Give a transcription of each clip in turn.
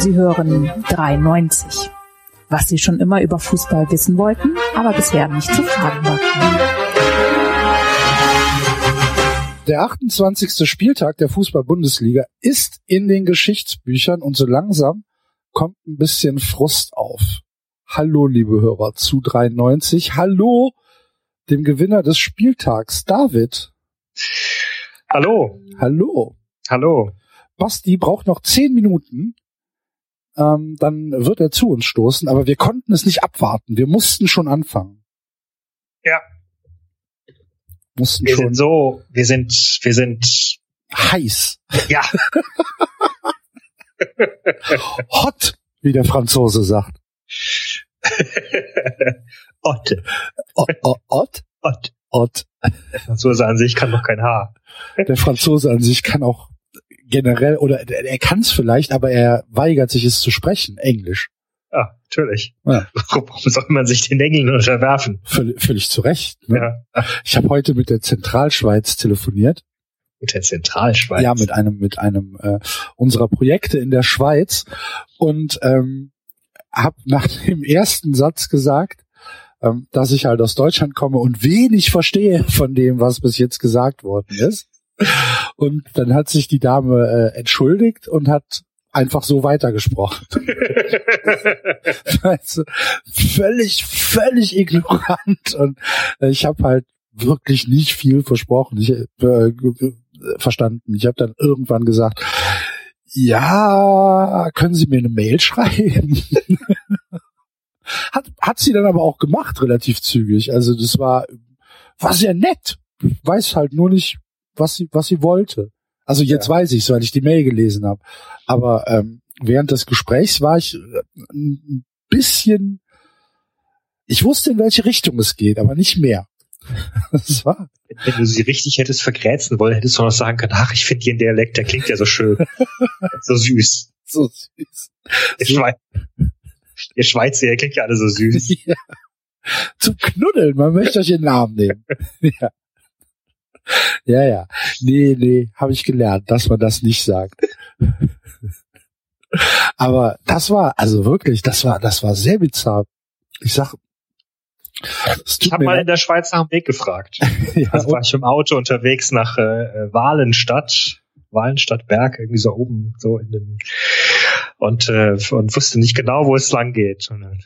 Sie hören 93. Was Sie schon immer über Fußball wissen wollten, aber bisher nicht zu fragen war. Der 28. Spieltag der Fußball-Bundesliga ist in den Geschichtsbüchern und so langsam kommt ein bisschen Frust auf. Hallo, liebe Hörer, zu 93. Hallo, dem Gewinner des Spieltags, David. Hallo. Hallo. Hallo. Basti braucht noch 10 Minuten, dann wird er zu uns stoßen, aber wir konnten es nicht abwarten. Wir mussten schon anfangen. Ja. Wir sind heiß. Ja. Hot, wie der Franzose sagt. Otte. Ott? Ott. Der Franzose an sich kann doch kein Haar. Der Franzose an sich kann auch generell, oder er kann es vielleicht, aber er weigert sich, es zu sprechen, Englisch. Ja, natürlich. Ja. Warum soll man sich den Engeln unterwerfen? Völlig zu Recht. Ne? Ja. Ich habe heute mit der Zentralschweiz telefoniert. Mit der Zentralschweiz? Ja, mit einem unserer Projekte in der Schweiz und habe nach dem ersten Satz gesagt, dass ich halt aus Deutschland komme und wenig verstehe von dem, was bis jetzt gesagt worden ist. Und dann hat sich die Dame entschuldigt und hat einfach so weitergesprochen. Also, völlig ignorant. Und ich habe halt wirklich nicht viel versprochen. Verstanden. Ich habe dann irgendwann gesagt, ja, können Sie mir eine Mail schreiben? Hat sie dann aber auch gemacht, relativ zügig. Also das war sehr nett. Weiß halt nur nicht, was sie wollte. Also jetzt weiß ich es, weil ich die Mail gelesen habe. Aber während des Gesprächs war ich ein bisschen, ich wusste, in welche Richtung es geht, aber nicht mehr. Das war. Wenn du sie richtig hättest vergrätzen wollen, hättest du noch sagen können, ach, ich finde ihren Dialekt, der klingt ja so schön. So süß. So süß. Ihr Schweizer, ihr klingt ja alle so süß. Ja. Zum Knuddeln, man möchte euch den Namen nehmen. Ja. Ja. Nee, habe ich gelernt, dass man das nicht sagt. Aber das war, also wirklich, das war sehr bizarr. Ich sag, ich habe mal in der Schweiz nach dem Weg gefragt. Ja, also war ich im Auto unterwegs nach Walenstadtberg, irgendwie so oben, so in den, und wusste nicht genau, wo es lang geht.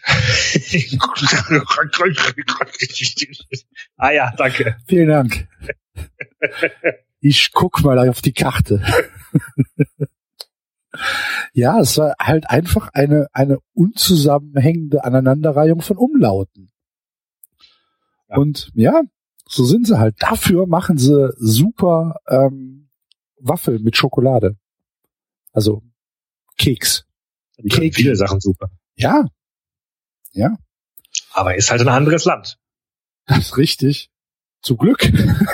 Ah ja, danke. Vielen Dank. Ich guck mal auf die Karte. Ja, es war halt einfach eine unzusammenhängende Aneinanderreihung von Umlauten. Ja. Und ja, so sind sie halt. Dafür machen sie super Waffel mit Schokolade. Also Keks. Die viele Sachen super. Ja. Aber ist halt ein anderes Land. Das ist richtig. Zum Glück.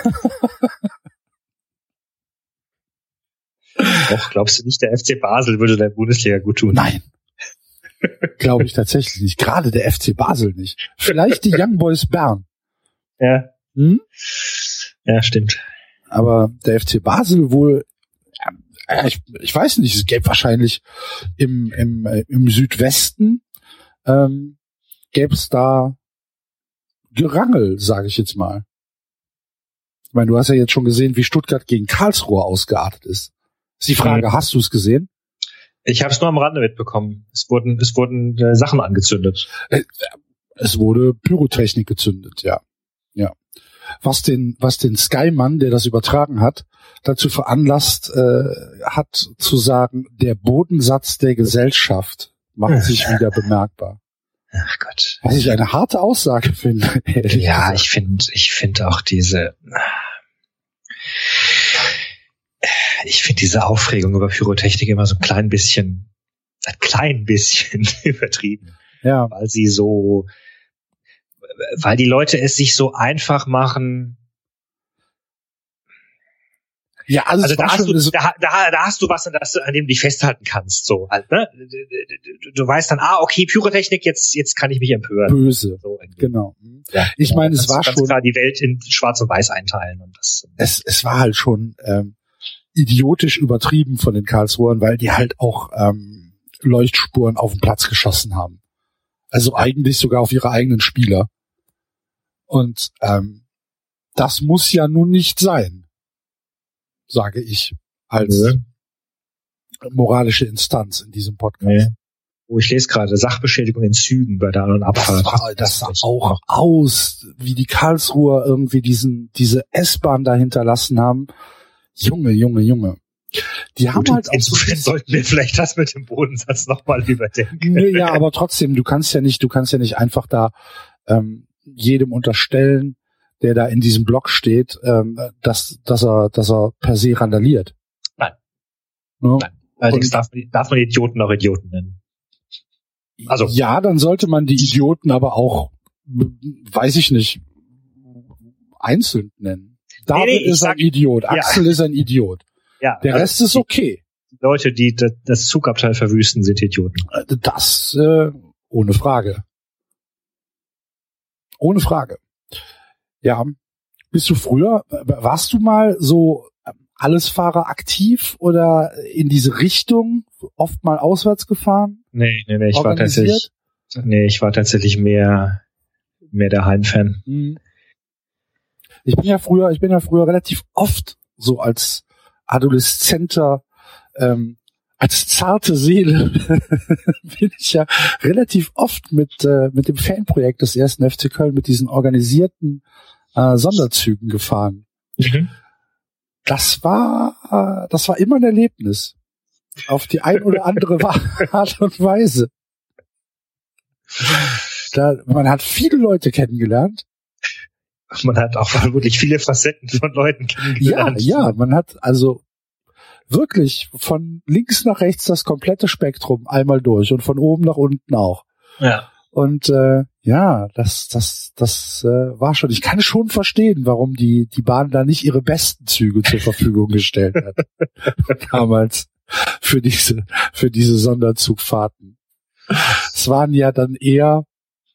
Doch, glaubst du nicht, der FC Basel würde der Bundesliga gut tun? Nein. Glaube ich tatsächlich nicht. Gerade der FC Basel nicht. Vielleicht die Young Boys Bern. Ja. Ja, stimmt. Aber der FC Basel wohl, ich weiß nicht, es gäbe wahrscheinlich im Südwesten gäbe es da Gerangel, sage ich jetzt mal. Ich meine, du hast ja jetzt schon gesehen, wie Stuttgart gegen Karlsruhe ausgeartet ist. Ist die Frage, hast du es gesehen? Ich habe es nur am Rande mitbekommen. Es wurden Sachen angezündet. Es wurde Pyrotechnik gezündet, ja. Was den Sky-Mann, der das übertragen hat, dazu veranlasst hat zu sagen, der Bodensatz der Gesellschaft macht sich wieder bemerkbar. Ach Gott. Was ich eine harte Aussage finde. Ja, ich finde auch diese Aufregung über Pyrotechnik immer so ein klein bisschen übertrieben. Ja. Weil die Leute es sich so einfach machen. Ja, also da hast du was, an dem du dich festhalten kannst, so halt, ne? Du weißt dann, okay, Pyrotechnik, jetzt kann ich mich empören. Böse. So, genau. Ja, ich meine, es war schon klar die Welt in Schwarz und Weiß einteilen und das. Es war halt schon idiotisch übertrieben von den Karlsruhern, weil die halt auch Leuchtspuren auf den Platz geschossen haben. Also eigentlich sogar auf ihre eigenen Spieler. Und das muss ja nun nicht sein, sage ich als moralische Instanz in diesem Podcast. Oh, ich lese gerade Sachbeschädigung in Zügen bei der An- und Abfahrt. Das sah auch aus, wie die Karlsruher irgendwie diese S-Bahn da hinterlassen haben. Junge. Die haben halt auch insofern sollten wir vielleicht das mit dem Bodensatz nochmal überdenken. Ja, aber trotzdem, du kannst ja nicht einfach da jedem unterstellen, der da in diesem Block steht, dass er per se randaliert. Nein. Ja? Nein. Allerdings darf man Idioten auch Idioten nennen. Also ja, dann sollte man die Idioten aber auch, weiß ich nicht, einzeln nennen. David ist ein Idiot, Axel ist ein Idiot. Ja, der Rest ist okay. Die Leute, die das Zugabteil verwüsten, sind Idioten. Das ohne Frage. Ohne Frage. Ja, warst du mal so Allesfahrer aktiv oder in diese Richtung, oft mal auswärts gefahren? Nee, ich war tatsächlich mehr der Heimfan. Ich bin ja früher relativ oft so als Adoleszenter, als zarte Seele bin ich ja relativ oft mit dem Fanprojekt des 1. FC Köln, mit diesen organisierten Sonderzügen gefahren. Mhm. Das war immer ein Erlebnis. Auf die ein oder andere Art und Weise. Man hat viele Leute kennengelernt. Man hat auch wirklich viele Facetten von Leuten kennengelernt. Ja, man hat also wirklich von links nach rechts das komplette Spektrum einmal durch und von oben nach unten auch. Ja. Und das war schon. Ich kann schon verstehen, warum die Bahn da nicht ihre besten Züge zur Verfügung gestellt hat. Damals für diese Sonderzugfahrten. Es waren ja dann eher,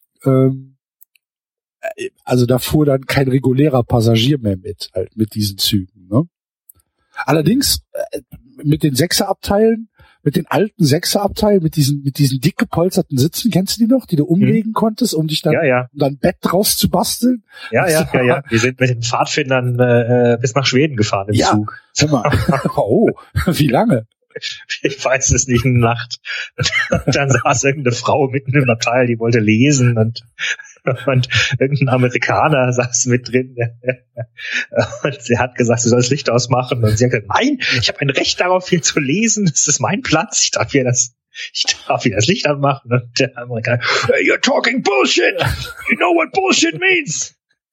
also da fuhr dann kein regulärer Passagier mehr mit diesen Zügen, ne? Allerdings mit den Sechserabteilen, mit den alten Sechserabteilen, mit diesen dick gepolsterten Sitzen, kennst du die noch, die du umlegen konntest, um dich dann um dein Bett draus zu basteln? Ja. Wir sind mit den Pfadfindern bis nach Schweden gefahren im Zug. Hör mal. Oh, wie lange? Ich weiß es nicht, eine Nacht. Und dann saß irgendeine Frau mitten im Abteil, die wollte lesen und irgendein Amerikaner saß mit drin. Und sie hat gesagt, sie soll das Licht ausmachen. Und sie hat gesagt, nein, ich habe ein Recht darauf, hier zu lesen. Das ist mein Platz. Ich darf hier das Licht anmachen. Und der Amerikaner, hey, you're talking bullshit. You know what bullshit means.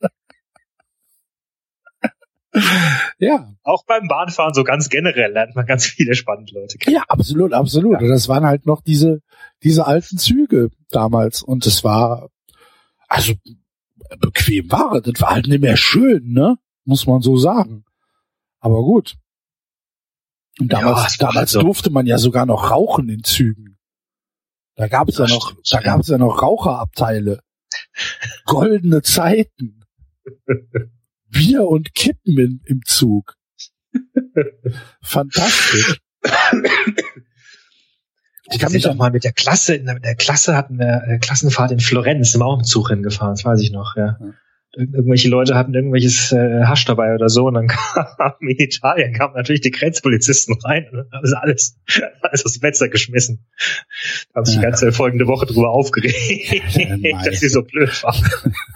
Ja. Auch beim Bahnfahren so ganz generell lernt man ganz viele spannende Leute kennen. Ja, absolut. Ja. Und das waren halt noch diese alten Züge damals. Und es war, also bequem war es. Das war halt nicht mehr schön, ne? Muss man so sagen. Aber gut. Und damals durfte man ja sogar noch rauchen in Zügen. Da gab es ja noch Raucherabteile. Goldene Zeiten. Bier und Kippen im Zug. Fantastisch. Ich kann mich auch mal mit der Klasse hatten wir Klassenfahrt in Florenz, sind wir auch im Zug hingefahren, das weiß ich noch, ja. Irgendwelche Leute hatten irgendwelches Hasch dabei oder so und dann kamen natürlich die Grenzpolizisten rein und dann haben sie alles aus dem Fenster geschmissen. Da haben sich die ganze folgende Woche drüber aufgeregt, dass sie so blöd waren.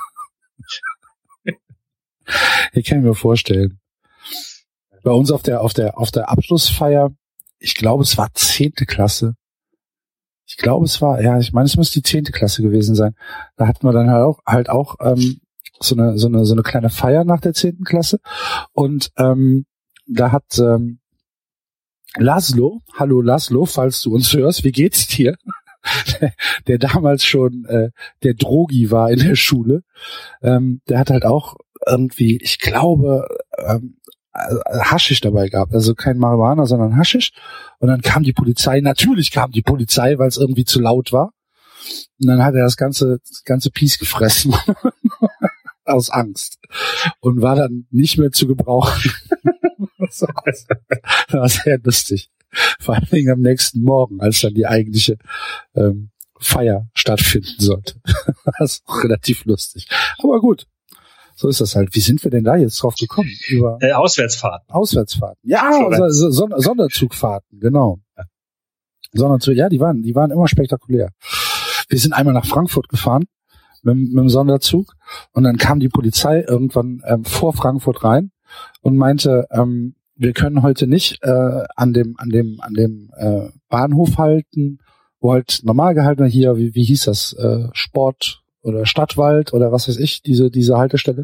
Ich kann mir vorstellen. Bei uns auf der Abschlussfeier, ich glaube, es war 10. Klasse. Ich meine, es müsste die 10. Klasse gewesen sein. Da hatten wir dann halt auch so eine kleine Feier nach der 10. Klasse. Und da hat Laszlo, hallo Laszlo, falls du uns hörst, wie geht's dir? Der damals schon der Drogi war in der Schule. Der hat halt auch irgendwie, ich glaube, Haschisch dabei gehabt, also kein Marihuana, sondern Haschisch. Und dann kam die Polizei, weil es irgendwie zu laut war. Und dann hat er das ganze Piece gefressen. Aus Angst. Und war dann nicht mehr zu gebrauchen. Das war sehr lustig. Vor allen Dingen am nächsten Morgen, als dann die eigentliche Feier stattfinden sollte. Das ist auch relativ lustig. Aber gut, so ist das halt. Wie sind wir denn da jetzt drauf gekommen? Über Auswärtsfahrten. Ja, Sonderzugfahrten, genau. Sonderzug, ja, die waren immer spektakulär. Wir sind einmal nach Frankfurt gefahren mit dem Sonderzug und dann kam die Polizei irgendwann vor Frankfurt rein und meinte, wir können heute nicht an dem Bahnhof halten, wo halt normal gehalten war, hier, wie hieß das, Sport oder Stadtwald oder was weiß ich, diese Haltestelle.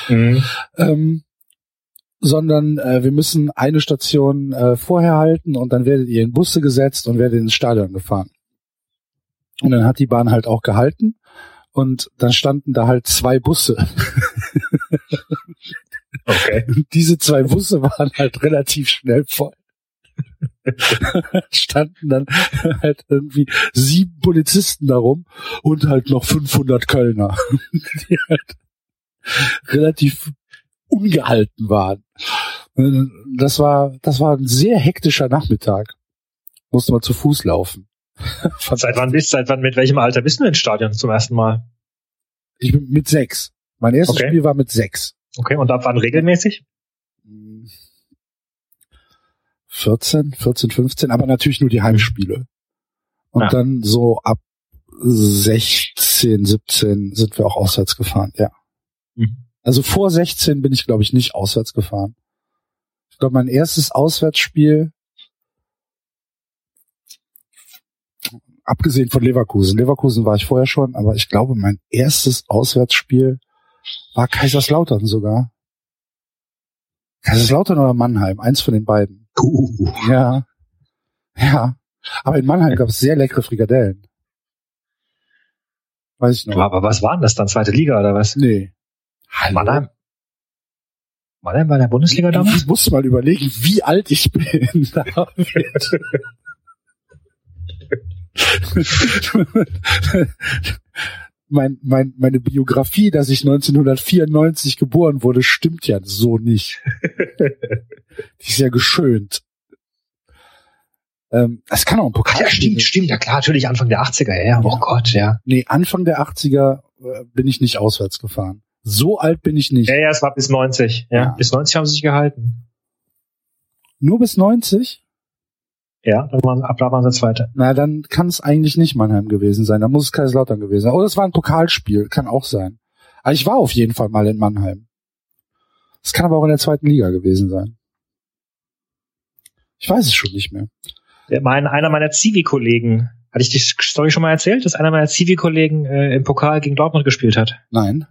Sondern wir müssen eine Station vorher halten und dann werdet ihr in Busse gesetzt und werdet ins Stadion gefahren. Und dann hat die Bahn halt auch gehalten und dann standen da halt 2 Busse. Okay. Und diese 2 Busse waren halt relativ schnell voll. Standen dann halt irgendwie 7 Polizisten darum und halt noch 500 Kölner, die halt relativ ungehalten waren. Das war ein sehr hektischer Nachmittag. Musste man zu Fuß laufen. Seit wann, mit welchem Alter bist du ins Stadion zum ersten Mal? Ich bin mit 6. Mein erstes Spiel war mit 6. Okay, und ab wann regelmäßig? 14, 15, aber natürlich nur die Heimspiele. Und dann so ab 16, 17 sind wir auch auswärts gefahren, ja. Also vor 16 bin ich, glaube ich, nicht auswärts gefahren. Ich glaube, mein erstes Auswärtsspiel, abgesehen von Leverkusen war ich vorher schon, aber ich glaube, mein erstes Auswärtsspiel war Kaiserslautern sogar. Kaiserslautern oder Mannheim, eins von den beiden. Ja. Aber in Mannheim gab es sehr leckere Frikadellen. Weiß ich noch. Aber was waren das dann? Zweite Liga oder was? Nee. Mannheim war in der Bundesliga damals? Ich muss mal überlegen, wie alt ich bin. Meine Biografie, dass ich 1994 geboren wurde, stimmt ja so nicht. Die ist ja geschönt. Es kann auch ein Pokal. Ja, stimmt, ja klar, natürlich Anfang der 80er, ja. Oh Gott, ja. Nee, Anfang der 80er bin ich nicht auswärts gefahren. So alt bin ich nicht. Ja, es war bis 90. Ja. Bis 90 haben sie sich gehalten. Nur bis 90? Ja, ab da waren sie Zweite. Na, dann kann es eigentlich nicht Mannheim gewesen sein. Dann muss es Kaiserslautern gewesen sein. Oder es war ein Pokalspiel. Kann auch sein. Aber ich war auf jeden Fall mal in Mannheim. Es kann aber auch in der 2. Liga gewesen sein. Ich weiß es schon nicht mehr. Einer meiner Zivi-Kollegen, hatte ich die Story schon mal erzählt, dass einer meiner Zivi-Kollegen im Pokal gegen Dortmund gespielt hat? Nein.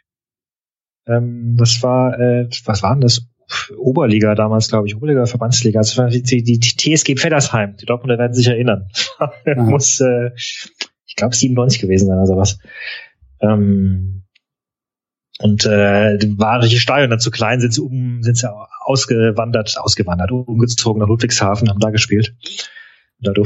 Das war, was war denn das? Oberliga damals, glaube ich, Oberliga, Verbandsliga. Das war die TSG Pfeddersheim. Die Dortmunder werden sich erinnern. Muss, ich glaube, 97 gewesen sein, also was. Und war natürlich das Stadion dann zu klein, sind sie umgezogen nach Ludwigshafen, haben da gespielt. Und da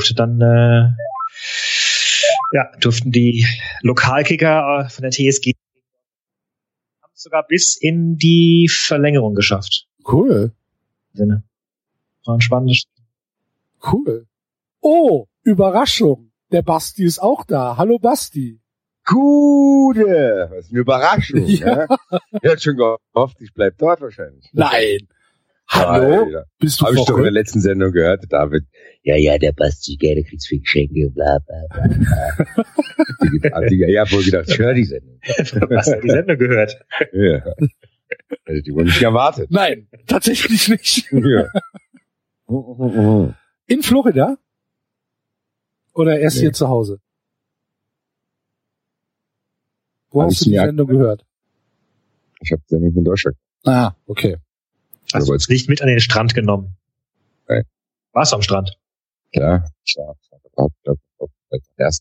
durften die Lokalkicker von der TSG haben es sogar bis in die Verlängerung geschafft. Cool. War ein spannendes Spiel. Cool. Oh, Überraschung. Der Basti ist auch da. Hallo Basti. Gute, was eine Überraschung. Ja. Er hat schon gehofft, ich bleib dort wahrscheinlich. Nein. Hallo? Ja. Bist du Habe ich doch in der letzten Sendung gehört, David. Ja, der Basti, der kriegt's für Geschenke, bla, bla, bla. Ich hab wohl gedacht, ich höre die Sendung. Hast du die Sendung gehört? Ja. Also die wurden nicht erwartet. Nein, tatsächlich nicht. Ja. In Florida? Oder erst hier zu Hause? Wo hast du die Sendung gehört? Ich habe die Sendung in Deutschland. Ah, okay. Hast du uns nicht mit an den Strand genommen? Nein. Warst du am Strand? Klar. Erst.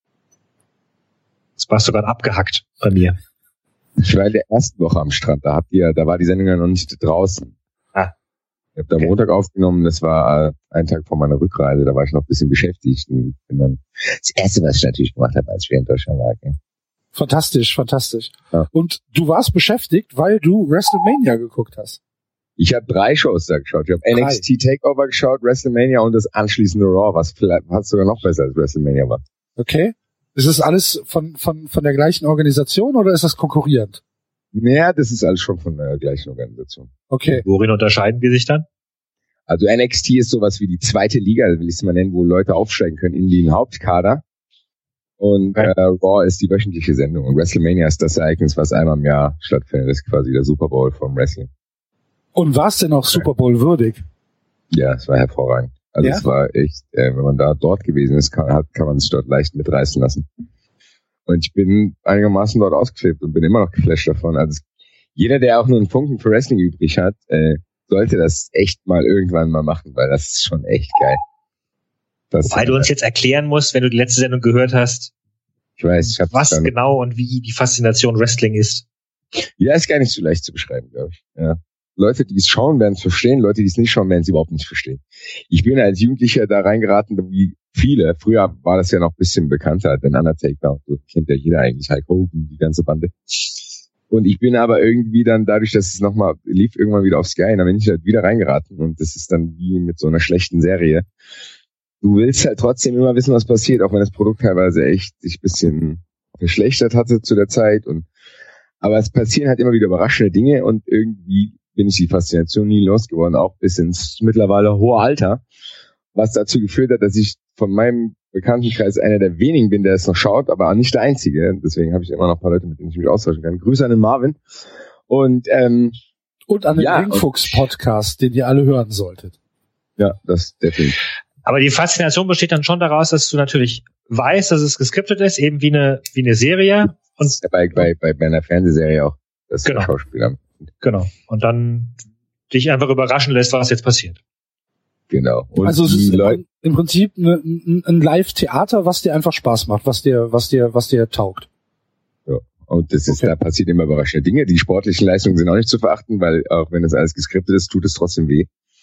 Das warst du gerade abgehackt bei mir. Ich war in der ersten Woche am Strand. Da war die Sendung ja noch nicht draußen. Ich habe da Montag aufgenommen. Das war ein Tag vor meiner Rückreise. Da war ich noch ein bisschen beschäftigt. Und bin dann das Erste, was ich natürlich gemacht habe, als wir in Deutschland waren. Okay. Fantastisch. Ja. Und du warst beschäftigt, weil du WrestleMania geguckt hast. Ich habe 3 Shows da geschaut. Ich habe NXT Takeover geschaut, WrestleMania und das anschließende Raw, was vielleicht sogar noch besser als WrestleMania war. Okay. Ist das alles von der gleichen Organisation oder ist das konkurrierend? Naja, das ist alles schon von der gleichen Organisation. Okay. Worin unterscheiden die sich dann? Also NXT ist sowas wie die zweite Liga, will ich es mal nennen, wo Leute aufsteigen können in den Hauptkader. Und Raw ist die wöchentliche Sendung. Und WrestleMania ist das Ereignis, was einmal im Jahr stattfindet. Das ist quasi der Super Bowl vom Wrestling. Und war es denn auch Super Bowl würdig? Ja, es war hervorragend. Also es war echt, wenn man dort gewesen ist, kann man sich dort leicht mitreißen lassen. Und ich bin einigermaßen dort ausgeflippt und bin immer noch geflasht davon. Also jeder, der auch nur einen Funken für Wrestling übrig hat, sollte das echt mal irgendwann mal machen, weil das ist schon echt geil. Wobei du uns jetzt erklären musst, wenn du die letzte Sendung gehört hast, ich weiß, was genau und wie die Faszination Wrestling ist. Ja, ist gar nicht so leicht zu beschreiben, glaube ich. Ja. Leute, die es schauen, werden es verstehen. Leute, die es nicht schauen, werden es überhaupt nicht verstehen. Ich bin als Jugendlicher da reingeraten, wie viele. Früher war das ja noch ein bisschen bekannter, den Undertaker. So kennt ja jeder eigentlich, Hulk Hogan, die ganze Bande. Und ich bin aber irgendwie dann, dadurch, dass es nochmal lief, irgendwann wieder auf Sky, dann bin ich halt wieder reingeraten. Und das ist dann wie mit so einer schlechten Serie. Du willst halt trotzdem immer wissen, was passiert, auch wenn das Produkt teilweise echt sich ein bisschen verschlechtert hatte zu der Zeit. Aber es passieren halt immer wieder überraschende Dinge und irgendwie bin ich die Faszination nie losgeworden, auch bis ins mittlerweile hohe Alter, was dazu geführt hat, dass ich von meinem Bekanntenkreis einer der wenigen bin, der es noch schaut, aber nicht der Einzige. Deswegen habe ich immer noch ein paar Leute, mit denen ich mich austauschen kann. Grüße an den Marvin. Und an den Ringfuchs-Podcast, den ihr alle hören solltet. Ja, das definitiv. Aber die Faszination besteht dann schon daraus, dass du natürlich weißt, dass es geskriptet ist, eben wie eine Serie. Und bei einer Fernsehserie auch. Das genau. Schauspieler. Genau. Und dann dich einfach überraschen lässt, was jetzt passiert. Genau. Und also es ist im Prinzip ein Live-Theater, was dir einfach Spaß macht, was dir taugt. Ja. Und da passieren immer überraschende Dinge. Die sportlichen Leistungen sind auch nicht zu verachten, weil auch wenn das alles geskriptet ist, tut es trotzdem weh.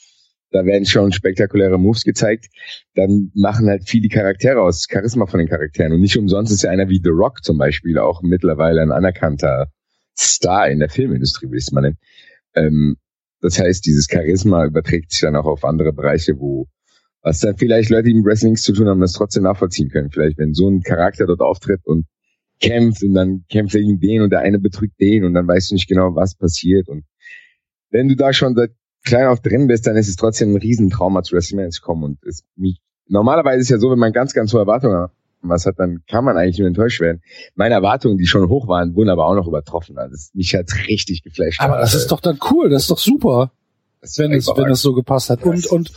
Da werden schon spektakuläre Moves gezeigt. Dann machen halt viele Charaktere aus, Charisma von den Charakteren. Und nicht umsonst ist ja einer wie The Rock zum Beispiel auch mittlerweile ein anerkannter Star in der Filmindustrie, will ich es mal nennen. Das heißt, dieses Charisma überträgt sich dann auch auf andere Bereiche, was dann vielleicht Leute, die mit Wrestling zu tun haben, das trotzdem nachvollziehen können. Vielleicht, wenn so ein Charakter dort auftritt und kämpft und dann kämpft er gegen den und der eine betrügt den und dann weißt du nicht genau, was passiert. Und wenn du da schon seit klein auf drin bist, dann ist es trotzdem ein Riesentrauma, zu WrestleMania zu kommen. Und normalerweise ist es ja so, wenn man ganz, ganz hohe Erwartungen hat, dann kann man eigentlich nur enttäuscht werden. Meine Erwartungen, die schon hoch waren, wurden aber auch noch übertroffen. Also mich hat richtig geflasht. Aber das ist doch dann cool, das ist doch super, wenn es so gepasst hat.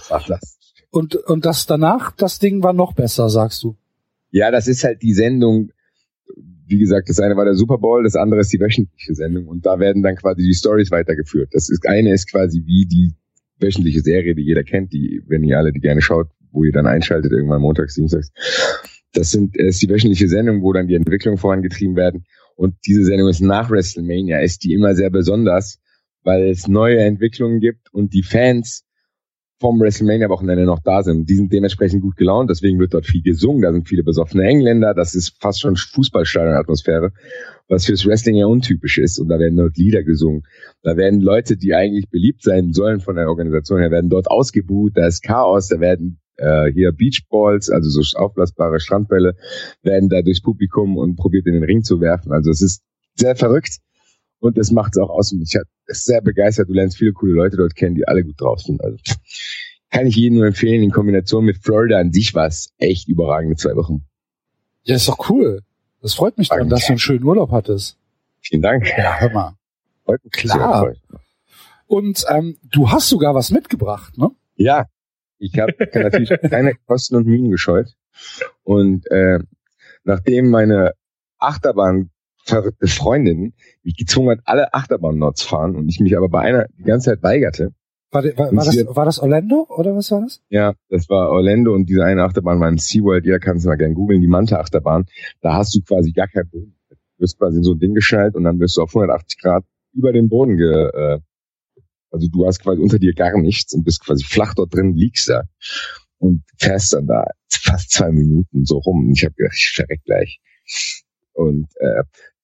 Und das danach, das Ding war noch besser, sagst du? Ja, das ist halt die Sendung. Wie gesagt, das eine war der Super Bowl, das andere ist die wöchentliche Sendung und da werden dann quasi die Stories weitergeführt. Eine ist quasi wie die wöchentliche Serie, die jeder kennt, wenn ihr alle die gerne schaut, wo ihr dann einschaltet, irgendwann montags, dienstags. Das ist die wöchentliche Sendung, wo dann die Entwicklungen vorangetrieben werden. Und diese Sendung ist nach WrestleMania, ist die immer sehr besonders, weil es neue Entwicklungen gibt und die Fans vom WrestleMania-Wochenende noch da sind. Die sind dementsprechend gut gelaunt, deswegen wird dort viel gesungen, da sind viele besoffene Engländer, das ist fast schon Fußballstadion-Atmosphäre, was fürs Wrestling ja untypisch ist. Und da werden dort Lieder gesungen. Da werden Leute, die eigentlich beliebt sein sollen von der Organisation her, werden dort ausgebuht, da ist Chaos, da werden hier Beachballs, also so aufblasbare Strandbälle, werden da durchs Publikum und probiert in den Ring zu werfen. Also es ist sehr verrückt und das macht es auch aus. Und ich bin sehr begeistert. Du lernst viele coole Leute dort kennen, die alle gut drauf sind. Also kann ich jedem nur empfehlen. In Kombination mit Florida an sich war es echt überragende 2 Wochen. Ja, ist doch cool. Das freut mich dann, dass du einen schönen Urlaub hattest. Vielen Dank. Ja, hör mal. Freut mich. Klar. Und du hast sogar was mitgebracht, ne? Ja. Ich habe natürlich keine Kosten und Mühen gescheut. Und nachdem meine Achterbahn-verrückte Freundin mich gezwungen hat, alle Achterbahnen dort zu fahren und ich mich aber bei einer die ganze Zeit weigerte. War das Orlando oder was war das? Ja, das war Orlando und diese eine Achterbahn war im SeaWorld. Jeder kann es mal gerne googeln, die Manta-Achterbahn. Da hast du quasi gar keinen Boden. Du wirst quasi in so ein Ding geschnallt und dann wirst du auf 180 Grad über den Boden also du hast quasi unter dir gar nichts und bist quasi flach dort drin, liegst da und fährst dann da fast 2 Minuten so rum. Und ich habe gedacht, ich verreck gleich. Und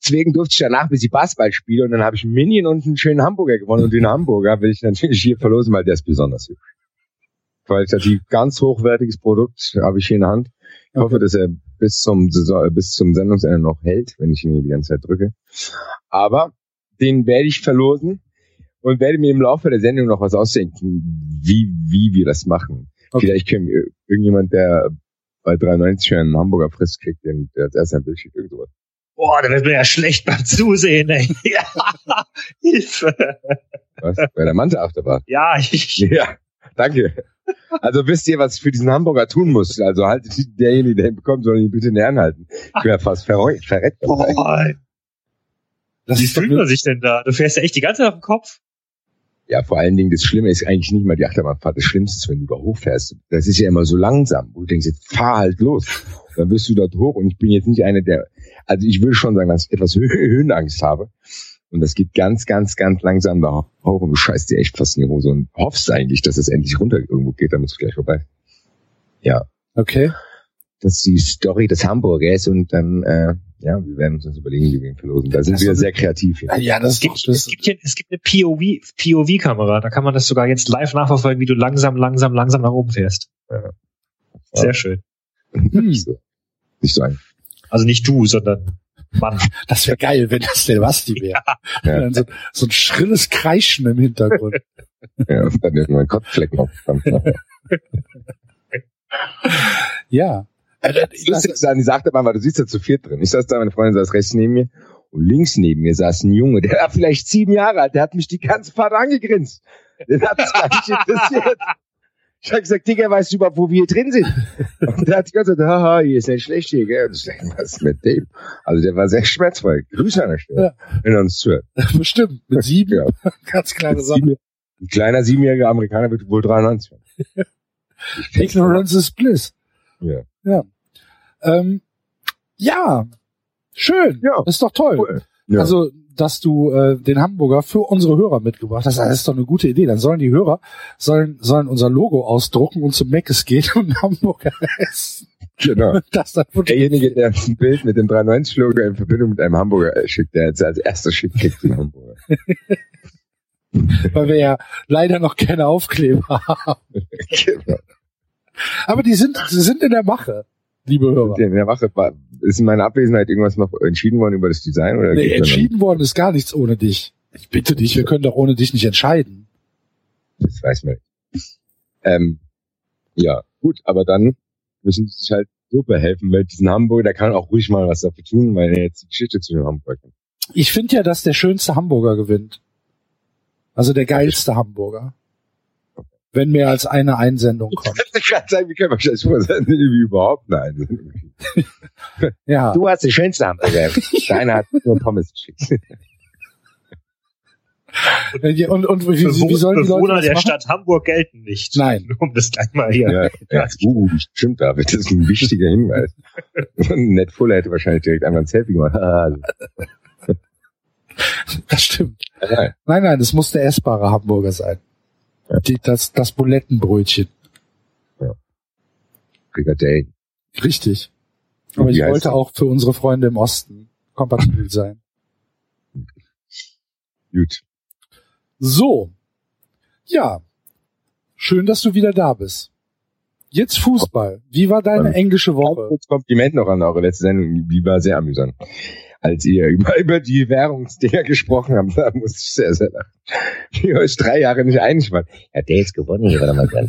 deswegen durfte ich danach bis ich Basketball spiele und dann habe ich einen Minion und einen schönen Hamburger gewonnen und den Hamburger will ich natürlich hier verlosen, weil der ist besonders hübsch. Qualitativ ganz hochwertiges Produkt habe ich hier in der Hand. Ich hoffe, dass er bis zum Sendungsende noch hält, wenn ich ihn hier die ganze Zeit drücke. Aber den werde ich verlosen und werde mir im Laufe der Sendung noch was ausdenken, wie wir das machen. Okay. Vielleicht können wir irgendjemand, der bei 3,90 einen Hamburger frisst, kriegt, der als erster ein Bild schickt, irgend sowas. Boah, da wird mir ja schlecht beim Zusehen, ey. Ja, Hilfe. Was? Bei der Manta-Achterbahn? Ja, Ja, danke. Also wisst ihr, was ich für diesen Hamburger tun muss? Also haltet derjenige, der ihn bekommt, soll ihn bitte in Ehren halten. Ich bin ja fast verreckt. Boah. Wie fühlt man sich denn da? Du fährst ja echt die ganze Zeit auf den Kopf. Ja, vor allen Dingen, das Schlimme ist eigentlich nicht mal die Achterbahnfahrt. Das Schlimmste ist, wenn du da hochfährst. Das ist ja immer so langsam. Wo du denkst, jetzt fahr halt los. Dann wirst du dort hoch. Und ich bin jetzt nicht einer, also ich würde schon sagen, dass ich etwas Höhenangst habe. Und das geht ganz, ganz, ganz langsam da hoch. Und du scheißt dir echt fast in die Hose und hoffst eigentlich, dass es endlich runter irgendwo geht, damit es gleich vorbei. Ja. Okay. Das ist die Story des Hamburgers. Und dann, ja, wir werden uns das überlegen, wie wir ihn verlosen. Da sind wir sehr kreativ hier. Ja, es gibt eine POV-Kamera. Da kann man das sogar jetzt live nachverfolgen, wie du langsam nach oben fährst. Ja. Sehr schön. Nicht so ein. Also nicht du, sondern Mann. Das wäre geil, wenn das der Basti wäre. Ja. Dann so ein schrilles Kreischen im Hintergrund. Ja, und dann irgendwann Kotzflecken auf. Ja. Lustig ist, die sagte mal, du siehst da zu viert drin. Ich saß da, meine Freundin saß rechts neben mir und links neben mir saß ein Junge, der war vielleicht 7 Jahre alt, der hat mich die ganze Fahrt angegrinst. Den hat es gar nicht interessiert. Ich habe gesagt, Digga, weißt du überhaupt, wo wir hier drin sind? Und der hat gesagt, haha, hier ist nicht schlecht hier, gell? Und ich dachte, was ist mit dem? Also der war sehr schmerzvoll. Grüße an der Stelle, wenn er uns zuhört. Bestimmt, mit 7, ja. Ganz klare Sache. Ein kleiner 7-jähriger Amerikaner wird wohl 93 werden. Ignorance is bliss. Ja. Ja, schön. Ja. Ist doch toll. Cool. Ja. Also, dass du den Hamburger für unsere Hörer mitgebracht hast, das ist doch eine gute Idee. Dann sollen die Hörer sollen unser Logo ausdrucken und zum Mc's gehen und einen Hamburger essen. Genau. Derjenige, der ein Bild mit dem 390-Logo in Verbindung mit einem Hamburger schickt, der jetzt als erster schickt, kriegt den Hamburger. Weil wir ja leider noch keine Aufkleber haben. Genau. Aber die sind in der Mache, liebe Hörer. In der Mache ist in meiner Abwesenheit irgendwas noch entschieden worden über das Design? Oder nee, entschieden worden ist gar nichts ohne dich. Ich bitte dich, wir können doch ohne dich nicht entscheiden. Das weiß man nicht. Ja, gut, aber dann müssen sie sich halt so behelfen, weil diesen Hamburger, der kann auch ruhig mal was dafür tun, weil er jetzt die Geschichte zu dem Hamburger kennt. Ich finde ja, dass der schönste Hamburger gewinnt. Also der geilste Hamburger. Wenn mehr als eine Einsendung kommt. Ich kann gerade sagen, wie können wir das vorsenden, wie überhaupt eine Einsendung. Ja. Du hast den schönsten Hamburger. Deiner hat nur Pommes geschickt. Und wie sollen die Leute Bewohner der machen? Stadt Hamburg gelten nicht. Nein. Um das gleich mal hier. Ja, stimmt, David. Das ist ein wichtiger Hinweis. Ned Fuller hätte wahrscheinlich direkt einmal ein Selfie gemacht. Das stimmt. Nein, das muss der essbare Hamburger sein. Ja. Das Bulettenbrötchen. Ja. Frikadellen. Richtig. Aber ich wollte auch für unsere Freunde im Osten kompatibel sein. Gut. So. Ja. Schön, dass du wieder da bist. Jetzt Fußball. Wie war deine englische Woche? Kurz Kompliment noch an eure letzte Sendung. Die war sehr amüsant. Als ihr über die Währungsdinger gesprochen habt, da musste ich sehr, sehr lachen. Ihr euch 3 Jahre nicht einig wart. Ja, der ist gewonnen hier, warte mal ganz.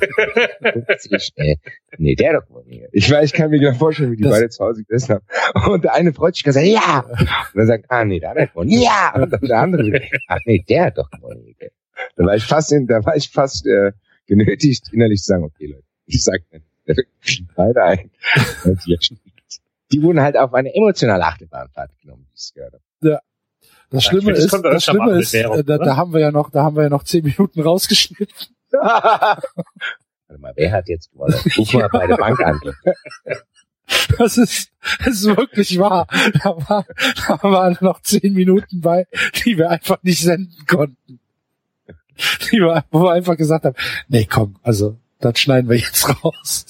Nee, der hat doch gewonnen hier. Ich kann mir genau vorstellen, wie die beide zu Hause gesessen haben. Und der eine freut sich und sagt, ja. Und dann sagt, nee, der hat gewonnen. Ja. Und dann der andere sagt, nee, der hat doch gewonnen hier. Da war ich fast genötigt, innerlich zu sagen, okay, Leute, ich sag beide ein. Die wurden halt auf eine emotionale Achterbahnfahrt genommen, wie ich es gehört habe. Ja. Das Schlimme ist, da haben wir ja noch 10 Minuten rausgeschnitten. Warte mal, wer hat jetzt gewonnen? Ruf mal bei der Bank an. Das ist wirklich wahr. Da waren noch 10 Minuten bei, die wir einfach nicht senden konnten. Wo wir einfach gesagt haben, nee, komm, also, das schneiden wir jetzt raus.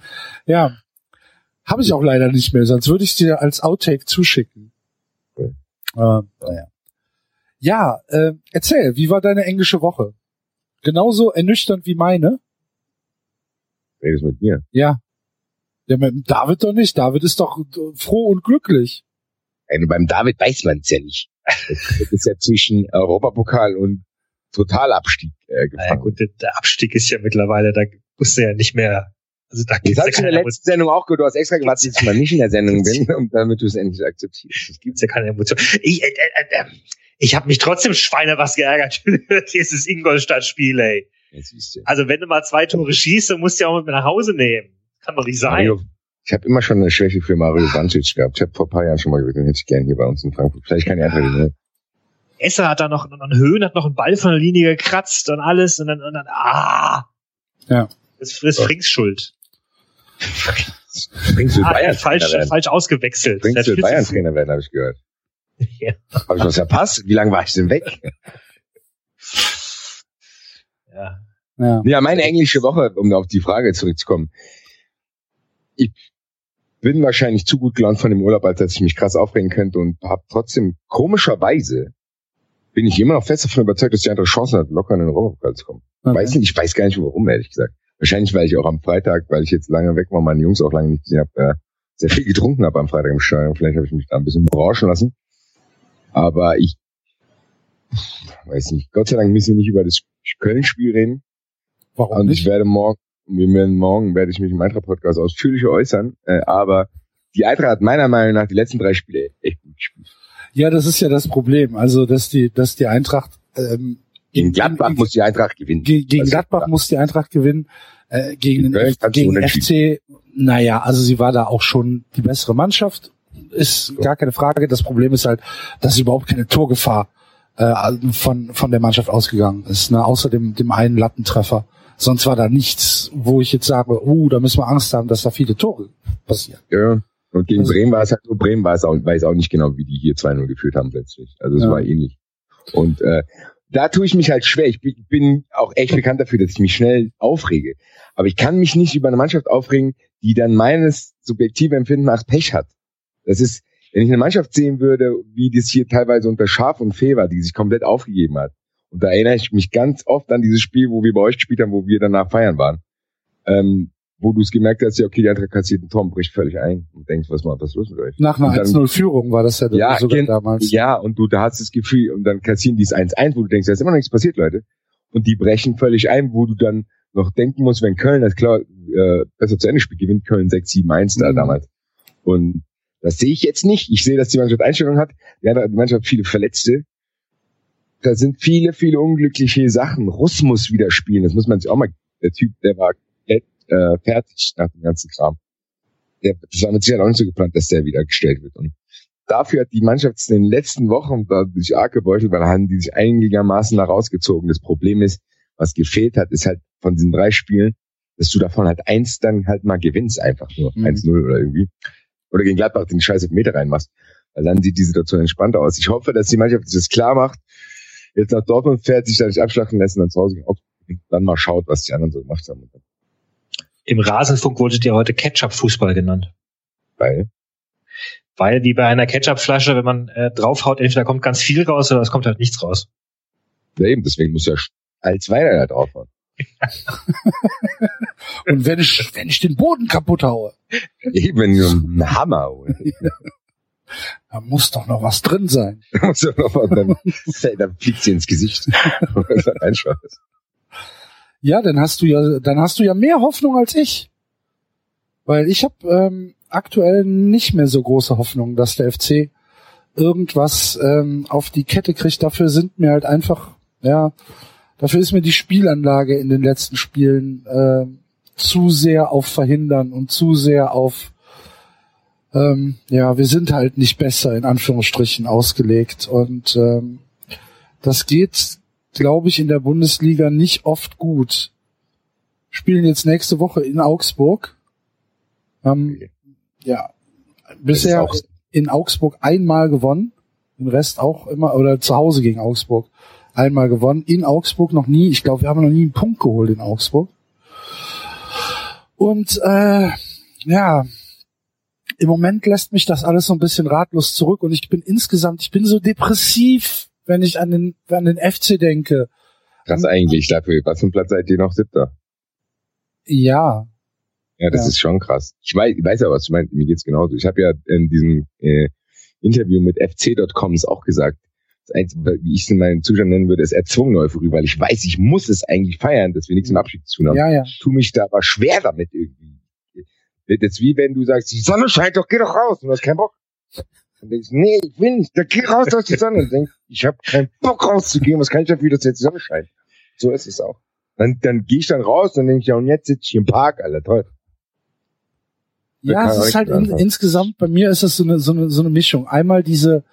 Ja. Habe ich auch leider nicht mehr, sonst würde ich dir als Outtake zuschicken. Naja. Ja, erzähl, wie war deine englische Woche? Genauso ernüchternd wie meine? Redest mit mir? Ja. Ja, mit dem David doch nicht. David ist doch froh und glücklich. Beim David weiß man es ja nicht. Das ist ja zwischen Europapokal und Totalabstieg gefangen. Ja gut, der Abstieg ist ja mittlerweile, da musst du ja nicht mehr. Also da das hast du in der letzten Sendung auch gehört. Du hast extra gewartet, dass ich mal nicht in der Sendung bin, damit du es endlich akzeptierst. Es gibt ja keine Emotion. Ich habe mich trotzdem Schweine was geärgert für dieses Ingolstadt-Spiel, ey. Also wenn du mal 2 Tore schießt, dann musst du ja auch mit mir nach Hause nehmen. Kann doch nicht sein. Ich habe immer schon eine Schwäche für Mario Bancic gehabt. Ich habe vor ein paar Jahren schon mal gesagt, den hätte ich gerne hier bei uns in Frankfurt. Vielleicht kann ich einfach nicht. Esser hat da noch einen Höhen, hat noch einen Ball von der Linie gekratzt und alles und dann Ja. Das ist Frings Schuld. Frings will falsch ausgewechselt. Frings will Bayern-Trainer werden, habe ich gehört. Ja. Habe ich was verpasst? Wie lange war ich denn weg? Ja, meine englische Woche, um auf die Frage zurückzukommen. Ich bin wahrscheinlich zu gut gelaunt von dem Urlaub, als dass ich mich krass aufregen könnte und habe trotzdem komischerweise bin ich immer noch fest davon überzeugt, dass die andere Chancen hat, locker in den Europapokal zu kommen. Okay. Ich weiß gar nicht warum, ehrlich gesagt. Wahrscheinlich, weil ich auch am Freitag, weil ich jetzt lange weg war, meine Jungs auch lange nicht gesehen habe, sehr viel getrunken habe am Freitag im Stadion. Vielleicht habe ich mich da ein bisschen berauschen lassen. Aber ich weiß nicht. Gott sei Dank müssen wir nicht über das Köln-Spiel reden. Warum und nicht? Ich werde morgen werde ich mich im Eintracht-Podcast ausführlich äußern. Aber die Eintracht hat meiner Meinung nach die letzten 3 Spiele echt gut gespielt. Ja, das ist ja das Problem. Also, dass die Eintracht gegen Gladbach muss die Eintracht gewinnen. Gegen Gladbach muss die Eintracht gewinnen. Gegen FC, naja, also sie war da auch schon die bessere Mannschaft. Ist gar keine Frage. Das Problem ist halt, dass überhaupt keine Torgefahr von der Mannschaft ausgegangen ist, ne? Außer dem einen Lattentreffer. Sonst war da nichts, wo ich jetzt sage, da müssen wir Angst haben, dass da viele Tore passieren. Ja. Und gegen Bremen war es halt so, Bremen weiß auch nicht genau, wie die hier 2-0 geführt haben plötzlich. Also es war ähnlich. Und da tue ich mich halt schwer. Ich bin auch echt bekannt dafür, dass ich mich schnell aufrege. Aber ich kann mich nicht über eine Mannschaft aufregen, die dann meines subjektiven Empfinden nach Pech hat. Das ist, wenn ich eine Mannschaft sehen würde, wie das hier teilweise unter Schaf und Fee war, die sich komplett aufgegeben hat. Und da erinnere ich mich ganz oft an dieses Spiel, wo wir bei euch gespielt haben, wo wir danach feiern waren. Wo du es gemerkt hast, ja, okay, die Eintracht kassiert einen Tor und bricht völlig ein und denkst, was ist los mit euch? Nach einer 1-0-Führung war das ja sogar damals. Ja, und du hast das Gefühl, und dann kassieren die es 1-1, wo du denkst, da ist immer noch nichts passiert, Leute. Und die brechen völlig ein, wo du dann noch denken musst, wenn Köln das klar besser zu Ende spielt, gewinnt Köln 6-7-1 da damals. Und das sehe ich jetzt nicht. Ich sehe, dass die Mannschaft Einstellung hat. Die Mannschaft hat viele Verletzte. Da sind viele, viele unglückliche Sachen. Russ muss wieder spielen. Das muss man sich auch mal, der Typ, der war fertig nach dem ganzen Kram. Das war mit Sicherheit auch nicht so geplant, dass der wieder gestellt wird. Und dafür hat die Mannschaft in den letzten Wochen sich arg gebeutelt, weil haben die sich einigermaßen da rausgezogen. Das Problem ist, was gefehlt hat, ist halt von diesen 3 Spielen, dass du davon halt 1 dann halt mal gewinnst, einfach nur 1-0 oder irgendwie. Oder gegen Gladbach den scheiß Meter reinmachst. Weil dann sieht die Situation entspannter aus. Ich hoffe, dass die Mannschaft sich das klar macht, jetzt nach Dortmund fährt, sich da nicht abschlachten lässt und dann zu Hause dann mal schaut, was die anderen so gemacht haben. Im Rasenfunk wurde dir heute Ketchup-Fußball genannt. Weil wie bei einer Ketchup-Flasche, wenn man draufhaut, entweder kommt ganz viel raus oder es kommt halt nichts raus. Ja eben, deswegen muss ja als Weiner da draufhauen. Und wenn ich den Boden kaputt haue. Eben, wenn du einen Hammer holst. Da muss doch noch was drin sein. Dann fliegt sie ins Gesicht. Ja, dann hast du ja mehr Hoffnung als ich. Weil ich habe aktuell nicht mehr so große Hoffnung, dass der FC irgendwas auf die Kette kriegt. Dafür sind mir halt einfach, dafür ist mir die Spielanlage in den letzten Spielen zu sehr auf Verhindern und zu sehr auf wir sind halt nicht besser in Anführungsstrichen ausgelegt. Und das geht, glaube ich, in der Bundesliga nicht oft gut. Spielen jetzt nächste Woche in Augsburg. Bisher in Augsburg einmal gewonnen. Den Rest auch immer, oder zu Hause gegen Augsburg einmal gewonnen. In Augsburg noch nie. Ich glaube, wir haben noch nie einen Punkt geholt in Augsburg. Und im Moment lässt mich das alles so ein bisschen ratlos zurück und ich bin so depressiv, wenn ich an den FC denke. Krass eigentlich dafür. Was für ein Platz seid ihr noch? 7.? Ja. Ja, das ist schon krass. Ich weiß ja, was du meinst. Mir geht's genauso. Ich habe ja in diesem Interview mit fc.com auch gesagt, das Einzige, wie ich es in meinen Zustand nennen würde, ist erzwungene Euphorie, weil ich weiß, ich muss es eigentlich feiern, dass wir nichts im Abschied zu tun haben. Ja. Tu mich da aber schwer damit irgendwie. Das ist wie wenn du sagst, die Sonne scheint doch, geh doch raus. Und du hast keinen Bock. Und denkst, nee, ich will nicht, da geh raus aus die Sonne. Und denkst, ich habe keinen Bock rauszugehen, was kann ich dafür, dass jetzt die Sonne scheint? So ist es auch. Dann gehe ich dann raus und denke ich, ja, und jetzt sitze ich im Park, Alter, toll. Ja, es ist halt insgesamt, bei mir ist es so eine Mischung. Einmal diese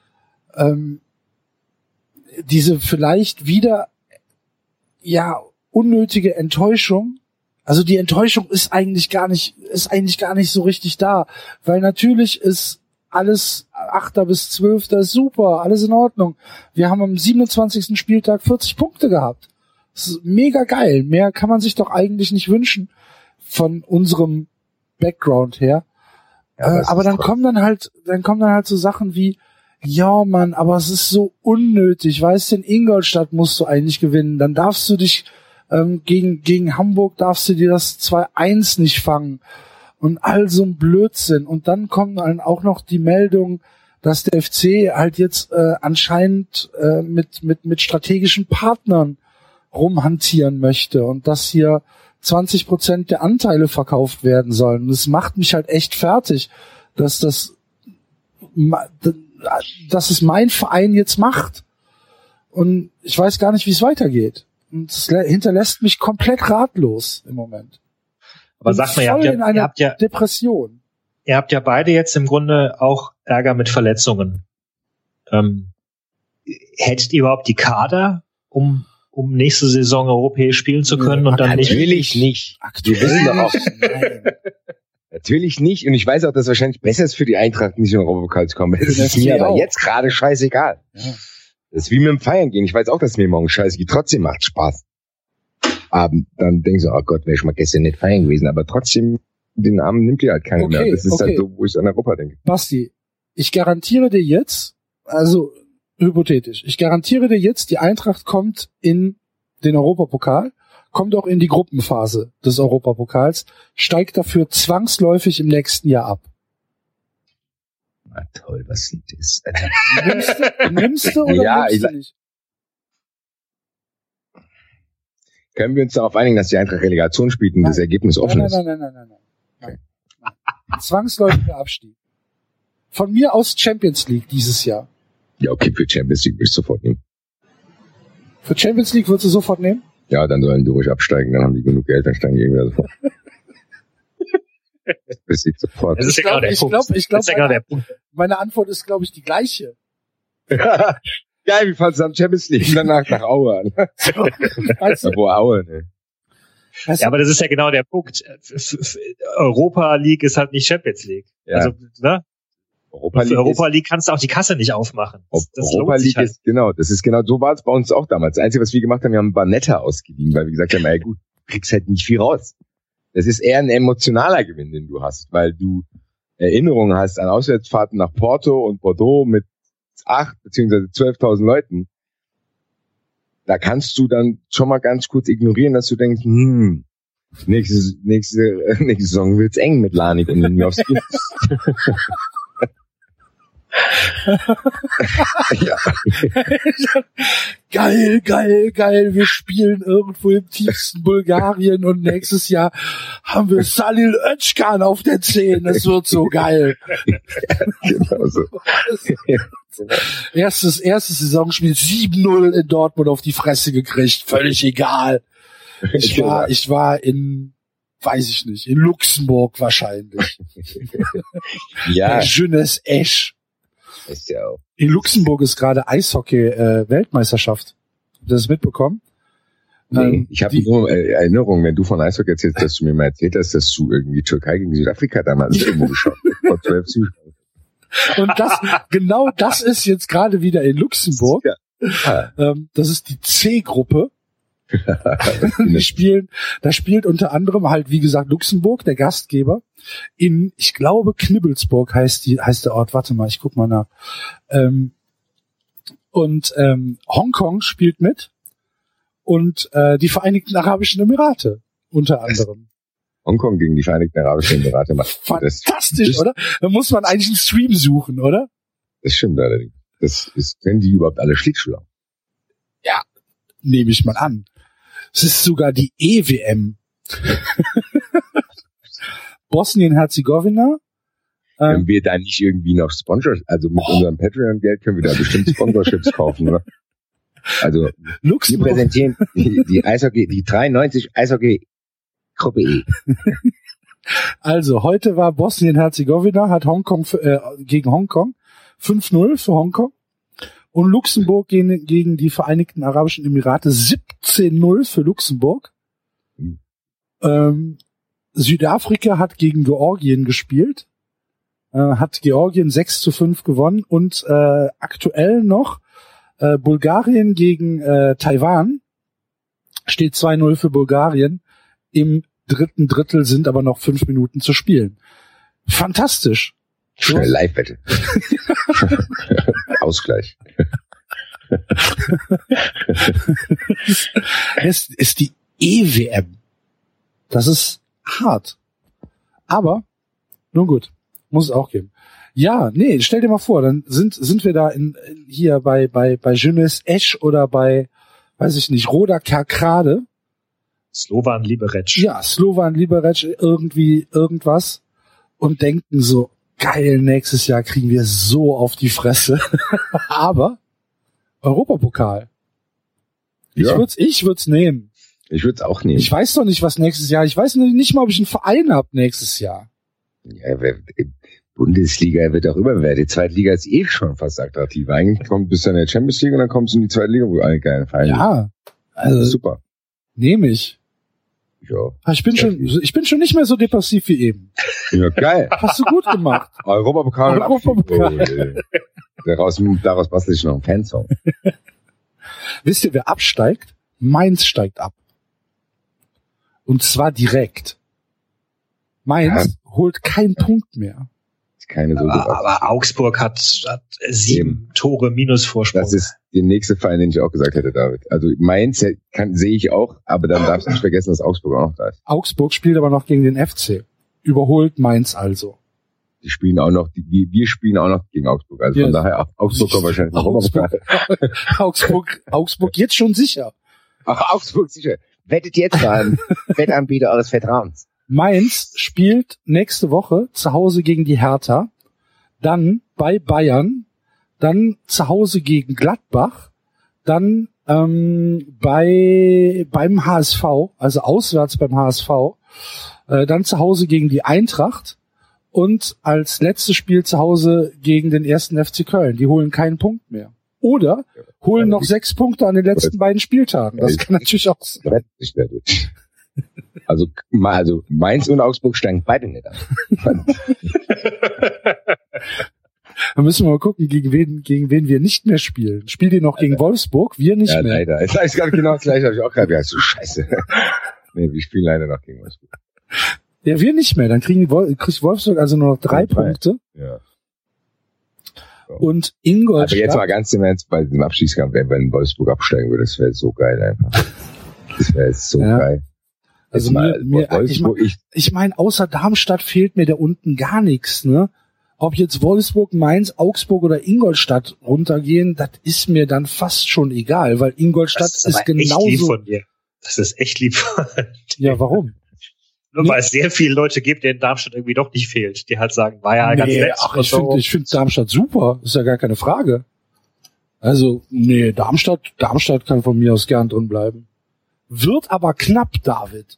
vielleicht wieder, ja, unnötige Enttäuschung. Also die Enttäuschung ist eigentlich gar nicht so richtig da. Weil natürlich ist alles 8. bis 12. ist super, alles in Ordnung. Wir haben am 27. Spieltag 40 Punkte gehabt. Das ist mega geil. Mehr kann man sich doch eigentlich nicht wünschen von unserem Background her. Ja, aber dann kommen dann halt so Sachen wie, ja Mann, aber es ist so unnötig, weißt du, in Ingolstadt musst du eigentlich gewinnen, dann darfst du dich gegen Hamburg darfst du dir das 2-1 nicht fangen und all so ein Blödsinn. Und dann kommen dann auch noch die Meldung, dass der FC halt jetzt anscheinend mit strategischen Partnern rumhantieren möchte und dass hier 20% der Anteile verkauft werden sollen. Und das macht mich halt echt fertig, dass es mein Verein jetzt macht. Und ich weiß gar nicht, wie es weitergeht. Und es hinterlässt mich komplett ratlos im Moment. Aber sag mal, ihr habt ja Depression. Ihr habt ja beide jetzt im Grunde auch Ärger mit Verletzungen. Hättet ihr überhaupt die Kader, um nächste Saison europäisch spielen zu können und dann nicht? Natürlich nicht. Wir wissen doch auch. Natürlich nicht. Und ich weiß auch, dass es wahrscheinlich besser ist für die Eintracht, nicht in den Europapokal zu kommen. Das ist mir aber jetzt gerade scheißegal. Ja. Das ist wie mit dem Feiern gehen. Ich weiß auch, dass mir morgen scheiße geht. Trotzdem macht Spaß. Abend, dann denkst du, oh Gott, wäre ich mal gestern nicht feiern gewesen. Aber trotzdem, den Abend nimmt dir halt keiner mehr. Das ist halt so, wo ich an Europa denke. Basti, ich garantiere dir jetzt, also hypothetisch, ich garantiere dir jetzt, die Eintracht kommt in den Europapokal, kommt auch in die Gruppenphase des Europapokals, steigt dafür zwangsläufig im nächsten Jahr ab. Na toll, was sind das? Nimmst du oder nimmst du nicht? Können wir uns darauf einigen, dass die Eintracht Relegation spielt und das Ergebnis offen ist? Nein. Okay. Zwangsläufiger Abstieg. Von mir aus Champions League dieses Jahr. Ja, okay, für Champions League würde ich sofort nehmen. Für Champions League würdest du sofort nehmen? Ja, dann sollen die ruhig absteigen, dann haben die genug Geld, dann steigen die wieder sofort. Das ist sofort. Das ist ja genau der Punkt. Ich glaube, meine Antwort ist, glaube ich, die gleiche. Geil, wie fandst du am Champions League? Danach nach Aue an. Wo Aue, ne? Ja, aber das ist ja genau der Punkt. Europa League ist halt nicht Champions League. Ja. Also, ne? Europa League kannst du auch die Kasse nicht aufmachen. Das Europa League halt. Das ist genau, so war es bei uns auch damals. Das Einzige, was wir gemacht haben, wir haben Barnetta ausgeliehen, weil wir gesagt haben, gut, du kriegst halt nicht viel raus. Das ist eher ein emotionaler Gewinn, den du hast, weil du Erinnerungen hast an Auswärtsfahrten nach Porto und Bordeaux mit 8 bzw. 12.000 Leuten. Da kannst du dann schon mal ganz kurz ignorieren, dass du denkst, nächste Saison wird's eng mit Lanik und Nowski. Ja. Geil. Wir spielen irgendwo im tiefsten Bulgarien und nächstes Jahr haben wir Salil Özcan auf der 10. Das wird so geil. Genau so. Erstes Saisonspiel 7-0 in Dortmund auf die Fresse gekriegt. Völlig egal. Ich war in, weiß ich nicht, in Luxemburg wahrscheinlich. Ja. Jeunesse Esch. Ist ja auch. In Luxemburg ist gerade Eishockey-Weltmeisterschaft. Habt ihr das mitbekommen? Nee, ich habe nur Erinnerungen, wenn du von Eishockey erzählst, dass du mir mal erzählt hast, dass du irgendwie Türkei gegen Südafrika damals irgendwo geschaut hast. Vor 12 Zuschauern. Und das ist jetzt gerade wieder in Luxemburg. Ja. Das ist die C-Gruppe. Da spielt unter anderem halt, wie gesagt, Luxemburg, der Gastgeber, in, ich glaube, Knibbelsburg heißt der Ort, warte mal, ich guck mal nach. Hongkong spielt mit und die Vereinigten Arabischen Emirate unter anderem. Hongkong gegen die Vereinigten Arabischen Emirate macht. Fantastisch, oder? Da muss man eigentlich einen Stream suchen, oder? Das stimmt allerdings. Können die überhaupt alle Schlittschuh? Ja, nehme ich mal an. Es ist sogar die EWM. Bosnien-Herzegowina. Können wir da nicht irgendwie noch Sponsors, also mit unserem Patreon-Geld können wir da bestimmt Sponsorships kaufen, oder? Also, Luxemburg. Wir präsentieren die Eishockey, die 93 Eishockey Gruppe E. Also, heute war Bosnien-Herzegowina, hat Hongkong gegen Hongkong 5-0 für Hongkong. Und Luxemburg gegen die Vereinigten Arabischen Emirate 17-0 für Luxemburg. Südafrika hat gegen Georgien gespielt. Hat Georgien 6-5 gewonnen. Und aktuell noch Bulgarien gegen Taiwan. Steht 2-0 für Bulgarien. Im dritten Drittel sind aber noch 5 Minuten zu spielen. Fantastisch. Schnell Live-Wette. Ausgleich. Es ist die EWM. Das ist hart. Aber, nun gut, muss es auch geben. Ja, nee, stell dir mal vor, dann sind wir da hier bei Jeunesse Esch oder bei, weiß ich nicht, Roda Kerkrade. Slovan Liberec. Ja, Slovan Liberec, irgendwas. Und denken so, geil, nächstes Jahr kriegen wir so auf die Fresse. Aber Europapokal. Ich würd's nehmen. Ich würde es auch nehmen. Ich weiß doch nicht, was nächstes Jahr. Ich weiß nicht mal, ob ich einen Verein habe nächstes Jahr. Ja, Bundesliga wird auch überbewertet. Die zweite Liga ist eh schon fast attraktiv. Eigentlich bist du in der Champions League und dann kommst du in die zweite Liga, wo alle geile Vereine. Ja, also super. Nehme ich. Ja. Ich bin schon nicht mehr so depressiv wie eben. Ja, geil. Hast du gut gemacht. Europapokal. Europapokal. Daraus bastel ich noch einen Fansong. Wisst ihr, wer absteigt? Mainz steigt ab. Und zwar direkt. Mainz holt keinen Punkt mehr. Keine so aber Augsburg hat 7 Tore Minusvorsprung. Das ist der nächste Verein, den ich auch gesagt hätte, David. Also Mainz sehe ich auch, aber dann darfst du nicht vergessen, dass Augsburg auch noch da ist. Augsburg spielt aber noch gegen den FC. Überholt Mainz also. Wir spielen auch noch gegen Augsburg. Also von daher, Augsburg kommt wahrscheinlich noch Augsburg jetzt schon sicher. Ach, Augsburg sicher. Wettet jetzt mal Wettanbieter eures Vertrauens. Mainz spielt nächste Woche zu Hause gegen die Hertha, dann bei Bayern, dann zu Hause gegen Gladbach, dann beim HSV, also auswärts beim HSV, dann zu Hause gegen die Eintracht und als letztes Spiel zu Hause gegen den 1. FC Köln. Die holen keinen Punkt mehr. Oder holen noch 6 Punkte an den letzten beiden Spieltagen. Das kann natürlich auch sein. Also Mainz und Augsburg steigen beide nicht an. Da müssen wir mal gucken, gegen wen wir nicht mehr spielen. Spielt ihr noch gegen Wolfsburg? Wir nicht mehr. Leider. Ich sage gerade genau das gleiche, habe ich auch gerade. Ja, so scheiße. Nee, wir spielen leider noch gegen Wolfsburg. Ja, wir nicht mehr. Dann kriegt Wolfsburg also nur noch 3 Punkte. Ja. So. Und Ingolstadt. Aber jetzt mal ganz im Ernst, bei diesem Abstiegskampf, wenn Wolfsburg absteigen würde, das wäre so geil einfach. Das wäre jetzt so geil. Also ich meine, außer Darmstadt fehlt mir da unten gar nichts, ne? Ob jetzt Wolfsburg, Mainz, Augsburg oder Ingolstadt runtergehen, das ist mir dann fast schon egal, weil Ingolstadt ist genauso. Echt lieb von dir. Das ist echt lieb von dir. Ja, warum? Nur weil es sehr viele Leute gibt, denen Darmstadt irgendwie doch nicht fehlt, die halt sagen, war ja ganz nett. Ach, ich finde Darmstadt super, ist ja gar keine Frage. Also, nee, Darmstadt kann von mir aus gern drin bleiben. Wird aber knapp, David.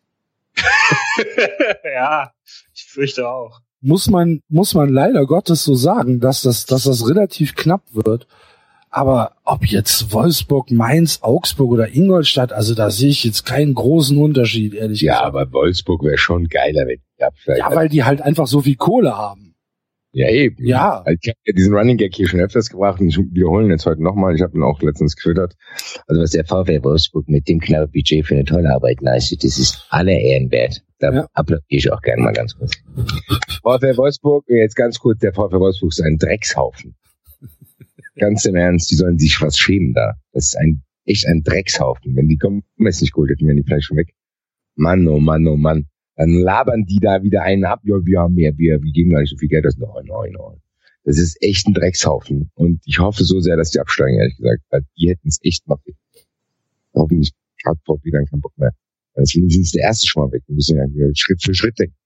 Ja, ich fürchte auch. Muss man leider Gottes so sagen, dass das relativ knapp wird. Aber ob jetzt Wolfsburg, Mainz, Augsburg oder Ingolstadt, also da sehe ich jetzt keinen großen Unterschied, ehrlich gesagt. Ja, aber Wolfsburg wäre schon geiler, wenn die absteigen. Ja, weil die halt einfach so viel Kohle haben. Ja, eben. Ja. Ich habe ja diesen Running Gag hier schon öfters gebracht und ich wiederhole ihn jetzt heute nochmal. Ich habe ihn auch letztens getwittert. Also was der VfL Wolfsburg mit dem knappen Budget für eine tolle Arbeit leistet, das ist aller Ehren wert. Da applaudiere ich auch gerne mal ganz kurz. VfL Wolfsburg, jetzt ganz kurz, der VfL Wolfsburg ist ein Dreckshaufen. Ganz im Ernst, die sollen sich was schämen da. Das ist echt ein Dreckshaufen. Wenn die kommen, ist nicht gut, hätten wir die vielleicht schon weg. Mann, oh Mann, oh Mann. Dann labern die da wieder einen ab. Ja, wir haben mehr, wir geben gar nicht so viel Geld. Nein. Das ist echt ein Dreckshaufen. Und ich hoffe so sehr, dass die absteigen, ehrlich gesagt. Weil die hätten es echt mal weg. Hoffentlich hat VfB dann keinen Bock mehr. Weil das ist der erste schon mal weg. Wir müssen ja hier Schritt für Schritt denken.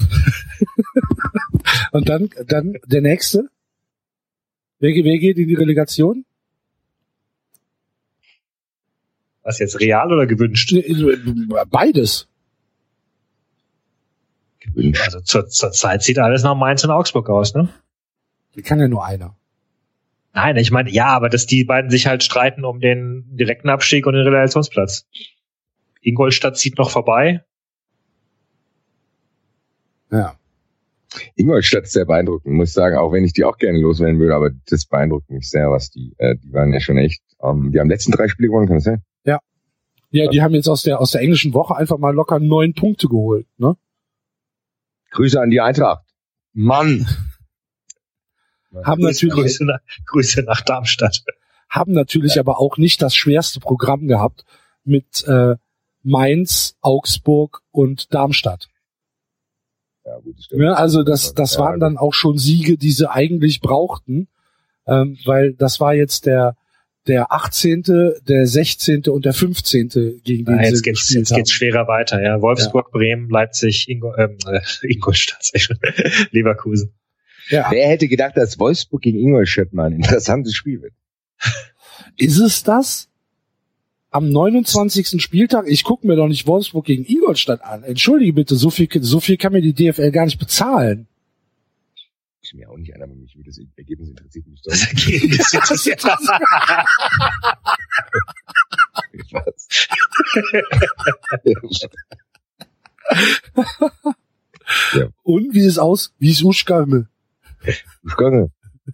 Und dann der nächste. Wer geht in die Relegation? Was jetzt, real oder gewünscht? Beides. Gewünscht. Also zur Zeit sieht alles nach Mainz und Augsburg aus, ne? Die kann ja nur einer. Nein, ich meine, ja, aber dass die beiden sich halt streiten um den direkten Abstieg und den Relegationsplatz. Ingolstadt zieht noch vorbei. Ja. Ingolstadt ist sehr beeindruckend, muss ich sagen, auch wenn ich die auch gerne loswerden würde, aber das beeindruckt mich sehr, was die waren ja schon echt, die haben letzten 3 Spiele gewonnen, kann das sein? Ja. Ja, die haben jetzt aus der englischen Woche einfach mal locker 9 Punkte geholt, ne? Grüße an die Eintracht. Mann! Haben natürlich Grüße nach Darmstadt. Haben natürlich aber auch nicht das schwerste Programm gehabt mit Mainz, Augsburg und Darmstadt. Ja, gut, das stimmt. Ja, also das waren dann auch schon Siege, die sie eigentlich brauchten, weil das war jetzt der 18., der 16. und der 15. gegen den jetzt geht's schwerer weiter, ja. Wolfsburg, ja. Bremen, Leipzig, Ingolstadt, Leverkusen. Ja. Wer hätte gedacht, dass Wolfsburg gegen Ingolstadt mal ein interessantes Spiel wird? Ist es das? Am 29. Spieltag, ich gucke mir doch nicht Wolfsburg gegen Ingolstadt an. Entschuldige bitte, so viel kann mir die DFL gar nicht bezahlen. Ist mir auch nicht einer, mich das Ergebnis interessiert mich doch. Das Ergebnis interessiert ja. Und wie ist aus? Wie ist Uschgange? Uschgange.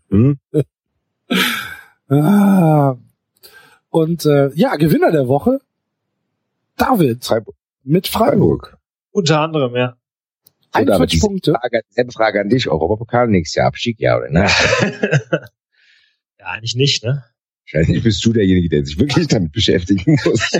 Und Gewinner der Woche, David mit Freiburg. Unter anderem, ja. 41 Punkte. Selbe Frage an dich, Europapokal, nächstes Jahr Abstieg, ja oder nein? Ja, eigentlich nicht, ne? Wahrscheinlich bist du derjenige, der sich wirklich damit beschäftigen muss.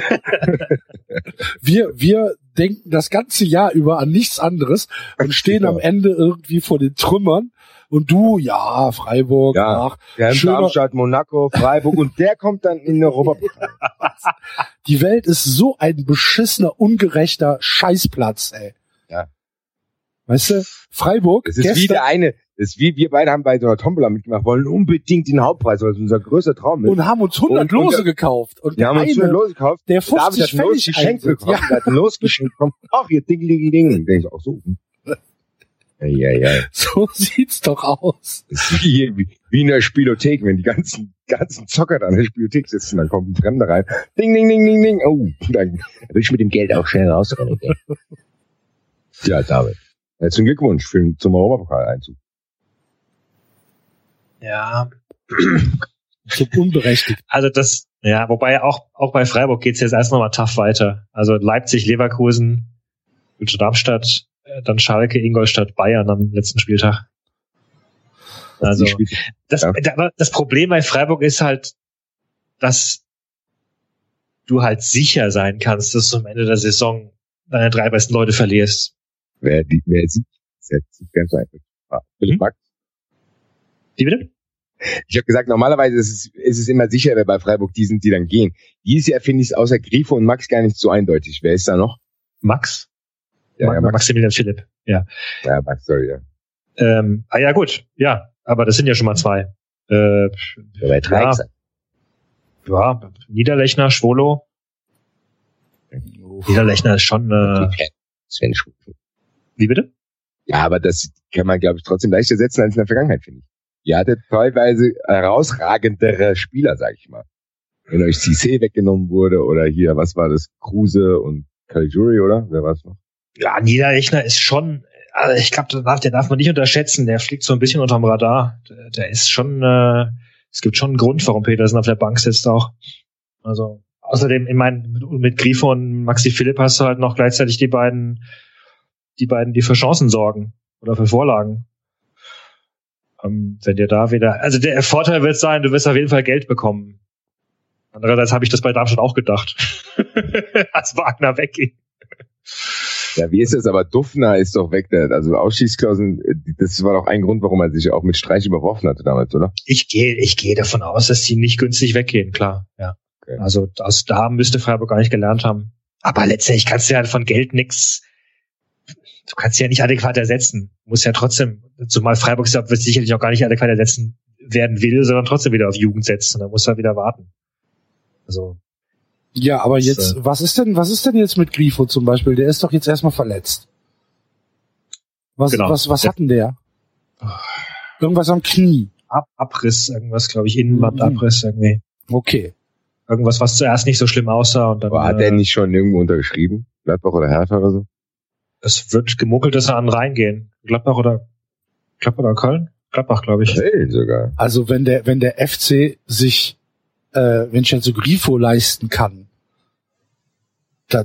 Wir denken das ganze Jahr über an nichts anderes und stehen am Ende irgendwie vor den Trümmern. Und du, ja, Freiburg, ja, Darmstadt, Monaco, Freiburg und der kommt dann in den Europapokal. Die Welt ist so ein beschissener, ungerechter Scheißplatz, ey. Ja. Weißt du, Freiburg. Es ist wie der eine, das ist wie wir beide haben bei so einer Tombola mitgemacht, wollen unbedingt den Hauptpreis, weil es unser größter Traum ist. Und haben uns 100 Lose gekauft. Und wir haben uns 100 Lose gekauft. Der 50 Pfennig geschenkt bekommen. Der hat ein Los geschenkt bekommen. Ach, hier Ding. Denke ich auch so. Ja. So sieht's doch aus. Das ist wie in der Spielothek, wenn die ganzen Zocker da in der Spielothek sitzen, dann kommt ein Fremder rein. Ding. Oh, dann will ich mit dem Geld auch schnell rausrennen. Ja, David. Herzlichen Glückwunsch zum Europapokal-Einzug. Ja. So unberechtigt. Also wobei auch bei Freiburg geht's jetzt erst nochmal tough weiter. Also Leipzig, Leverkusen, Darmstadt, dann Schalke, Ingolstadt, Bayern am letzten Spieltag. Also das Problem bei Freiburg ist halt, dass du halt sicher sein kannst, dass du am Ende der Saison deine 3 besten Leute verlierst. Wer sieht, ist ganz einfach. Max? Wie bitte? Ich habe gesagt, normalerweise ist es immer sicher, wer bei Freiburg die sind, die dann gehen. Dieses Jahr finde ich es außer Grifo und Max gar nicht so eindeutig. Wer ist da noch? Max? Ja, Max. Maximilian Philipp, ja. Ja, Max, sorry, ja. Ja gut, ja, aber das sind ja schon mal 2. Bei 3 ja, Niederlechner, Schwolo. Niederlechner ist schon Sven Schwolo. Wie bitte? Ja, aber das kann man, glaube ich, trotzdem leichter setzen als in der Vergangenheit, finde ich. Ihr hattet teilweise herausragendere Spieler, sag ich mal. Wenn euch Cissé weggenommen wurde oder hier, was war das? Kruse und Caligiuri, oder? Wer war es noch? Ja, Niederlechner ist schon, also ich glaube, der darf man nicht unterschätzen. Der fliegt so ein bisschen unterm Radar. Der ist schon, es gibt schon einen Grund, warum Petersen auf der Bank sitzt auch. Also, außerdem, mit Grifo und Maxi Philipp hast du halt noch gleichzeitig die beiden, die für Chancen sorgen oder für Vorlagen. Wenn dir da wieder, also der Vorteil wird sein, du wirst auf jeden Fall Geld bekommen. Andererseits habe ich das bei Darmstadt auch gedacht, als Wagner wegging. Ja, wie ist das? Aber Dufner ist doch weg. Also Ausschießklauseln, das war doch ein Grund, warum er sich auch mit Streich überworfen hatte damals, oder? Ich gehe davon aus, dass die nicht günstig weggehen, klar. Ja. Okay. Also da müsste Freiburg gar nicht gelernt haben. Aber letztendlich kannst du ja von Geld nix. Du kannst sie ja nicht adäquat ersetzen. Du musst ja trotzdem, zumal Freiburg sicherlich auch gar nicht adäquat ersetzen werden will, sondern trotzdem wieder auf Jugend setzen. Und dann musst du halt wieder warten. Also. Ja, aber jetzt, was ist denn jetzt mit Grifo zum Beispiel? Der ist doch jetzt erstmal verletzt. Was hat denn der? Irgendwas am Knie. Abriss, irgendwas, glaube ich, Innenbandabriss irgendwie. Okay. Irgendwas, was zuerst nicht so schlimm aussah und dann. Aber hat der nicht schon irgendwo untergeschrieben? Gladbach oder Hertha oder so? Es wird gemunkelt, dass er an den Rhein gehen. Gladbach oder Köln? Gladbach, glaube ich. Köln sogar. Also wenn der FC sich Vincenzo Grifo leisten kann, da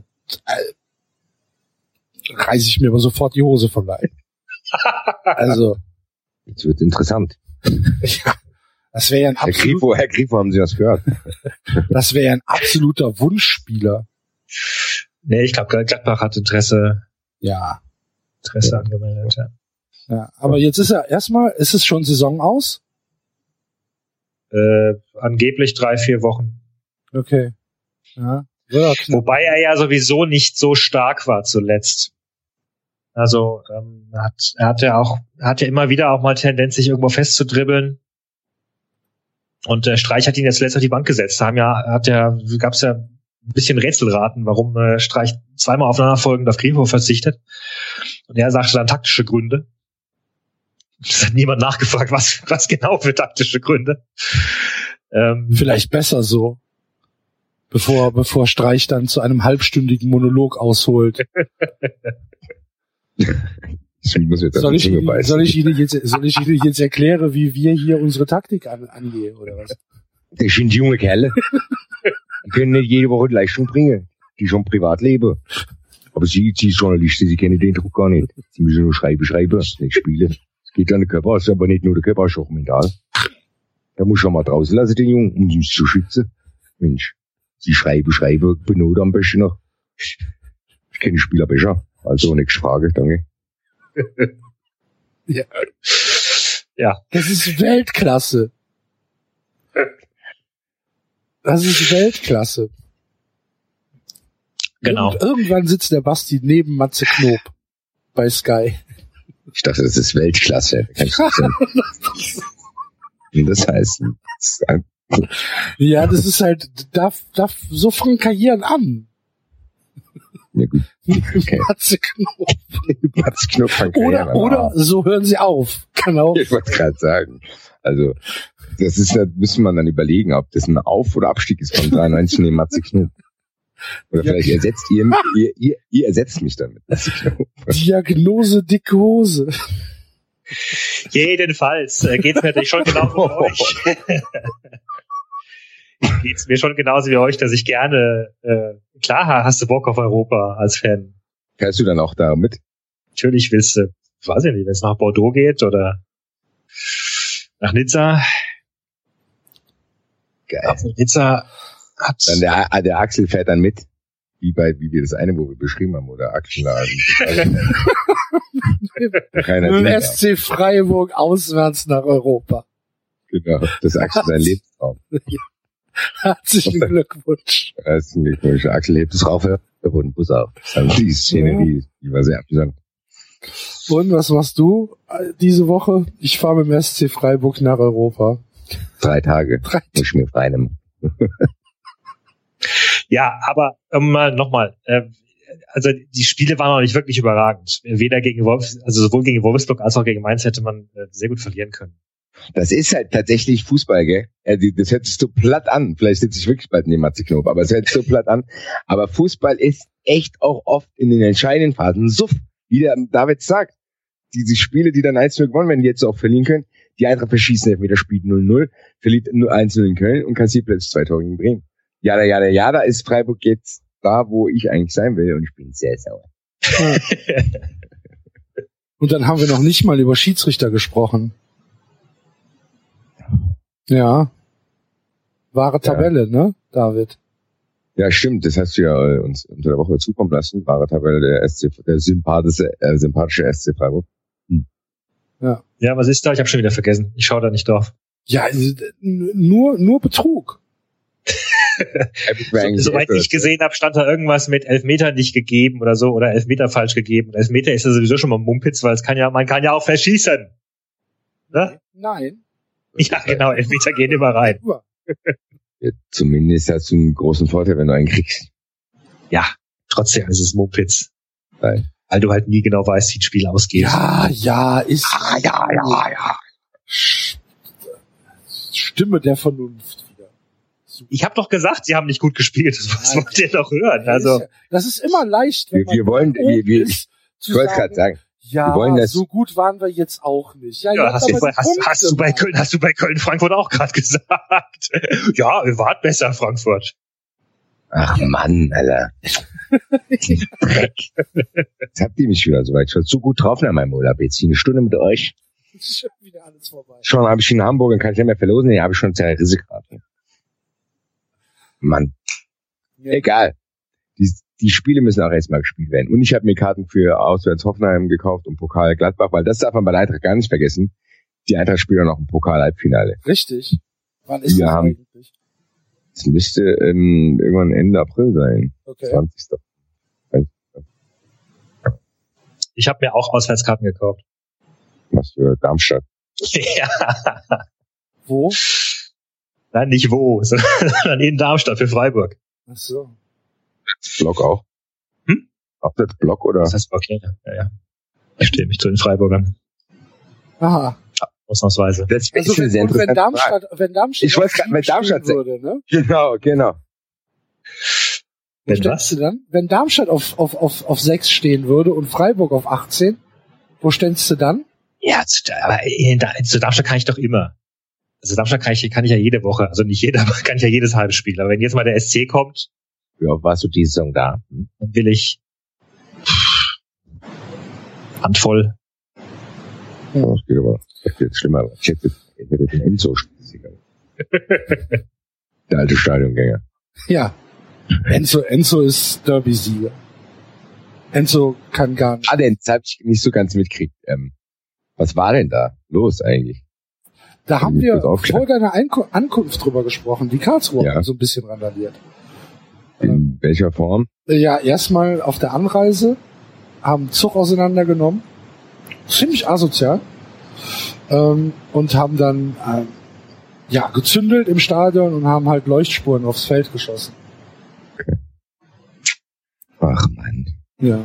reiße ich mir aber sofort die Hose von Leib. Also. Jetzt wird interessant. Ja, das wäre ja ein absoluter. Herr Grifo, haben Sie das gehört? Das wäre ja ein absoluter Wunschspieler. Nee, ich glaube, Gladbach hat Interesse angemeldet, ja. Ja, aber jetzt ist ist es schon Saison aus? Angeblich 3-4 Wochen. Okay. Ja. Wobei er ja sowieso nicht so stark war zuletzt. Also er hat ja immer wieder auch mal Tendenz, sich irgendwo festzudribbeln. Und Streich hat ihn jetzt zuletzt auf die Bank gesetzt. Gab's ja ein bisschen Rätselraten, warum Streich zweimal aufeinanderfolgend auf Grifo verzichtet. Und er sagte dann taktische Gründe. Es hat niemand nachgefragt, was genau für taktische Gründe. Vielleicht besser so, bevor Streich dann zu einem halbstündigen Monolog ausholt. Soll ich Ihnen jetzt erklären, wie wir hier unsere Taktik angehen, oder was? Das sind junge Kerle. Die können nicht jede Woche Leistung bringen. Die schon privat leben. Aber Sie Journalisten, Sie kennen den Druck gar nicht. Sie müssen nur schreiben, nicht spielen. Geht an den Körper, ist aber nicht nur der Körper, ist auch mental. Da muss schon mal draußen lassen, den Jungen, um uns zu schützen. Mensch, Sie schreiben, benoten am besten noch. Ich kenne Spieler besser. Also, nächste Frage, danke. Ja. Das ist Weltklasse. Genau. Und irgendwann sitzt der Basti neben Matze Knob bei Sky. Ich dachte, das ist Weltklasse. Das heißt, ja, das ist halt, darf so fangen Karrieren an. Ja, gut. Okay. Matze Knob. Matze Knob fangen Karrieren an. Oder so hören sie auf. Kann auch. Ich wollte gerade sagen. Also, da müssen wir dann überlegen, ob das ein Auf- oder Abstieg ist von 93 neben Matze Knob. Oder vielleicht ersetzt ihr ersetzt mich dann mit Matze Knob. Diagnose dicke Hose. Jedenfalls geht's mir natürlich schon genauso wie euch. Geht's mir schon genauso wie euch, dass ich gerne, klar hast du Bock auf Europa als Fan. Fährst du dann auch da mit? Natürlich willst du, weiß ich nicht, wenn es nach Bordeaux geht oder nach Nizza. Geil. Also Nizza hat... Dann der Axel fährt dann mit, wie wir das eine, wo wir beschrieben haben, oder Axel da. Mit SC Freiburg auswärts nach Europa. Genau, das Axel sein Lebenstraum. Herzlichen Glückwunsch. Herzlichen Glückwunsch. Axel hebt es rauf, der Bus auf. Die Szene, die war sehr amüsant. Und was machst du diese Woche? Ich fahre mit dem SC Freiburg nach Europa. 3 Tage. Muss ich mir frei nehmen. Ja, aber nochmal, also die Spiele waren noch nicht wirklich überragend. Weder gegen sowohl gegen Wolfsburg als auch gegen Mainz hätte man sehr gut verlieren können. Das ist halt tatsächlich Fußball, gell? Das hört sich so platt an. Vielleicht sitze ich wirklich bald neben Matze Knob, aber es hört sich so platt an. Aber Fußball ist echt auch oft in den entscheidenden Phasen Suff, wie der David sagt. diese Spiele, die dann 1-0 gewonnen werden, die jetzt auch verlieren können, die Eintracht verschießen Elfmeter, spielt 0-0, verliert 1-0 in Köln und kassiert plötzlich 2 Tore gegen Bremen. Da ist Freiburg jetzt da, wo ich eigentlich sein will und ich bin sehr sauer. Und dann haben wir noch nicht mal über Schiedsrichter gesprochen. Ja. Wahre Tabelle, ne, David? Ja, stimmt. Das hast du ja uns unter der Woche zukommen lassen. Wahre Tabelle der sympathische SC Freiburg. Ja, was ist da? Ich habe schon wieder vergessen. Ich schaue da nicht drauf. Ja, nur Betrug. Soweit ich gesehen habe, stand da irgendwas mit Elfmeter nicht gegeben oder so oder Elfmeter falsch gegeben. Elfmeter ist ja sowieso schon mal Mumpitz, weil man kann ja auch verschießen. Ne? Nein. Ja, genau. Elfmeter gehen immer rein. Ja, zumindest hast du einen großen Vorteil, wenn du einen kriegst. Ja, trotzdem ist es Mumpitz. Nein. Weil du halt nie genau weißt, wie das Spiel ausgeht. Ja. Stimme der Vernunft wieder. Super. Ich habe doch gesagt, sie haben nicht gut gespielt. Das wollt ihr doch hören. Also das ist immer leicht, wenn ich wollte gerade sagen, ja, wir wollen das, so gut waren wir jetzt auch nicht. Ja, hast du bei Köln Frankfurt auch gerade gesagt. Ja, wir waren besser, Frankfurt. Ach Mann, Alter. Dreck. Jetzt habt ihr mich wieder soweit. Ich war so gut drauf nach meinem Urlaub. Jetzt hier eine Stunde mit euch. Ist schon wieder alles vorbei. Schon habe ich in Hamburg und kann ich nicht mehr verlosen. Nee, habe ich schon zerrissen gerade. Mann. Ja. Egal. Die Spiele müssen auch erstmal gespielt werden. Und ich habe mir Karten für Auswärts Hoffenheim gekauft und Pokal Gladbach, weil das darf man bei der Eintracht gar nicht vergessen. Die Eintracht spielt auch noch ein Pokal-Halbfinale. Richtig. Wann ist das eigentlich? Es müsste irgendwann Ende April sein. Okay. 20. Ich habe mir auch Auswärtskarten gekauft. Was für Darmstadt? Ja. Wo? Nein, nicht wo, sondern in Darmstadt für Freiburg. Ach so. Block auch? Auch das Block, oder? Das heißt Block, ja. Ich stehe mich zu den Freiburgern. Aha. Ja, ausnahmsweise. Das also wenn Darmstadt würde, ne? Genau. Wenn Darmstadt auf 6 stehen würde und Freiburg auf 18, wo ständst du dann? Ja, aber zu Darmstadt kann ich doch immer. Also Darmstadt kann ich ja jede Woche, also nicht jeder, aber kann ich ja jedes halbe Spiel. Aber wenn jetzt mal der SC kommt, wie oft warst du diese Saison da? Dann will ich Handvoll. Ja, das geht aber. Das geht schlimmer. Ich hätte den Enzo der alte Stadiongänger. Ja. Enzo ist Derby-Sieger. Enzo kann gar nicht. Das habe ich nicht so ganz mitkriegt. Was war denn da los eigentlich? Da haben wir vor deiner Ankunft drüber gesprochen. Die Karlsruher haben so ein bisschen randaliert. In welcher Form? Ja, erstmal auf der Anreise haben Zug auseinandergenommen. Ziemlich asozial. Und haben dann gezündelt im Stadion und haben halt Leuchtspuren aufs Feld geschossen. Okay. Ach Mann. Ja.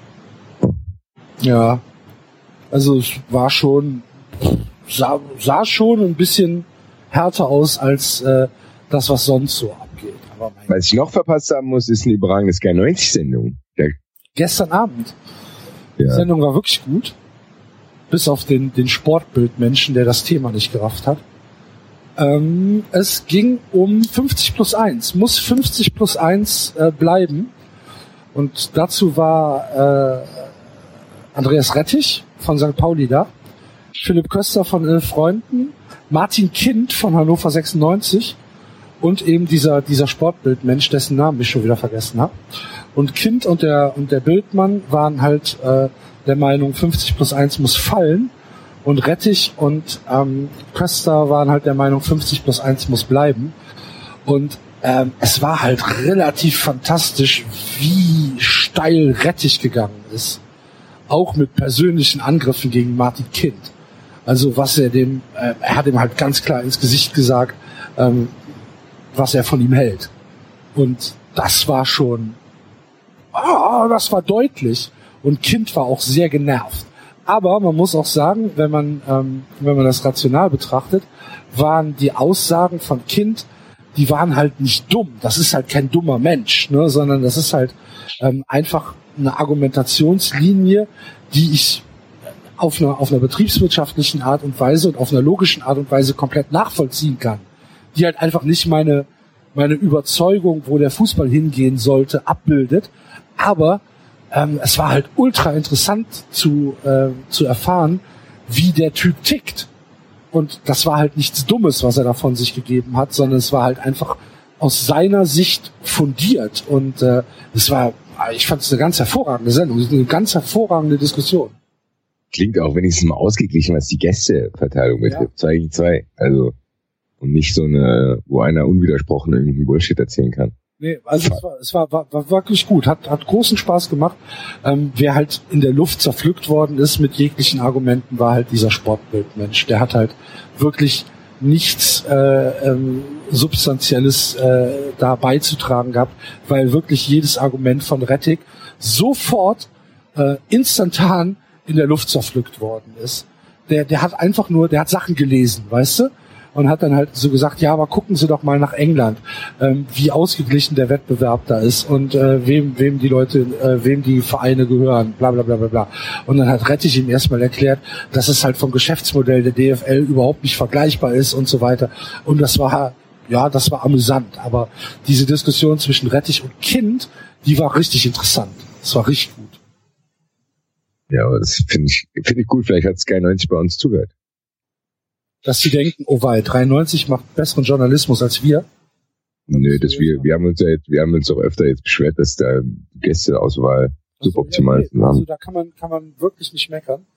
Ja. Also es war schon, sah schon ein bisschen härter aus als das, was sonst so abgeht. Aber was ich noch verpasst haben muss, ist eine überragende Sky 90-Sendung. Gestern Abend. Ja. Die Sendung war wirklich gut. Bis auf den Sportbildmenschen, der das Thema nicht gerafft hat. Es ging um 50+1. Muss 50+1 bleiben. Und dazu war Andreas Rettich von St. Pauli da. Philipp Köster von 11 Freunden. Martin Kind von Hannover 96. Und eben dieser Sportbildmensch, dessen Namen ich schon wieder vergessen habe. Und Kind und der Bildmann waren halt der Meinung, 50+1 muss fallen. Und Rettich und Köster waren halt der Meinung, 50+1 muss bleiben. Und es war halt relativ fantastisch, wie steil Rettich gegangen ist. Auch mit persönlichen Angriffen gegen Martin Kind. Also was er hat ihm halt ganz klar ins Gesicht gesagt, was er von ihm hält. Und das war schon, das war deutlich. Und Kind war auch sehr genervt. Aber man muss auch sagen, wenn man das rational betrachtet, waren die Aussagen von Kind, die waren halt nicht dumm. Das ist halt kein dummer Mensch, ne, sondern das ist halt einfach eine Argumentationslinie, die ich auf einer betriebswirtschaftlichen Art und Weise und auf einer logischen Art und Weise komplett nachvollziehen kann, die halt einfach nicht meine Überzeugung, wo der Fußball hingehen sollte, abbildet, aber es war halt ultra interessant zu erfahren, wie der Typ tickt. Und das war halt nichts Dummes, was er da von sich gegeben hat, sondern es war halt einfach aus seiner Sicht fundiert. Und ich fand es eine ganz hervorragende Sendung, eine ganz hervorragende Diskussion. Klingt auch wenigstens mal ausgeglichen, was die Gästeverteilung betrifft. 2 gegen 2. Also, und nicht so eine, wo einer unwidersprochen irgendeinen Bullshit erzählen kann. Nee, also es war wirklich gut, hat großen Spaß gemacht. Wer halt in der Luft zerpflückt worden ist mit jeglichen Argumenten, war halt dieser Sportbildmensch. Der hat halt wirklich nichts Substanzielles da beizutragen gehabt, weil wirklich jedes Argument von Rettig sofort instantan in der Luft zerpflückt worden ist. Der hat einfach nur, der hat Sachen gelesen, weißt du? Und hat dann halt so gesagt, ja, aber gucken Sie doch mal nach England, wie ausgeglichen der Wettbewerb da ist und wem die Vereine gehören, bla bla bla bla bla. Und dann hat Rettich ihm erstmal erklärt, dass es halt vom Geschäftsmodell der DFL überhaupt nicht vergleichbar ist und so weiter. Und das war amüsant. Aber diese Diskussion zwischen Rettich und Kind, die war richtig interessant. Das war richtig gut. Ja, aber das finde ich gut. Vielleicht hat Sky 90 bei uns zugehört. Dass sie denken, oh wei, 93 macht besseren Journalismus als wir. Nö, wir haben uns doch öfter jetzt beschwert, dass da Gästeauswahl suboptimal ist. Also da kann man wirklich nicht meckern.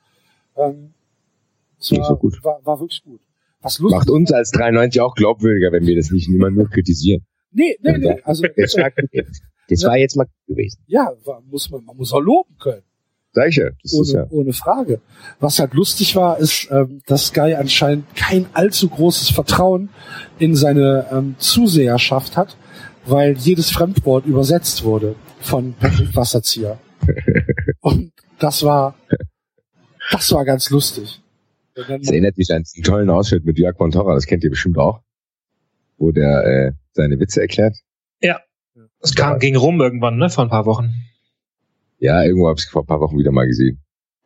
War wirklich gut. Was lustig macht uns als 93 auch glaubwürdiger, wenn wir das nicht immer nur kritisieren. Nee. Also das war jetzt mal gewesen. Ja, man muss auch loben können. Sicher, ohne Frage. Was halt lustig war, ist, dass Sky anscheinend kein allzu großes Vertrauen in seine Zuseherschaft hat, weil jedes Fremdwort übersetzt wurde von Patrick Wasserzieher. Und das war ganz lustig. Das erinnert mich an einen tollen Ausschnitt mit Jörg Montorra, das kennt ihr bestimmt auch, wo der seine Witze erklärt. Ja, das ging rum irgendwann, ne, vor ein paar Wochen. Ja, irgendwo habe ich es vor ein paar Wochen wieder mal gesehen.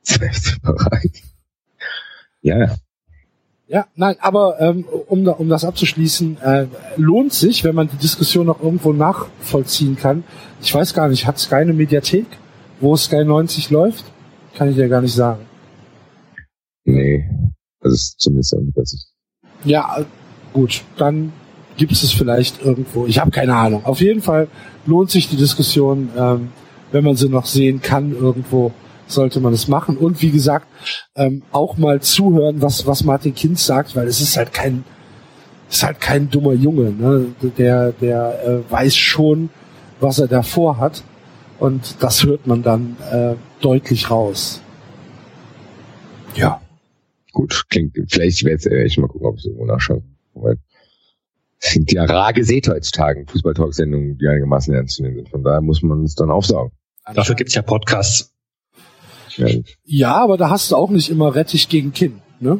Ja. Ja, nein, aber um das abzuschließen, lohnt sich, wenn man die Diskussion noch irgendwo nachvollziehen kann. Ich weiß gar nicht, hat Sky eine Mediathek, wo Sky 90 läuft? Kann ich ja gar nicht sagen. Nee, also ist zumindest irgendwas. Ja, gut, dann gibt es vielleicht irgendwo. Ich habe keine Ahnung. Auf jeden Fall lohnt sich die Diskussion, wenn man sie noch sehen kann, irgendwo sollte man es machen. Und wie gesagt, auch mal zuhören, was Martin Kinz sagt, weil es ist halt kein dummer Junge, ne? Der weiß schon, was er da vorhat. Und das hört man dann deutlich raus. Ja. Gut, klingt, vielleicht werde ich mal gucken, ob ich irgendwo nachschaue. Es sind ja rar gesät heutzutage Fußball-Talk-Sendungen, die einigermaßen ernst zu nehmen sind. Von daher muss man es dann aufsaugen. Dafür gibt's ja Podcasts. Ja, aber da hast du auch nicht immer Rettich gegen Kind, ne?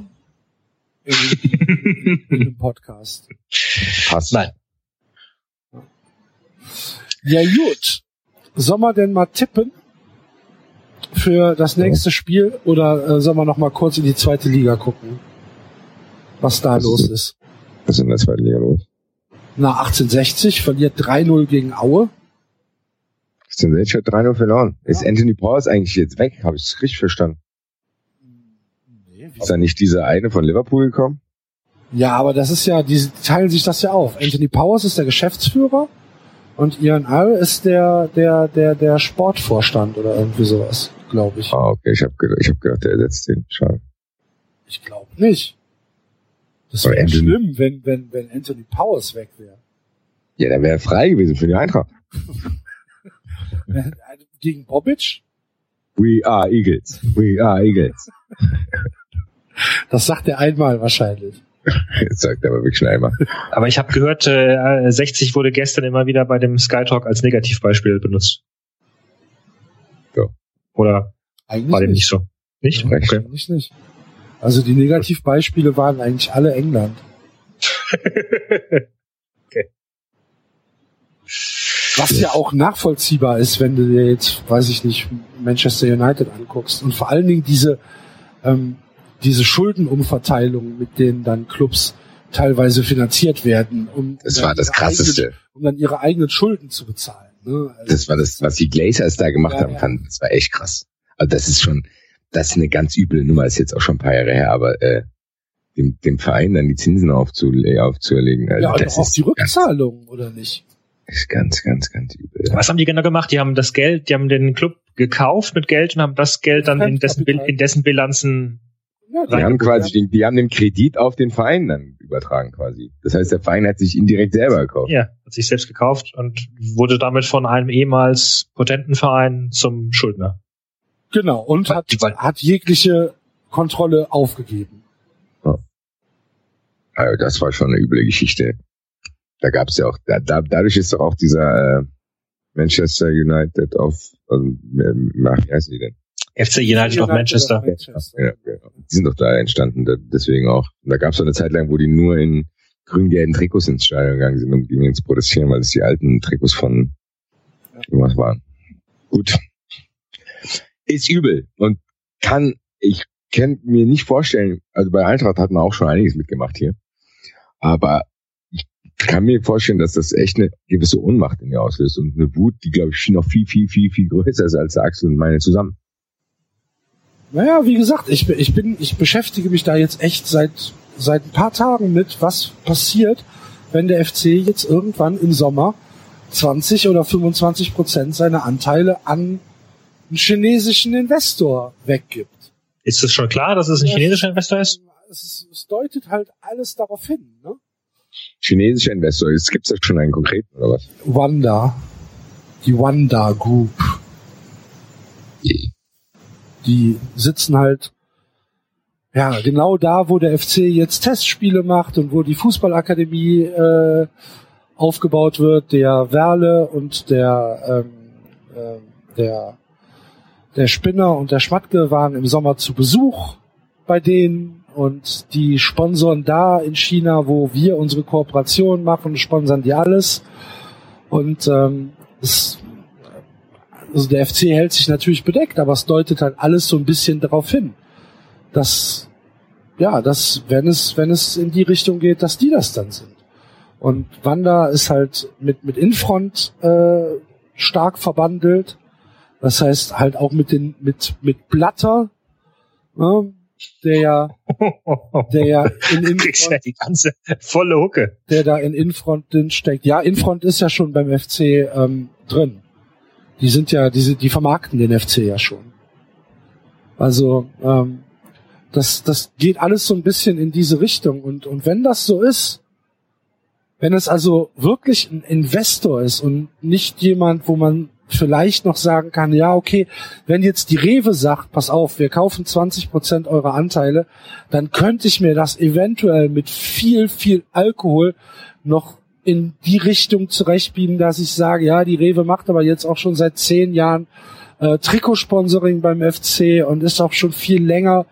In einem Podcast. Passt. Nein. Ja, gut. Sollen wir denn mal tippen für das nächste Spiel oder sollen wir noch mal kurz in die zweite Liga gucken, was da los ist? Was ist in der zweiten Liga los? 1860 verliert 3-0 gegen Aue. 1860 hat 3-0 verloren. Ja. Ist Anthony Powers eigentlich jetzt weg? Habe ich es richtig verstanden? Nee, ist da nicht dieser eine von Liverpool gekommen? Ja, aber das ist ja, die teilen sich das ja auf. Anthony Powers ist der Geschäftsführer und Ian All ist der Sportvorstand oder irgendwie sowas, glaube ich. Ah, okay. Ich hab gedacht, der ersetzt den. Schade. Ich glaube nicht. Das wäre schlimm, wenn Anthony Powers weg wäre. Ja, der wäre frei gewesen für die Eintracht. Gegen Bobic? We are Eagles. We are Eagles. Das sagt er einmal wahrscheinlich. Das sagt er aber wirklich schon einmal. Aber ich habe gehört, 60 wurde gestern immer wieder bei dem Sky Talk als Negativbeispiel benutzt. Ja. Oder eigentlich war dem nicht so? Nicht? Ja, okay. Eigentlich nicht. Also die Negativbeispiele waren eigentlich alle England. Okay. Was ja auch nachvollziehbar ist, wenn du dir jetzt, weiß ich nicht, Manchester United anguckst. Und vor allen Dingen diese diese Schuldenumverteilung, mit denen dann Clubs teilweise finanziert werden, das war das Krasseste. Um dann ihre eigenen Schulden zu bezahlen. Ne? Also das war das, was die Glazers da gemacht haben, fand. Das war echt krass. Also das ist eine ganz üble Nummer, ist jetzt auch schon ein paar Jahre her, aber dem Verein dann die Zinsen aufzuerlegen. Also ja, das und auch die Rückzahlung, oder nicht? Ist ganz, ganz, ganz übel. Was haben die genau gemacht? Die haben den Club gekauft mit Geld und haben das Geld dann in dessen Bilanzen. Ja, die haben den Kredit auf den Verein dann übertragen quasi. Das heißt, der Verein hat sich indirekt selber gekauft. Ja, hat sich selbst gekauft und wurde damit von einem ehemals potenten Verein zum Schuldner. Genau, und hat jegliche Kontrolle aufgegeben. Ja. Also das war schon eine üble Geschichte. Da gab's ja auch, dadurch ist doch auch dieser Manchester United wie heißen die denn? FC United of Manchester. Ja, die sind doch da entstanden, deswegen auch. Und da gab's doch eine Zeit lang, wo die nur in grün-gelben Trikots ins Stadion gegangen sind, um gegen ihn zu protestieren, weil es die alten Trikots von irgendwas waren. Gut. Ist übel und ich kann mir nicht vorstellen, also bei Eintracht hat man auch schon einiges mitgemacht hier, aber ich kann mir vorstellen, dass das echt eine gewisse Ohnmacht in mir auslöst und eine Wut, die, glaube ich, noch viel, viel, viel, viel größer ist als der Axel und meine zusammen. Naja, wie gesagt, ich beschäftige mich da jetzt echt seit ein paar Tagen mit, was passiert, wenn der FC jetzt irgendwann im Sommer 20 oder 25% seiner Anteile an einen chinesischen Investor weggibt. Ist es schon klar, dass es ein chinesischer Investor ist? Es deutet halt alles darauf hin, ne? Chinesischer Investor, gibt's da schon einen konkreten, oder was? Wanda. Die Wanda Group. Die sitzen halt, ja, genau da, wo der FC jetzt Testspiele macht und wo die Fußballakademie aufgebaut wird. Der Werle und der Spinner und der Schmatke waren im Sommer zu Besuch bei denen und die sponsoren da in China, wo wir unsere Kooperation machen, sponsern die alles. Und also der FC hält sich natürlich bedeckt, aber es deutet halt alles so ein bisschen darauf hin, dass wenn es in die Richtung geht, dass die das dann sind. Und Wanda ist halt mit Infront stark verbandelt. Das heißt halt auch mit Blatter, ne, der ja in Infront, kriegst ja die ganze volle Hucke, der da in Infront drin steckt. Ja, Infront ist ja schon beim FC drin. Die sind ja die vermarkten den FC ja schon. Also das geht alles so ein bisschen in diese Richtung und wenn das so ist, wenn es also wirklich ein Investor ist und nicht jemand, wo man vielleicht noch sagen kann, ja, okay, wenn jetzt die Rewe sagt, pass auf, wir kaufen 20% eurer Anteile, dann könnte ich mir das eventuell mit viel, viel Alkohol noch in die Richtung zurechtbiegen, dass ich sage, ja, die Rewe macht aber jetzt auch schon seit 10 Jahren Trikotsponsoring beim FC und ist auch schon viel länger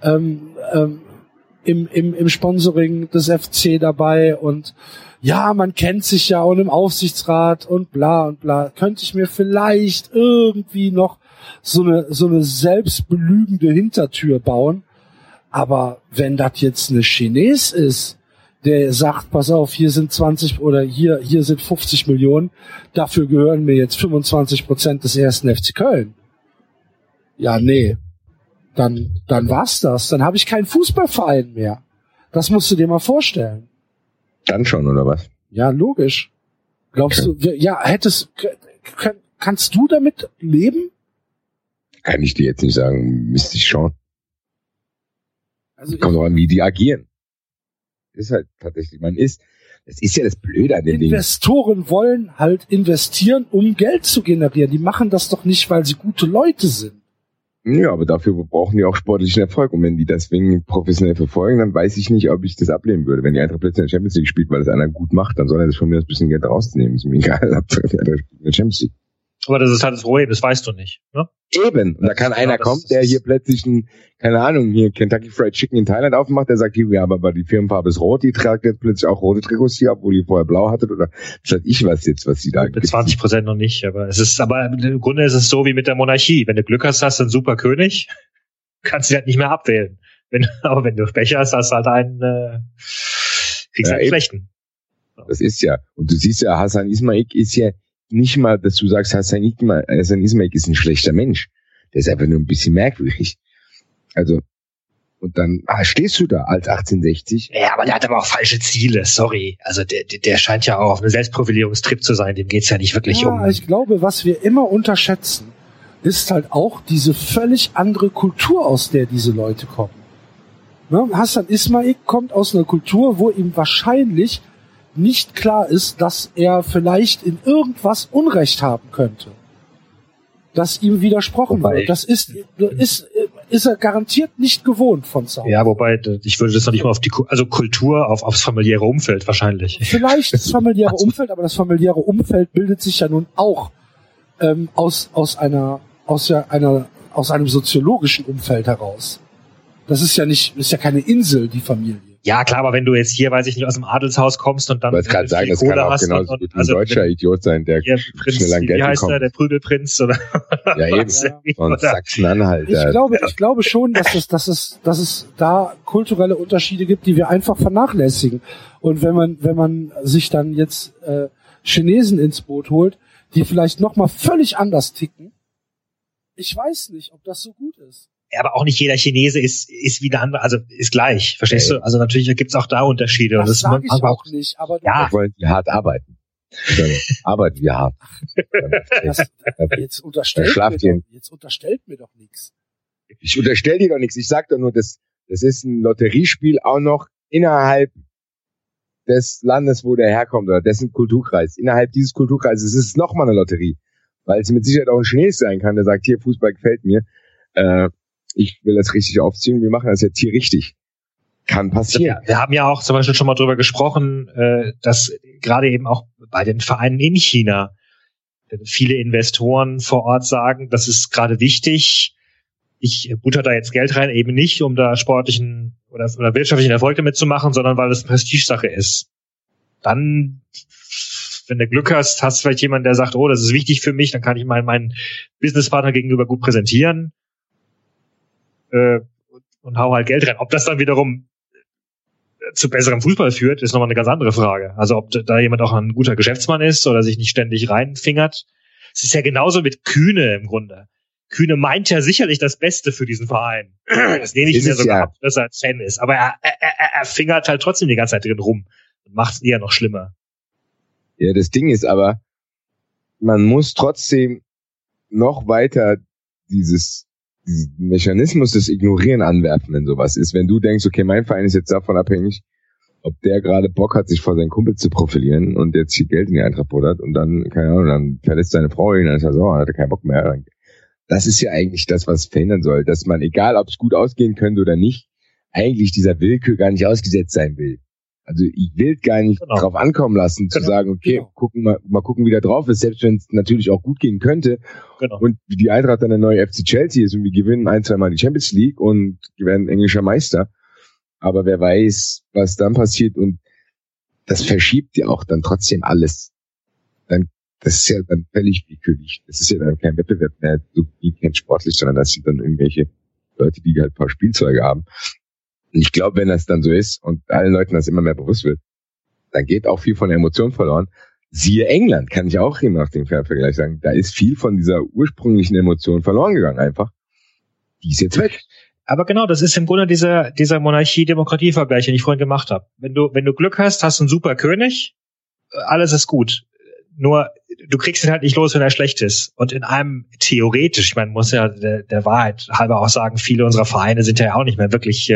im Sponsoring des FC dabei und ja, man kennt sich ja auch im Aufsichtsrat und bla und bla. Könnte ich mir vielleicht irgendwie noch so eine selbstbelügende Hintertür bauen. Aber wenn das jetzt eine Chines ist, der sagt, pass auf, hier sind 20 oder hier sind 50 Millionen, dafür gehören mir jetzt 25% des ersten FC Köln. Ja, nee. Dann war's das. Dann habe ich keinen Fußballverein mehr. Das musst du dir mal vorstellen. Dann schon, oder was? Ja, logisch. Glaubst du, ja, kannst du damit leben? Kann ich dir jetzt nicht sagen, müsste ich schon. Also kommt doch an, wie die agieren. Ist halt tatsächlich, das ist ja das Blöde an dem Ding. Investoren wollen halt investieren, um Geld zu generieren. Die machen das doch nicht, weil sie gute Leute sind. Ja, aber dafür brauchen die auch sportlichen Erfolg. Und wenn die deswegen professionell verfolgen, dann weiß ich nicht, ob ich das ablehnen würde. Wenn die Eintracht plötzlich in der Champions League spielt, weil das einer gut macht, dann soll er das von mir ein bisschen Geld rausnehmen. Ist mir egal, ob der Eintracht in der Champions League. Aber das ist halt das Problem, das weißt du nicht, ne? Eben. Und da kann einer kommen, der hier plötzlich keine Ahnung, hier Kentucky Fried Chicken in Thailand aufmacht, der sagt, hier, ja, aber die Firmenfarbe ist rot, die trägt jetzt plötzlich auch rote Trikots hier, obwohl die vorher blau hattet, oder was weiß ich was jetzt, was sie da mit 20% noch nicht, aber im Grunde ist es so wie mit der Monarchie. Wenn du Glück hast, hast du einen super König. kannst du halt nicht mehr abwählen. Aber wenn du Pech hast, hast du halt kriegst halt einen schlechten. Das ist ja. Und du siehst ja, Hasan Ismail ist ja nicht mal, dass du sagst, Hasan Ismail ist ein schlechter Mensch. Der ist einfach nur ein bisschen merkwürdig. Also, und dann stehst du da als 1860. Ja, aber der hat aber auch falsche Ziele, sorry. Also der scheint ja auch auf einem Selbstprofilierungstrip zu sein, dem geht's ja nicht wirklich um. Ich glaube, was wir immer unterschätzen, ist halt auch diese völlig andere Kultur, aus der diese Leute kommen. Ne? Hasan Ismail kommt aus einer Kultur, wo ihm wahrscheinlich nicht klar ist, dass er vielleicht in irgendwas Unrecht haben könnte. Dass ihm widersprochen wird. Das ist er garantiert nicht gewohnt von zu Hause. Ja, wobei, ich würde das noch nicht mal auf die Kultur, aufs familiäre Umfeld wahrscheinlich. Vielleicht das familiäre Umfeld, aber das familiäre Umfeld bildet sich ja nun auch aus einem soziologischen Umfeld heraus. Das ist ja keine Insel, die Familie. Ja, klar, aber wenn du jetzt hier, weiß ich nicht, aus dem Adelshaus kommst und dann ich gerade sagen, das kann auch genauso gut ein deutscher Idiot sein, der schnell an Geld kommt. Wie heißt der Prügelprinz oder? Ja, eben. Von Sachsen-Anhalt. Ich glaube schon, dass es da kulturelle Unterschiede gibt, die wir einfach vernachlässigen. Und wenn man sich dann jetzt Chinesen ins Boot holt, die vielleicht nochmal völlig anders ticken, ich weiß nicht, ob das so gut ist. Ja, aber auch nicht jeder Chinese ist wie der andere, also ist gleich, verstehst du? Also natürlich gibt's auch da Unterschiede. Das sage ich auch nicht, aber wir wollen die hart arbeiten. Dann arbeiten wir hart. Jetzt unterstellt mir doch nichts. Ich unterstelle dir doch nichts. Ich sag doch nur, das ist ein Lotteriespiel auch noch innerhalb des Landes, wo der herkommt, oder dessen Kulturkreis. Innerhalb dieses Kulturkreises ist es nochmal eine Lotterie. Weil es mit Sicherheit auch ein Chines sein kann, der sagt, hier, Fußball gefällt mir. Ich will das richtig aufziehen, wir machen das jetzt hier richtig. Kann passieren. Wir haben ja auch zum Beispiel schon mal drüber gesprochen, dass gerade eben auch bei den Vereinen in China viele Investoren vor Ort sagen, das ist gerade wichtig, ich butter da jetzt Geld rein, eben nicht, um da sportlichen oder wirtschaftlichen Erfolg damit zu machen, sondern weil es eine Prestigesache ist. Dann, wenn du Glück hast, hast du vielleicht jemanden, der sagt, oh, das ist wichtig für mich, dann kann ich meinen Businesspartner gegenüber gut präsentieren. Und hau halt Geld rein. Ob das dann wiederum zu besserem Fußball führt, ist nochmal eine ganz andere Frage. Also ob da jemand auch ein guter Geschäftsmann ist oder sich nicht ständig reinfingert. Es ist ja genauso mit Kühne im Grunde. Kühne meint ja sicherlich das Beste für diesen Verein. Das nehme ich mir sogar ab, dass er als Fan ist. Aber er fingert halt trotzdem die ganze Zeit drin rum und macht es eher noch schlimmer. Ja, das Ding ist aber, man muss trotzdem noch weiter diesen Mechanismus des Ignorieren anwerfen, wenn sowas ist. Wenn du denkst, okay, mein Verein ist jetzt davon abhängig, ob der gerade Bock hat, sich vor seinen Kumpel zu profilieren und jetzt hier Geld in die Eintracht buttert und dann, keine Ahnung, dann verlässt seine Frau ihn, dann ist er so, dann hat er keinen Bock mehr. Das ist ja eigentlich das, was verhindern soll, dass man, egal ob es gut ausgehen könnte oder nicht, eigentlich dieser Willkür gar nicht ausgesetzt sein will. Also ich will gar nicht drauf ankommen lassen, zu sagen, okay, mal gucken, wie der drauf ist, selbst wenn es natürlich auch gut gehen könnte. Genau. Und wie die Eintracht dann der neue FC Chelsea ist und wir gewinnen 1-2 Mal die Champions League und werden englischer Meister. Aber wer weiß, was dann passiert, und das verschiebt ja auch dann trotzdem alles. Das ist ja dann völlig willkürlich. Das ist ja dann kein Wettbewerb mehr, so wie kein sportlich, sondern das sind dann irgendwelche Leute, die halt ein paar Spielzeuge haben. Und ich glaube, wenn das dann so ist und allen Leuten das immer mehr bewusst wird, dann geht auch viel von der Emotion verloren. Siehe England, kann ich auch immer nach dem Vergleich sagen. Da ist viel von dieser ursprünglichen Emotion verloren gegangen einfach. Die ist jetzt weg. Aber genau, das ist im Grunde dieser Monarchie-Demokratie-Vergleich, den ich vorhin gemacht habe. Wenn du Glück hast einen super König, alles ist gut. Nur, du kriegst ihn halt nicht los, wenn er schlecht ist. Und in einem theoretisch, ich meine, muss ja der Wahrheit halber auch sagen, viele unserer Vereine sind ja auch nicht mehr wirklich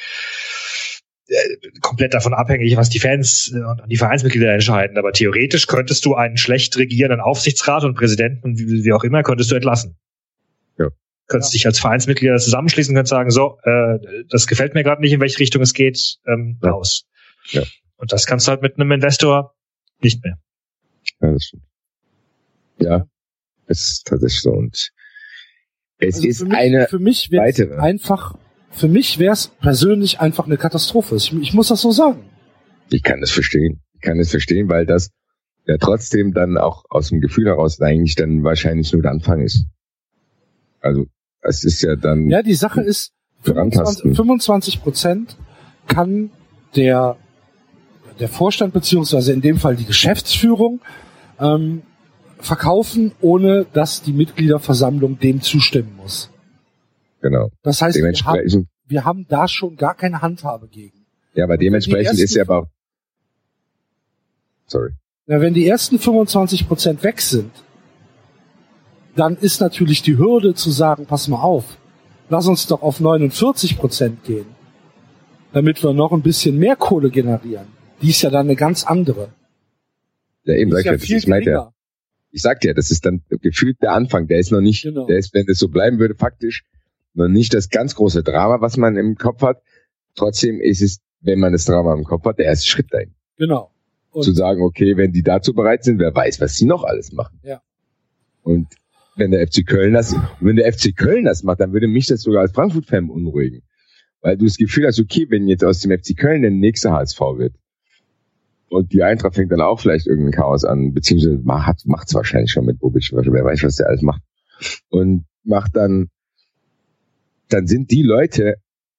komplett davon abhängig, was die Fans und die Vereinsmitglieder entscheiden. Aber theoretisch könntest du einen schlecht regierenden Aufsichtsrat und Präsidenten, wie auch immer, könntest du entlassen. Ja. Könntest dich als Vereinsmitglieder zusammenschließen, könntest sagen, so, das gefällt mir gerade nicht, in welche Richtung es geht, raus. Ja. Und das kannst du halt mit einem Investor nicht mehr. Ja, das stimmt. Ja, es ist tatsächlich so. Und es ist für mich wäre es persönlich einfach eine Katastrophe. Ich muss das so sagen. Ich kann das verstehen. Weil das ja trotzdem dann auch aus dem Gefühl heraus eigentlich dann wahrscheinlich nur der Anfang ist. Also Es ist ja dann... Ja, die Sache ist, 25% kann der Vorstand beziehungsweise in dem Fall die Geschäftsführung verkaufen, ohne dass die Mitgliederversammlung dem zustimmen muss. Genau. Das heißt, wir haben da schon gar keine Handhabe gegen. Ja, aber dementsprechend ist ja aber auch... Sorry. Ja, wenn die ersten 25% weg sind, dann ist natürlich die Hürde zu sagen, pass mal auf, lass uns doch auf 49% gehen, damit wir noch ein bisschen mehr Kohle generieren. Die ist ja dann eine ganz andere. Ja, eben, ich sag dir, das ist dann gefühlt der Anfang, der ist noch nicht, genau. Der ist, wenn das so bleiben würde, faktisch noch nicht das ganz große Drama, was man im Kopf hat. Trotzdem ist es, wenn man das Drama im Kopf hat, der erste Schritt dahin. Genau. Und zu sagen, okay, wenn die dazu bereit sind, wer weiß, was sie noch alles machen. Ja. Und wenn der FC Köln das macht, dann würde mich das sogar als Frankfurt-Fan beunruhigen. Weil du das Gefühl hast, okay, wenn jetzt aus dem FC Köln der nächste HSV wird und die Eintracht fängt dann auch vielleicht irgendein Chaos an, beziehungsweise macht's wahrscheinlich schon mit Bobic, wer weiß, was der alles macht. Und macht dann sind die Leute,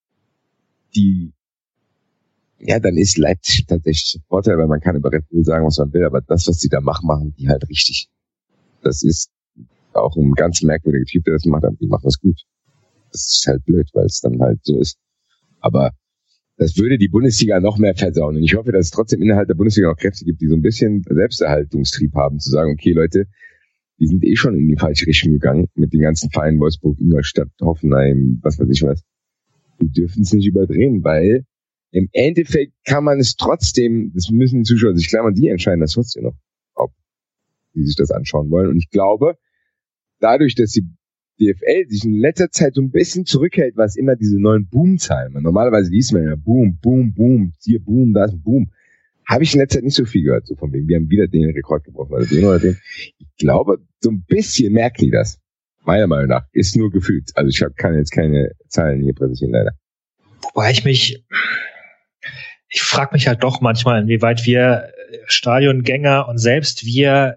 dann ist Leipzig tatsächlich ein Vorteil, weil man kann über Red Bull sagen, was man will, aber das, was die da machen die halt richtig. Das ist auch ein ganz merkwürdiger Typ, der das macht, aber die machen das gut. Das ist halt blöd, weil es dann halt so ist. Aber das würde die Bundesliga noch mehr versauen. Und ich hoffe, dass es trotzdem innerhalb der Bundesliga noch Kräfte gibt, die so ein bisschen Selbsterhaltungstrieb haben, zu sagen, okay, Leute, wir sind schon in die falsche Richtung gegangen mit den ganzen Vereinen Wolfsburg, Ingolstadt, Hoffenheim, was weiß ich was. Wir dürfen es nicht überdrehen, weil im Endeffekt kann man es trotzdem, das müssen die Zuschauer sich klar machen, die entscheiden das trotzdem noch, ob die sich das anschauen wollen. Und ich glaube, dadurch, dass die DFL sich in letzter Zeit so ein bisschen zurückhält, was immer diese neuen Boom-Zahlen, normalerweise liest man ja Boom, Boom, Boom, hier Boom, da ist ein Boom, habe ich in letzter Zeit nicht so viel gehört, so von wegen, wir haben wieder den Rekord gebrochen, oder den oder den. Ich glaube, so ein bisschen merken die das. Meiner Meinung nach. Ist nur gefühlt. Also ich kann jetzt keine Zahlen hier präsentieren, leider. Wobei ich frage mich halt doch manchmal, inwieweit wir Stadiongänger und selbst wir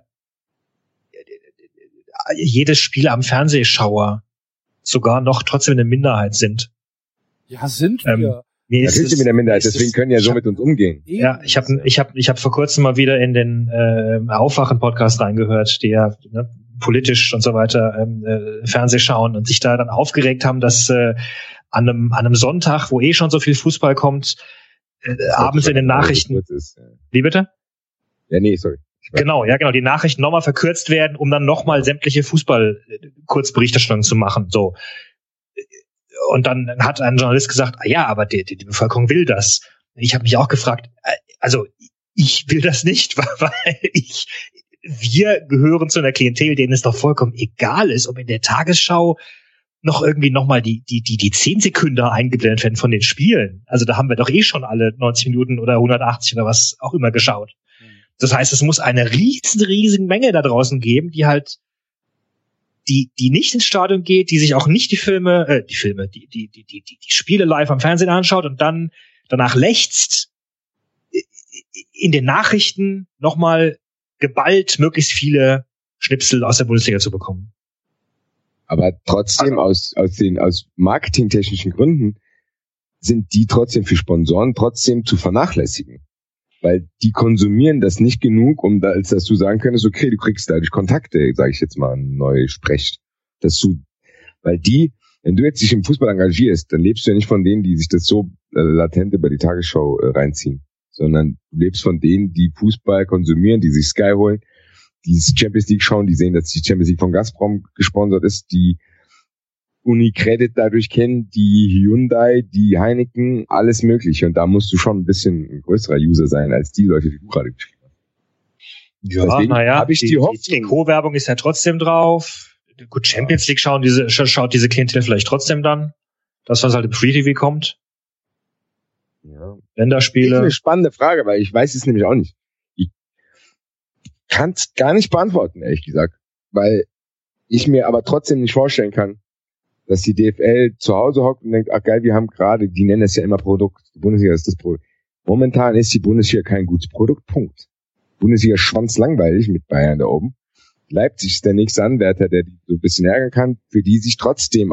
jedes Spiel am Fernsehschauer sogar noch trotzdem eine Minderheit sind. Ja, sind wir. Natürlich sind wir in der Minderheit, deswegen können ja so mit uns umgehen. Ja, ich hab vor kurzem mal wieder in den Aufwachen-Podcast reingehört, die ja politisch und so weiter Fernseh schauen und sich da dann aufgeregt haben, dass an einem Sonntag, wo schon so viel Fußball kommt, abends in den Nachrichten... Wie bitte? Ja, nee, sorry. Genau, die Nachrichten nochmal verkürzt werden, um dann nochmal sämtliche Fußball-Kurzberichterstattung zu machen, so. Und dann hat ein Journalist gesagt, aber die Bevölkerung will das. Ich habe mich auch gefragt, also ich will das nicht, weil wir gehören zu einer Klientel, denen es doch vollkommen egal ist, ob in der Tagesschau noch irgendwie nochmal die 10 Sekunden eingeblendet werden von den Spielen. Also da haben wir doch schon alle 90 Minuten oder 180 oder was auch immer geschaut. Das heißt, es muss eine riesen Menge da draußen geben, die halt die nicht ins Stadion geht, die sich auch nicht die Spiele live am Fernsehen anschaut und dann danach lechzt, in den Nachrichten nochmal geballt möglichst viele Schnipsel aus der Bundesliga zu bekommen. Aber trotzdem aus marketingtechnischen Gründen sind die trotzdem für Sponsoren trotzdem zu vernachlässigen. Weil die konsumieren das nicht genug, als dass du sagen könntest, okay, du kriegst dadurch Kontakte, sage ich jetzt mal, neu sprecht. Weil wenn du jetzt dich im Fußball engagierst, dann lebst du ja nicht von denen, die sich das so latent über die Tagesschau reinziehen, sondern du lebst von denen, die Fußball konsumieren, die sich Sky holen, die Champions League schauen, die sehen, dass die Champions League von Gazprom gesponsert ist, die Unicredit dadurch kennen, die Hyundai, die Heineken, alles mögliche. Und da musst du schon ein bisschen ein größerer User sein, als die Leute, die du gerade geschrieben hast. Ja, habe ich die Hoffnung. Die Co-Werbung ist ja trotzdem drauf. Gut, Champions League schaut diese Klientel vielleicht trotzdem dann. Das, was halt im Free TV kommt. Ja. Länderspiele. Das ist eine spannende Frage, weil ich weiß es nämlich auch nicht. Ich kann es gar nicht beantworten, ehrlich gesagt. Weil ich mir aber trotzdem nicht vorstellen kann, dass die DFL zu Hause hockt und denkt, geil, wir haben gerade, die nennen es ja immer Produkt, die Bundesliga ist das Produkt. Momentan ist die Bundesliga kein gutes Produkt, Punkt. Bundesliga schwanzlangweilig mit Bayern da oben. Leipzig ist der nächste Anwärter, der die so ein bisschen ärgern kann, für die sich trotzdem auch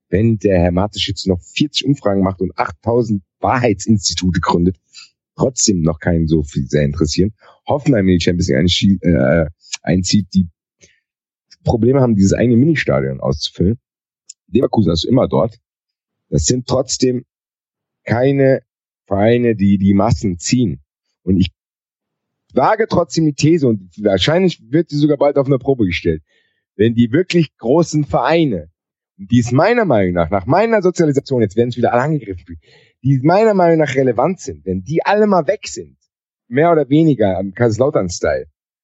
wenn der Herr Mateschitz noch 40 Umfragen macht und 8000 Wahrheitsinstitute gründet, trotzdem noch keinen so viel sehr interessieren. Hoffenheim in die Champions League einzieht, die Probleme haben, dieses eigene Ministadion auszufüllen. Leverkusen ist immer dort. Das sind trotzdem keine Vereine, die die Massen ziehen. Und ich wage trotzdem die These, und wahrscheinlich wird sie sogar bald auf eine Probe gestellt, wenn die wirklich großen Vereine, die es meiner Meinung nach meiner Sozialisation, jetzt werden es wieder alle angegriffen, die meiner Meinung nach relevant sind, wenn die alle mal weg sind, mehr oder weniger am Kaiserslautern-Style,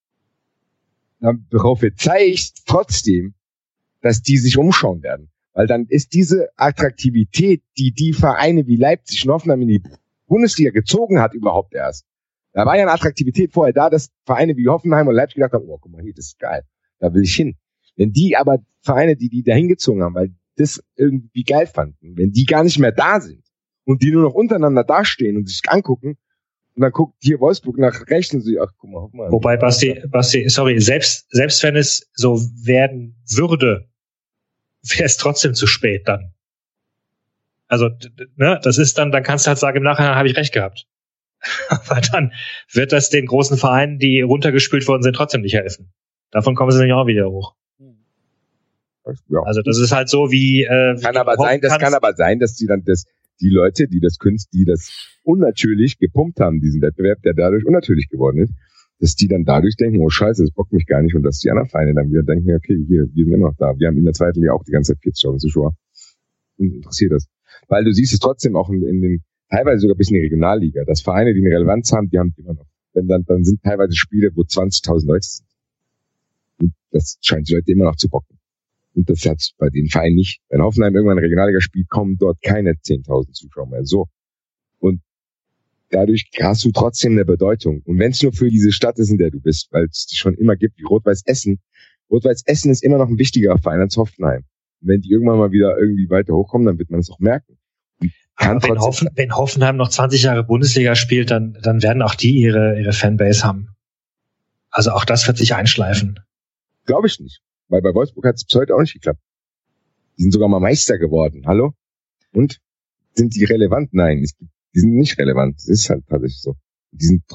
dann prophezei ich trotzdem, dass die sich umschauen werden. Weil dann ist diese Attraktivität, die Vereine wie Leipzig und Hoffenheim in die Bundesliga gezogen hat, überhaupt erst. Da war ja eine Attraktivität vorher da, dass Vereine wie Hoffenheim und Leipzig gedacht haben, oh, guck mal hier, das ist geil, da will ich hin. Wenn die aber Vereine, die da hingezogen haben, weil das irgendwie geil fanden, wenn die gar nicht mehr da sind und die nur noch untereinander dastehen und sich angucken, und dann guckt hier Wolfsburg nach rechts und so, ach, guck mal, Hoffenheim. Wobei, Basti, sorry, selbst wenn es so werden würde, wäre es trotzdem zu spät dann. Also, ne, das ist dann kannst du halt sagen, im Nachhinein habe ich recht gehabt. Aber dann wird das den großen Vereinen, die runtergespült worden sind, trotzdem nicht helfen. Davon kommen sie nämlich auch wieder hoch. Ja. Also, das ist halt so wie, kann aber sein, dass die dann die Leute, die das unnatürlich gepumpt haben, diesen Wettbewerb, der dadurch unnatürlich geworden ist, dass die dann dadurch denken, oh Scheiße, das bockt mich gar nicht, und dass die anderen Vereine dann wieder denken, okay, hier, wir sind immer noch da. Wir haben in der zweiten Liga auch die ganze Zeit 40.000 Zuschauer. Und interessiert das. Weil du siehst es trotzdem auch in den, teilweise sogar bis in die Regionalliga, dass Vereine, die eine Relevanz haben, die haben immer noch. Wenn dann sind teilweise Spiele, wo 20.000 Leute sind. Und das scheint die Leute immer noch zu bocken. Und das hat bei den Vereinen nicht. Wenn Hoffenheim irgendwann eine Regionalliga spielt, kommen dort keine 10.000 Zuschauer mehr. So. Und dadurch hast du trotzdem eine Bedeutung. Und wenn es nur für diese Stadt ist, in der du bist, weil es die schon immer gibt, wie Rot-Weiß Essen. Rot-Weiß Essen ist immer noch ein wichtiger Verein als Hoffenheim. Und wenn die irgendwann mal wieder irgendwie weiter hochkommen, dann wird man es auch merken. Wenn Hoffenheim noch 20 Jahre Bundesliga spielt, dann werden auch die ihre Fanbase haben. Also auch das wird sich einschleifen. Glaube ich nicht. Weil bei Wolfsburg hat es bis heute auch nicht geklappt. Die sind sogar mal Meister geworden. Hallo? Und? Sind die relevant? Nein, die sind nicht relevant. Das ist halt tatsächlich so. Die sind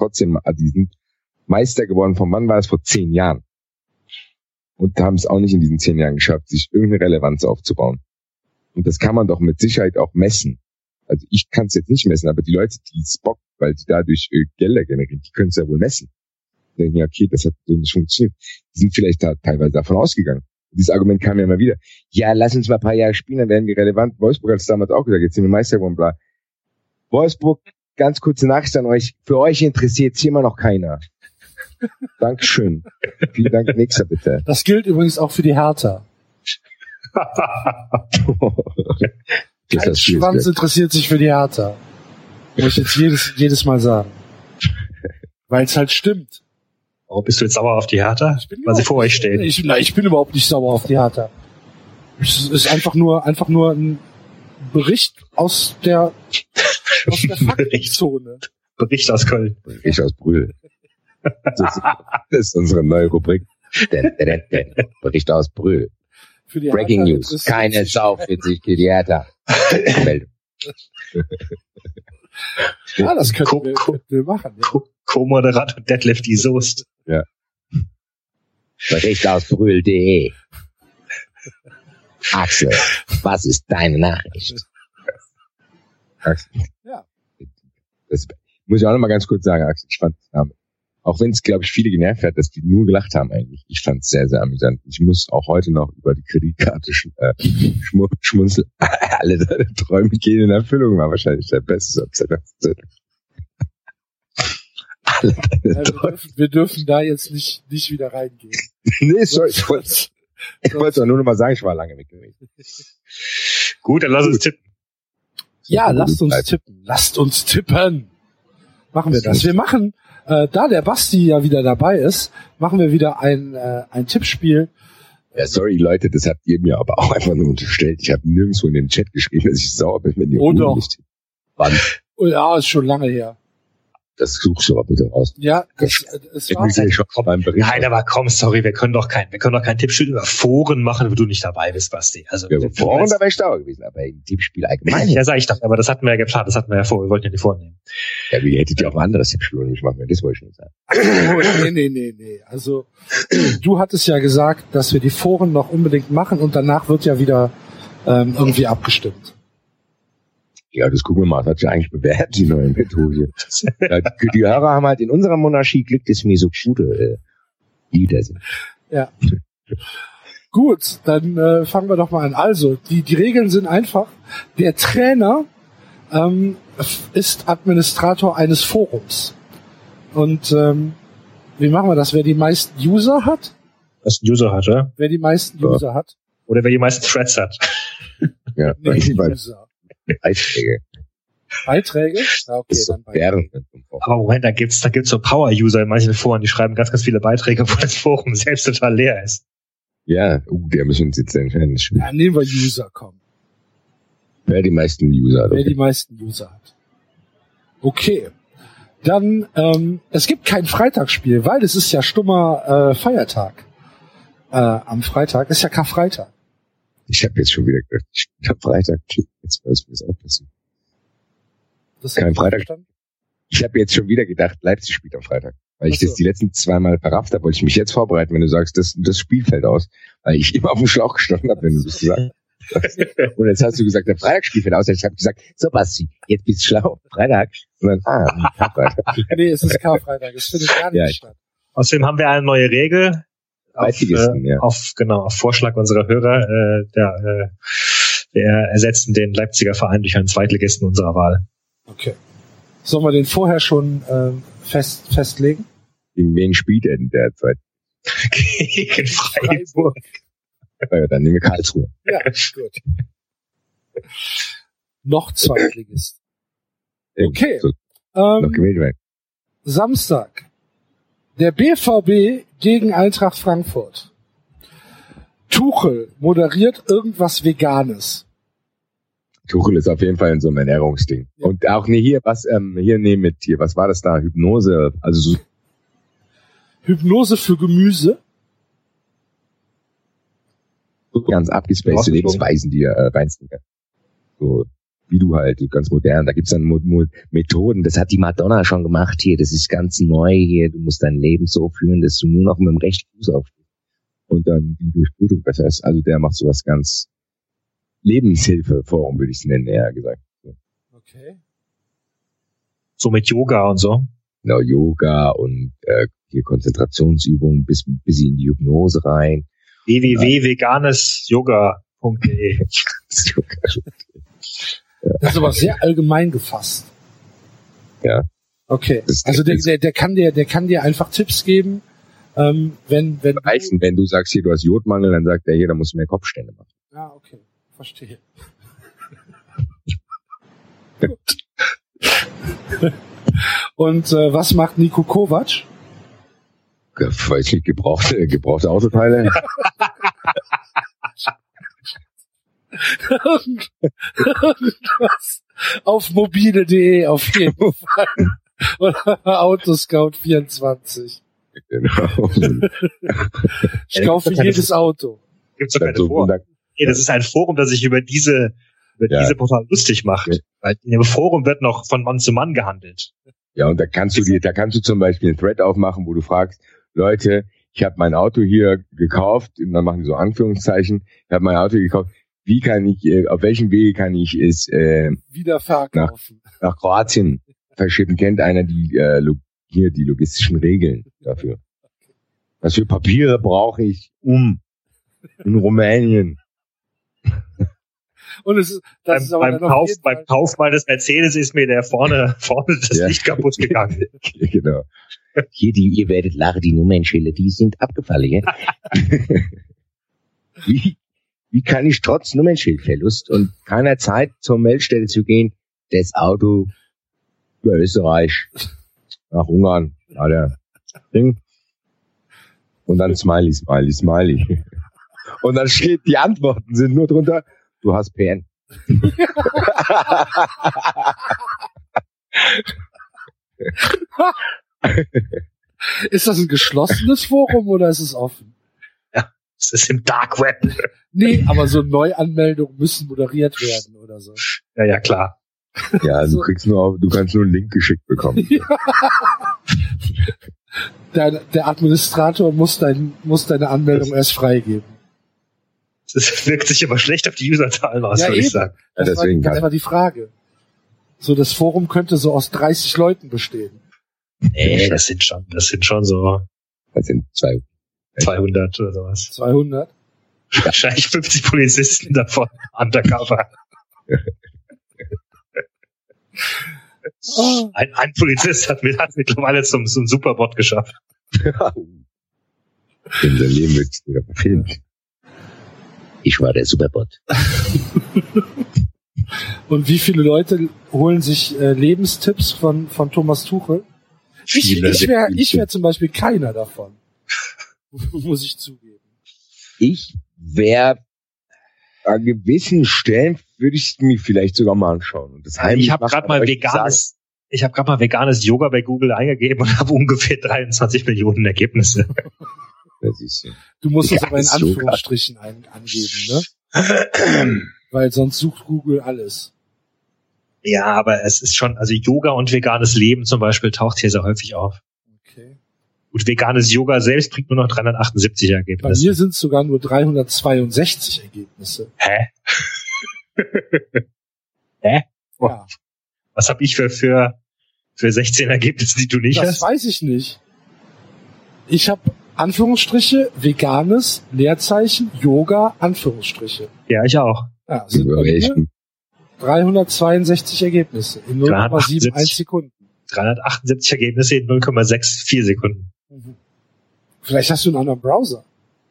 Meister geworden. Von wann war es? Vor 10 Jahren. Und haben es auch nicht in diesen 10 Jahren geschafft, sich irgendeine Relevanz aufzubauen. Und das kann man doch mit Sicherheit auch messen. Also ich kann es jetzt nicht messen, aber die Leute, die es bockt, weil die dadurch Gelder generieren, die können es ja wohl messen. Die denken, ja, okay, das hat so nicht funktioniert. Die sind vielleicht da teilweise davon ausgegangen. Und dieses Argument kam ja immer wieder. Ja, lass uns mal ein paar Jahre spielen, dann werden wir relevant. Wolfsburg hat es damals auch gesagt, jetzt sind wir Meister geworden, bla. Wolfsburg, ganz kurze Nachricht an euch. Für euch interessiert es hier immer noch keiner. Dankeschön. Vielen Dank. Nächster bitte. Das gilt übrigens auch für die Hertha. Kein Schwanz interessiert sich für die Hertha. Muss ich jetzt jedes Mal sagen. Weil es halt stimmt. Warum bist du jetzt sauer auf die Hertha? Weil sie vor euch steht. Ich bin überhaupt nicht sauer auf die Hertha. Es ist einfach nur ein Bericht aus der Faktenzone. Bericht aus Köln. Bericht aus Brühl. Das ist unsere neue Rubrik. Bericht aus Brühl. Breaking News. Keine Sau für sich für die Hertha. Ja, das könnten wir machen. Ja. Co-Moderator Detlef die Soest. Ja. Bericht aus Brühl.de. Axel, was ist deine Nachricht? Axel. Ja. Das muss ich auch noch mal ganz kurz sagen, Axel. Ich fand, auch wenn es, glaube ich, viele genervt hat, dass die nur gelacht haben eigentlich. Ich fand es sehr, sehr amüsant. Ich muss auch heute noch über die Kreditkarte schmunzeln. Alle deine Träume gehen in Erfüllung, war wahrscheinlich der beste Satz. Wir dürfen da jetzt nicht wieder reingehen. Nee, sorry. Ich wollte nur noch mal sagen, ich war lange weg gewesen. Gut, dann lass uns tippen. Ja, lasst uns tippen. Machen wir das. Wir machen, da der Basti ja wieder dabei ist, machen wir wieder ein Tippspiel. Ja, sorry Leute, das habt ihr mir aber auch einfach nur unterstellt. Ich habe nirgendwo in dem Chat geschrieben, dass ich sauer bin, wenn ihr nicht tippt. Wann? Oh ja, ist schon lange her. Das suchst du aber bitte raus. Ja, es war Nein, aber komm, sorry, wir können doch kein Tippspiel über Foren machen, wo du nicht dabei bist, Basti. Also ja, Foren, da wäre ich da gewesen, aber im Tippspiel allgemein. Ja, sag ich doch, aber das hatten wir ja geplant, das hatten wir ja vor, wir wollten ja die vornehmen. Ja, wie hättet ihr auch ein anderes Tippspiel nicht machen, das wollte ich nicht sagen. Nee. Also, du hattest ja gesagt, dass wir die Foren noch unbedingt machen und danach wird ja wieder irgendwie abgestimmt. Ja, das gucken wir mal. Das hat sich eigentlich bewährt, die neue Methode. Die Hörer haben halt in unserer Monarchie Glück, dass wir so gute Lieder sind. Ja. Gut, dann fangen wir doch mal an. Also, die Regeln sind einfach. Der Trainer ist Administrator eines Forums. Und wie machen wir das? Wer die meisten User hat? Ja? Wer die meisten User hat. Oder wer die meisten Threads hat. Ja, User. Beiträge? Ja, okay, dann Beiträge. Aber Moment, da gibt's so Power-User in manchen Foren, die schreiben ganz, ganz viele Beiträge, wo das Forum selbst total leer ist. Ja, der müssen uns jetzt entscheiden. Ja, nehmen wir User, komm. Wer die meisten User hat. Wer die meisten User hat. Okay. Dann, es gibt kein Freitagsspiel, weil es ist ja stummer Feiertag. Am Freitag ist ja Karfreitag. Ich habe jetzt schon wieder gehört, am Freitag, jetzt weiß ich, was auch passiert. Kein Freitag. Ich habe jetzt schon wieder gedacht, Leipzig spielt am Freitag. Weil ich das die letzten 2 Mal verrafft habe, wollte ich mich jetzt vorbereiten, wenn du sagst, das Spiel fällt aus. Weil ich immer auf dem Schlauch gestanden habe, wenn du das gesagt hast. Und jetzt hast du gesagt, der Freitagsspiel fällt aus. Ich habe gesagt, so Basti, jetzt bist du schlau, Freitag. Und dann, Karfreitag. Nee, es ist Karfreitag, es findet gar nicht statt. Außerdem haben wir eine neue Regel. Auf Vorschlag unserer Hörer, wir ersetzen den Leipziger Verein durch einen Zweitligisten unserer Wahl. Okay. Sollen wir den vorher schon festlegen? Gegen wen spielt er denn derzeit? Gegen Freiburg. Ja, dann nehmen wir Karlsruhe. Ja, gut. Noch Zweitligist. Okay. So, noch gewählt werden. Samstag. Der BVB gegen Eintracht Frankfurt. Tuchel moderiert irgendwas Veganes. Tuchel ist auf jeden Fall in so einem Ernährungsding. Ja. Und auch was war das da? Hypnose, also so. Hypnose für Gemüse. Ganz abgespacede Lebensweisen, die er reinstecken. So, wie du halt, ganz modern. Da gibt's dann Methoden. Das hat die Madonna schon gemacht hier. Das ist ganz neu hier. Du musst dein Leben so führen, dass du nur noch mit dem rechten Fuß aufstehst. Und dann die Durchblutung besser ist. Also der macht sowas ganz Lebenshilfe-Forum, würde ich es nennen, eher gesagt. So. Okay. So mit Yoga und so? Genau, Yoga und hier Konzentrationsübungen bis in die Hypnose rein. www.veganesyoga.de Das ist aber sehr allgemein gefasst. Ja. Okay. Also der kann dir einfach Tipps geben, wenn du sagst, hier, du hast Jodmangel, dann sagt der hier, da musst du mehr Kopfstände machen. Ja, okay. Verstehe. Und was macht Niko Kovac? Weiß nicht, gebrauchte Autoteile. Irgendwas auf mobile.de auf jeden Fall. Oder Autoscout24. Genau. Ich kaufe jedes Auto. Gibt's doch keine Foren. Nee, das ist ein Forum, das sich über diese Portal lustig macht. Okay. Weil in dem Forum wird noch von Mann zu Mann gehandelt. Ja, und da kannst du zum Beispiel einen Thread aufmachen, wo du fragst, Leute, ich habe mein Auto hier gekauft, und dann machen die so Anführungszeichen, ich habe mein Auto gekauft, auf welchem Wege kann ich es wieder verkaufen? Nach Kroatien verschippen? Kennt einer die logistischen Regeln dafür? Was für Papiere brauche ich in Rumänien? Und beim Kauf meines Mercedes ist mir der vorne das Licht kaputt gegangen. Genau. Hier, ihr werdet lachen, die Nummernschilder, die sind abgefallen, ja? Wie kann ich trotz Nummernschildverlust und keiner Zeit zur Meldestelle zu gehen, das Auto über Österreich nach Ungarn, der Ding. Und dann Smiley. Und dann steht, die Antworten sind nur drunter, du hast PN. Ist das ein geschlossenes Forum oder ist es offen? Ja, es ist im Dark Web. Nee, aber so Neuanmeldungen müssen moderiert werden oder so. Ja, klar. Ja, du kannst nur einen Link geschickt bekommen. Ja. Der Administrator muss deine Anmeldung erst freigeben. Das wirkt sich aber schlecht auf die Userzahlen aus, würde ich sagen. Ja, Das war die Frage. So, das Forum könnte so aus 30 Leuten bestehen. Nee, das sind schon so. Das sind 200 oder sowas. 200? Wahrscheinlich 50 Polizisten davon undercover. Ein Polizist hat mittlerweile zum Superbot geschafft. In sein Leben wird wieder verfilmt. Ich war der Superbot. Und wie viele Leute holen sich Lebenstipps von Thomas Tuchel? Ich wäre zum Beispiel keiner davon. Muss ich zugeben. Ich wäre an gewissen Stellen würde ich mir vielleicht sogar mal anschauen. Und das ich habe gerade mal veganes Yoga bei Google eingegeben und habe ungefähr 23 Millionen Ergebnisse. Du musst es aber in Anführungsstrichen angeben, ne? Weil sonst sucht Google alles. Ja, aber es ist schon, also Yoga und veganes Leben zum Beispiel taucht hier sehr häufig auf. Okay. Und veganes Yoga selbst bringt nur noch 378 Ergebnisse. Bei mir sind es sogar nur 362 Ergebnisse. Hä? Hä? Ja. Was habe ich für 16 Ergebnisse, die du nicht hast? Das weiß ich nicht. Ich habe Anführungsstriche, veganes, Leerzeichen, Yoga, Anführungsstriche. Ja, ich auch. Ja, sind bei mir 362 Ergebnisse in 0,71 Sekunden. 378 Ergebnisse in 0,64 Sekunden. Mhm. Vielleicht hast du einen anderen Browser.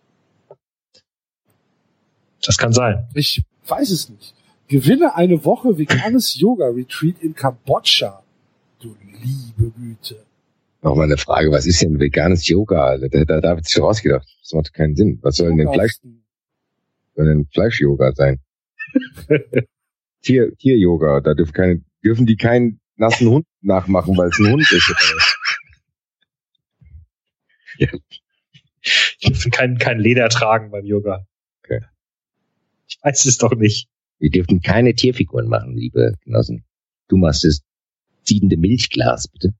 Das kann sein. Ich weiß es nicht. Gewinne eine Woche veganes Yoga-Retreat in Kambodscha. Du liebe Güte. Nochmal eine Frage, was ist denn veganes Yoga? Also, da wird sich rausgedacht. Das macht keinen Sinn. Was soll denn Fleisch-Yoga sein? Tier-Yoga. Da dürfen die keinen nassen Hund nachmachen, weil es ein Hund ist. Ja. Die dürfen kein Leder tragen beim Yoga. Okay. Ich weiß es doch nicht. Wir dürfen keine Tierfiguren machen, liebe Genossen. Du machst das ziehende Milchglas, bitte.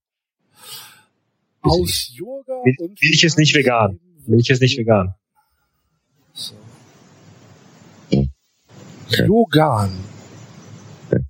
Aus Yoga und Milch ist nicht vegan. Milch ist nicht vegan. So. Okay. Yogan. Okay.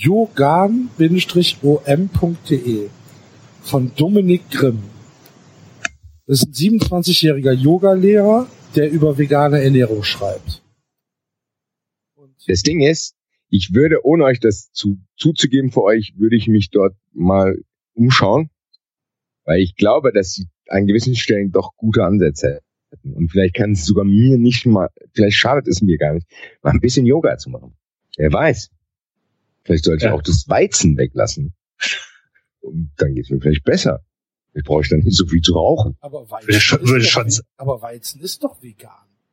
Yogan-om.de von Dominik Grimm. Das ist ein 27-jähriger Yoga-Lehrer, der über vegane Ernährung schreibt. Das Ding ist, ich würde, ohne euch das zuzugeben für euch, würde ich mich dort mal umschauen, weil ich glaube, dass sie an gewissen Stellen doch gute Ansätze hätten. Und vielleicht kann es sogar mir nicht mal, vielleicht schadet es mir gar nicht, mal ein bisschen Yoga zu machen. Wer weiß. Vielleicht sollte ich auch das Weizen weglassen. Und dann geht es mir vielleicht besser. Ich brauche dann nicht so viel zu rauchen. Aber Weizen ist doch vegan.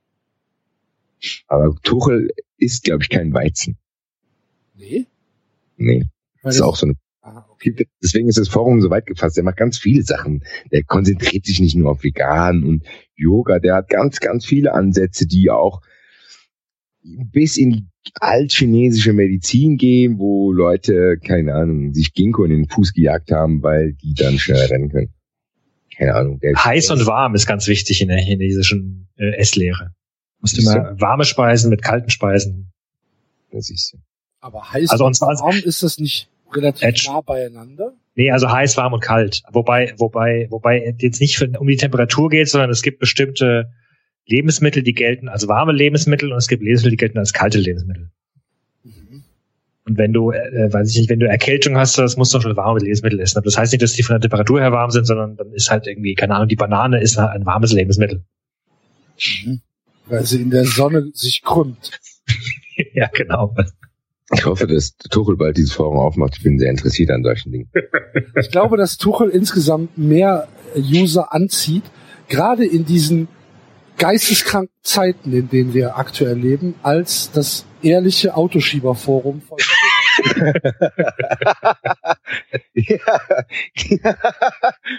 Aber Tuchel isst, glaube ich, kein Weizen. Nee? Nee. Das ist auch so eine. Okay. Deswegen ist das Forum so weit gefasst. Der macht ganz viele Sachen. Der konzentriert sich nicht nur auf Vegan und Yoga. Der hat ganz, ganz viele Ansätze, die auch bis in die altchinesische Medizin gehen, wo Leute, keine Ahnung, sich Ginkgo in den Fuß gejagt haben, weil die dann schneller rennen können. Keine Ahnung. Heiß und warm ist ganz wichtig in der chinesischen Esslehre. Du musst immer warme Speisen mit kalten Speisen. Das ist aber heiß und warm ist das nicht relativ nah beieinander? Nee, also heiß, warm und kalt. Wobei jetzt nicht um die Temperatur geht, sondern es gibt bestimmte Lebensmittel, die gelten als warme Lebensmittel und es gibt Lebensmittel, die gelten als kalte Lebensmittel. Mhm. Und wenn du, wenn du Erkältung hast, das musst du schon warme Lebensmittel essen. Aber das heißt nicht, dass die von der Temperatur her warm sind, sondern dann ist halt irgendwie, keine Ahnung, die Banane ist ein warmes Lebensmittel. Mhm. Weil sie in der Sonne sich krümmt. Ja, genau. Ich hoffe, dass Tuchel bald dieses Forum aufmacht. Ich bin sehr interessiert an solchen Dingen. Ich glaube, dass Tuchel insgesamt mehr User anzieht, gerade in diesen geisteskranken Zeiten, in denen wir aktuell leben, als das ehrliche Autoschieberforum von ja.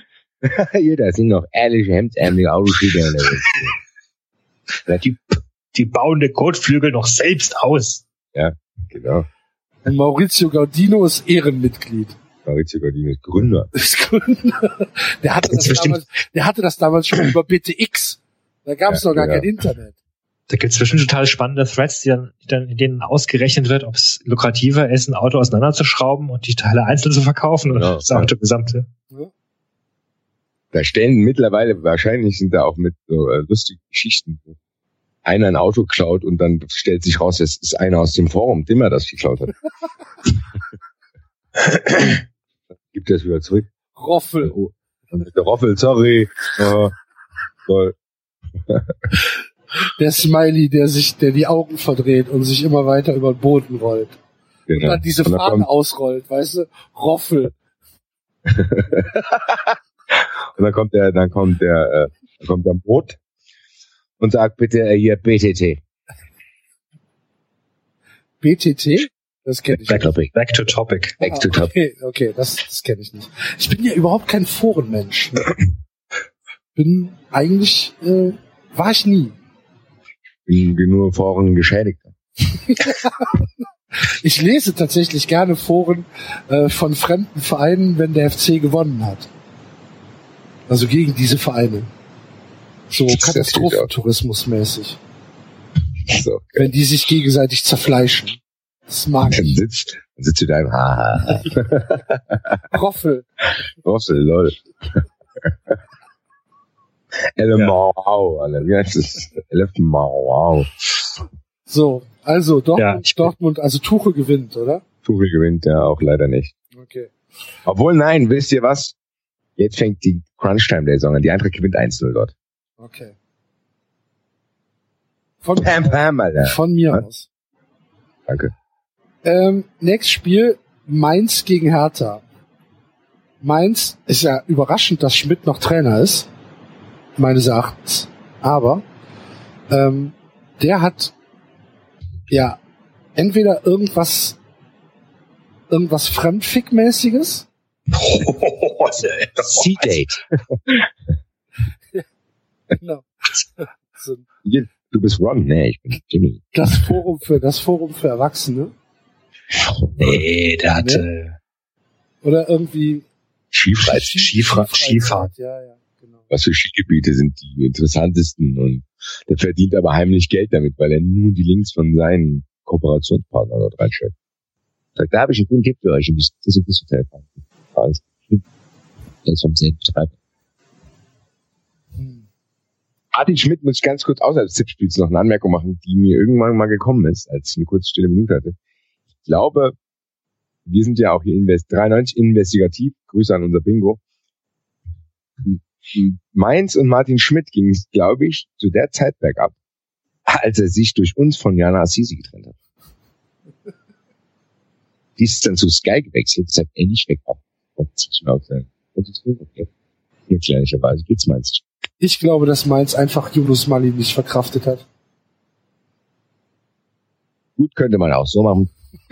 Hier, da sind noch ehrliche, hemdsärmelige Autoschüler in der Welt. Die bauen den Kotflügel noch selbst aus. Ja, genau. Und Maurizio Gaudino ist Ehrenmitglied. Maurizio Gaudino ist Gründer. Der hatte das damals schon über BTX. Da gab es noch gar kein Internet. Da gibt's bestimmt total spannende Threads, die dann in denen ausgerechnet wird, ob es lukrativer ist, ein Auto auseinanderzuschrauben und die Teile einzeln zu verkaufen oder das Auto gesamte. Ja. Da stellen mittlerweile, wahrscheinlich sind da auch mit so lustigen Geschichten, wo einer ein Auto klaut und dann stellt sich raus, es ist einer aus dem Forum, dem er das geklaut hat. Gibt das wieder zurück. Roffel. Oh, der Roffel, sorry. Toll. Der Smiley, der die Augen verdreht und sich immer weiter über den Boden rollt. Genau. Und dann diese Fahne ausrollt, weißt du? Roffel. Und dann kommt der Brot und sagt bitte hier BTT. BTT? Das kenne ich nicht. Back to topic. Okay, das kenne ich nicht. Ich bin ja überhaupt kein Forenmensch. Bin eigentlich, war ich nie. Ich bin nur Foren Geschädigter. Ich lese tatsächlich gerne Foren von fremden Vereinen, wenn der FC gewonnen hat. Also gegen diese Vereine. So Katastrophentourismus-mäßig. So, okay. Wenn die sich gegenseitig zerfleischen. Das mag ich. Dann sitzt du da im Roffel, lol. Wie heißt es? Wow. So, also Dortmund, also Tuchel gewinnt, oder? Tuchel gewinnt, ja, auch leider nicht. Okay. Obwohl, nein, wisst ihr was? Jetzt fängt die Crunch-Time der Saison an. Die Eintracht gewinnt 1-0 dort. Okay. Von mir aus. Danke. Nächstes Spiel, Mainz gegen Hertha. Mainz ist ja überraschend, dass Schmidt noch Trainer ist. Meines Erachtens. Aber der hat ja entweder irgendwas Fremdfick-mäßiges. C-Date. Genau. So. Du bist Ron, nee, ich bin Jimmy. Das Forum für Erwachsene. Nee, der hat oder irgendwie Skifahrt. Ja, genau. Was für Skigebiete sind die interessantesten und der verdient aber heimlich Geld damit, weil er nur die Links von seinen Kooperationspartnern dort reinstellt. Da habe ich einen guten Tipp für euch, das Hotel fahren. Das ist vom selben Betreiber. Martin Schmidt muss ich ganz kurz außerhalb des Tippspiels noch eine Anmerkung machen, die mir irgendwann mal gekommen ist, als ich eine kurze stille Minute hatte. Ich glaube, wir sind ja auch hier 93 investigativ. Grüße an unser Bingo. Mainz und Martin Schmidt ging es, glaube ich, zu der Zeit bergab, als er sich durch uns von Jana Assisi getrennt hat. Die ist dann zu Sky gewechselt, ist halt ähnlich weg ab. Erklärlicherweise geht's Mainz. Ich glaube, dass Mainz einfach Yunus Mali nicht verkraftet hat. Gut, könnte man auch so machen.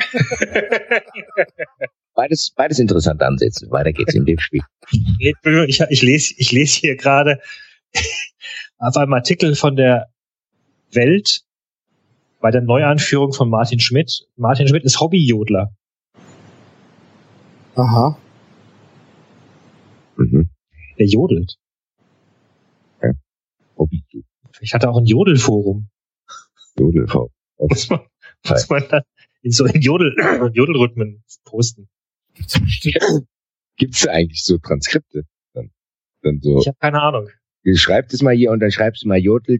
Beides interessante Ansätze. Weiter geht's in dem Spiel. Ich lese hier gerade auf einem Artikel von der Welt bei der Neuanführung von Martin Schmidt. Martin Schmidt ist Hobbyjodler. Aha. Mhm. Der jodelt. Ja. Hobbyjodler. Ich hatte auch ein Jodelforum. Jodelforum. Muss man dann in Jodelrhythmen posten. Gibt's da eigentlich so Transkripte? Dann so. Ich habe keine Ahnung. Du schreibst es mal hier und dann schreibst du mal Jodel,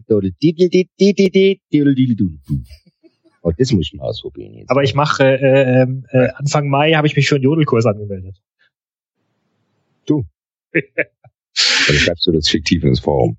und das muss ich mal ausprobieren jetzt. Aber ich mache Anfang Mai habe ich mich für einen Jodelkurs angemeldet. Du. Dann schreibst du das fiktiv ins Forum.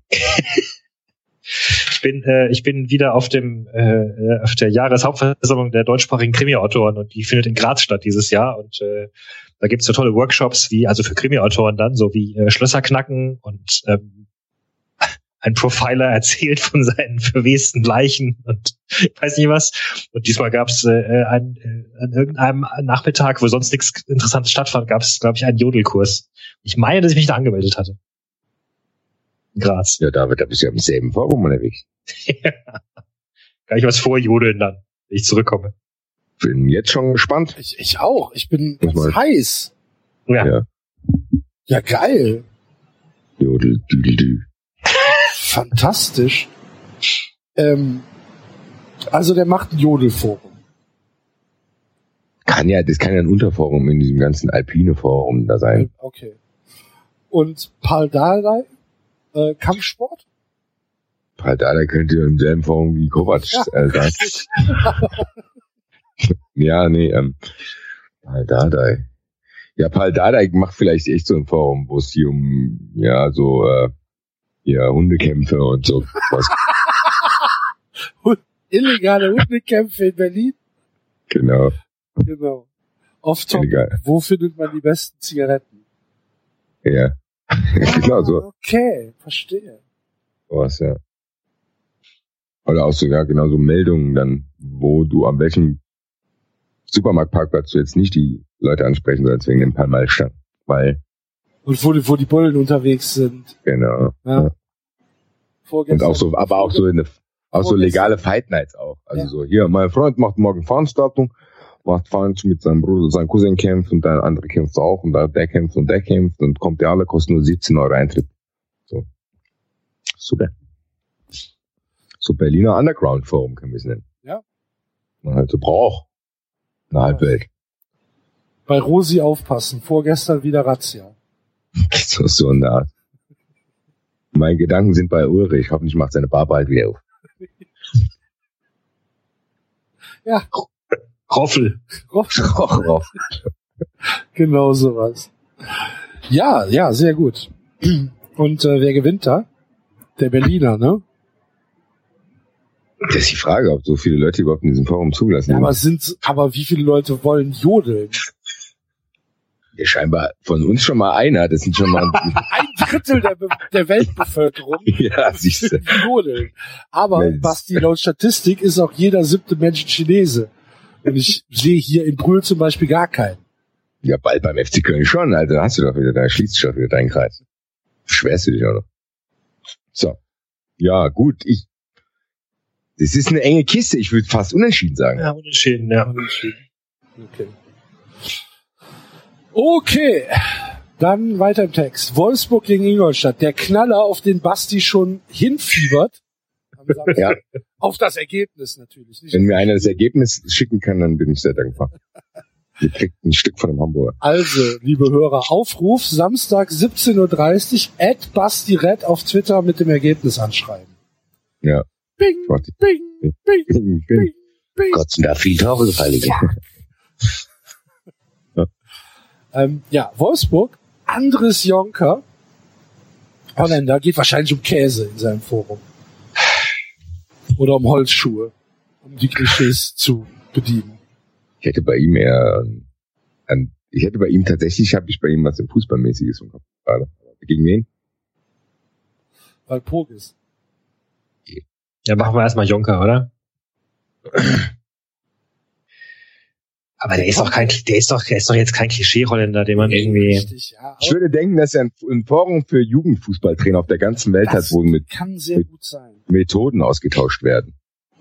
Ich bin wieder auf der Jahreshauptversammlung der deutschsprachigen Krimi-Autoren und die findet in Graz statt dieses Jahr und da gibt's so tolle Workshops also für Krimi-Autoren dann, so wie Schlösser knacken und ein Profiler erzählt von seinen verwesten Leichen und ich weiß nicht was. Und diesmal gab's an irgendeinem Nachmittag, wo sonst nichts Interessantes stattfand, gab's, glaube ich, einen Jodelkurs. Ich meine, dass ich mich da angemeldet hatte. Graz. Ja, David, da bist du ja im selben Forum unterwegs. Kann ich was vorjodeln dann, wenn ich zurückkomme. Bin jetzt schon gespannt. Ich auch. Ich bin ganz heiß. Ja. Ja, geil. Jodel, düdel. Fantastisch. Also der macht ein Jodelforum. Das kann ja ein Unterforum in diesem ganzen Alpine-Forum da sein. Okay. Und Pal Dardai, Kampfsport? Pal Dardai könnte im selben Forum wie Kovac sein. Ja, nee, Pal Dardai. Ja, Pal Dardai macht vielleicht echt so ein Forum, wo es hier um, Hundekämpfe und so was. Illegale Hundekämpfe in Berlin? Genau. Off-Topic, wo findet man die besten Zigaretten? Ja, genau so. Okay, verstehe. Was, ja. Oder auch sogar genau so Meldungen dann, wo du an welchem Supermarktparkplatz du jetzt nicht die Leute ansprechen sollst wegen dem Palmalstand. Und wo die Bullen unterwegs sind. Genau. Ja. Und auch so, aber auch so so legale Fight Nights auch. Also so, hier, mein Freund macht morgen Veranstaltung, macht Fans mit seinem Bruder, sein Cousin kämpft und der andere kämpft auch und der kämpft und kommt der alle, kostet nur 17 € Eintritt. So. Super. So Berliner Underground Forum können wir es nennen. Ja. Man halt so braucht. Eine Halbwelt. Bei Rosi aufpassen. Vorgestern wieder Razzia. So eine Art. Meine Gedanken sind bei Ulrich. Hoffentlich macht seine Bar bald wieder auf. Ja. Roffel. Genau sowas. Ja, sehr gut. Und wer gewinnt da? Der Berliner, ne? Das ist die Frage, ob so viele Leute überhaupt in diesem Forum zugelassen sind. Aber wie viele Leute wollen jodeln? Ja, scheinbar von uns schon mal einer. Das sind schon mal ein Drittel der Weltbevölkerung. Ja, siehst du. Jodeln. Aber Basti, laut Statistik ist auch jeder 7. Mensch ein Chinese. Und ich sehe hier in Brühl zum Beispiel gar keinen. Ja, bald beim FC Köln schon. Also hast du doch wieder, da schließt sich doch wieder deinen Kreis. Beschwerst du dich auch noch. So. Ja, gut. Das ist eine enge Kiste. Ich würde fast unentschieden sagen. Ja, unentschieden, ja. Okay. Dann weiter im Text. Wolfsburg gegen Ingolstadt. Der Knaller, auf den Basti schon hinfiebert. Ja. Auf das Ergebnis natürlich. Nicht wenn mir einer das Ergebnis schicken kann, dann bin ich sehr dankbar. Ihr kriegt ein Stück von dem Hamburger. Also, liebe Hörer, Aufruf, Samstag 17:30 Uhr, @BastiRed auf Twitter mit dem Ergebnis anschreiben. Ja. Bing, bing, bing, bing, bing. Gott, sind da viele Tore gefallen. Ja, Wolfsburg, Andres Jonker, Holländer, geht wahrscheinlich um Käse in seinem Forum. Oder um Holzschuhe, um die Klischees zu bedienen. Ich hätte bei ihm tatsächlich was im Fußballmäßiges im Kopf gerade. Gegen wen? Weil Pogis. Ja, machen wir erstmal Jonker, oder? Aber der ist doch jetzt kein Klischee-Holländer, den man irgendwie... Richtig, ja, ich würde denken, dass er ein Forum für Jugendfußballtrainer auf der ganzen Welt hat, wo mit Methoden ausgetauscht werden.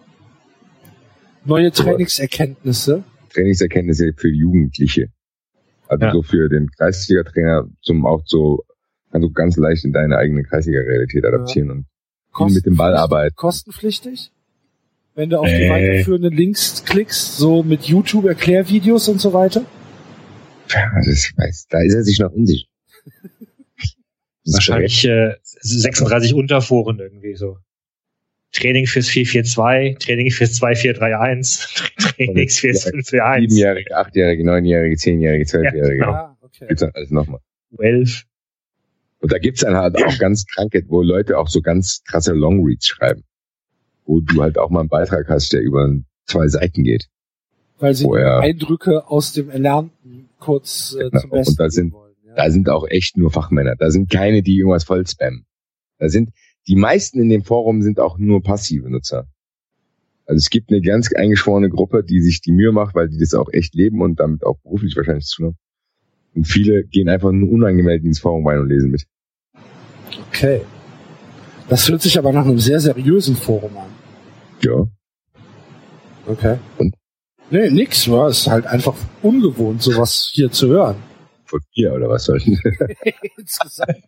Neue Trainingserkenntnisse. Trainingserkenntnisse für Jugendliche. Also so für den Kreisliga-Trainer kannst du ganz leicht in deine eigene Kreisliga-Realität adaptieren und viel mit dem Ball arbeiten. Kostenpflichtig? Wenn du auf die weiterführenden Links klickst, so mit YouTube-Erklärvideos und so weiter? Ja, da ist er sich noch unsicher. Wahrscheinlich 36 Unterforen irgendwie so. Training fürs 4-4-2, Training fürs 2-4-3-1, Trainings fürs 5-4-1. 7-Jährige, 8-Jährige, 9-Jährige, 10-Jährige, 12-Jährige. Ja, genau. Okay. Gibt's dann alles nochmal. 12. Und da gibt's dann halt auch ganz kranke, wo Leute auch so ganz krasse Longreads schreiben. Wo du halt auch mal einen Beitrag hast, der über 2 Seiten geht. Weil sie Eindrücke aus dem Erlernten kurz zum Besten geben wollen. Ja. Da sind auch echt nur Fachmänner. Da sind keine, die irgendwas voll spammen. Die meisten in dem Forum sind auch nur passive Nutzer. Also es gibt eine ganz eingeschworene Gruppe, die sich die Mühe macht, weil die das auch echt leben und damit auch beruflich wahrscheinlich zu tun haben. Und viele gehen einfach nur unangemeldet ins Forum rein und lesen mit. Okay. Das hört sich aber nach einem sehr seriösen Forum an. Ja. Okay. Und? Nee, nix, war es ist halt einfach ungewohnt, sowas hier zu hören. Von dir oder was soll ich? Interessant.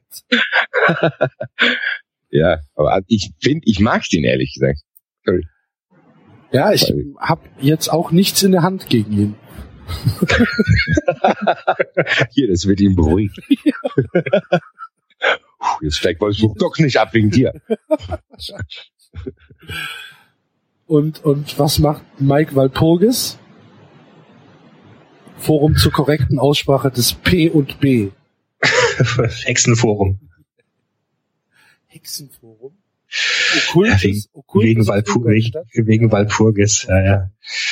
Ja, aber ich mag den ehrlich gesagt. Sorry. Ja, ich habe jetzt auch nichts in der Hand gegen ihn. Hier, das wird ihn beruhigen. Jetzt steigt Wolfsburg doch nicht ab wegen dir. Und was macht Mike Walpurgis? Forum zur korrekten Aussprache des P und B. Hexenforum. Hexenforum? Okkultes? Wegen Walpurgis, ja.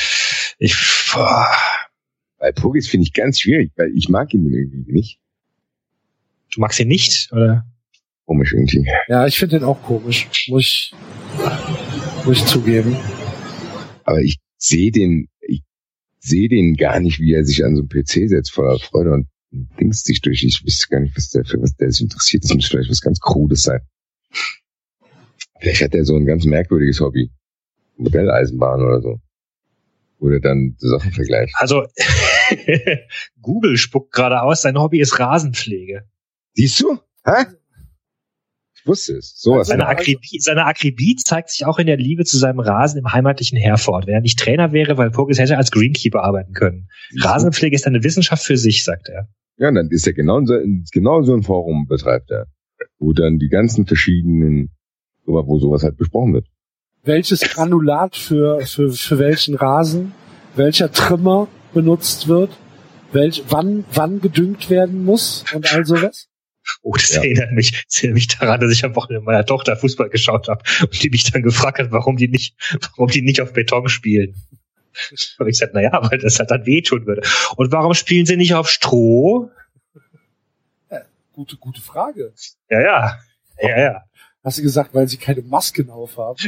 Walpurgis finde ich ganz schwierig, weil ich mag ihn irgendwie nicht. Du magst ihn nicht, oder? Komisch irgendwie. Ja, ich finde den auch komisch. Muss ich zugeben. Aber ich sehe den gar nicht, wie er sich an so einen PC setzt voller Freude und dingst sich durch. Ich wüsste gar nicht, für was der sich interessiert. Das muss vielleicht was ganz Krudes sein. Vielleicht hat er so ein ganz merkwürdiges Hobby. Modelleisenbahn oder so. Wo er dann die Sachen vergleicht. Also, Google spuckt gerade aus, sein Hobby ist Rasenpflege. Siehst du? Hä? Ich wusste es. Sowas. Seine Akribie zeigt sich auch in der Liebe zu seinem Rasen im heimatlichen Herford. Wenn er nicht Trainer wäre, Walpurgis hätte als Greenkeeper arbeiten können. Rasenpflege ist eine Wissenschaft für sich, sagt er. Ja, dann ist er genau so ein Forum betreibt er. Wo dann die ganzen verschiedenen, wo sowas halt besprochen wird. Welches Granulat für welchen Rasen, welcher Trimmer benutzt wird, wann gedüngt werden muss und all sowas? Oh, das erinnert mich daran, dass ich am Wochenende mit meiner Tochter Fußball geschaut habe und die mich dann gefragt hat, warum die nicht auf Beton spielen. Und ich gesagt, naja, weil das halt dann wehtun würde. Und warum spielen sie nicht auf Stroh? Ja, gute Frage. Ja. Hast du gesagt, weil sie keine Masken aufhaben?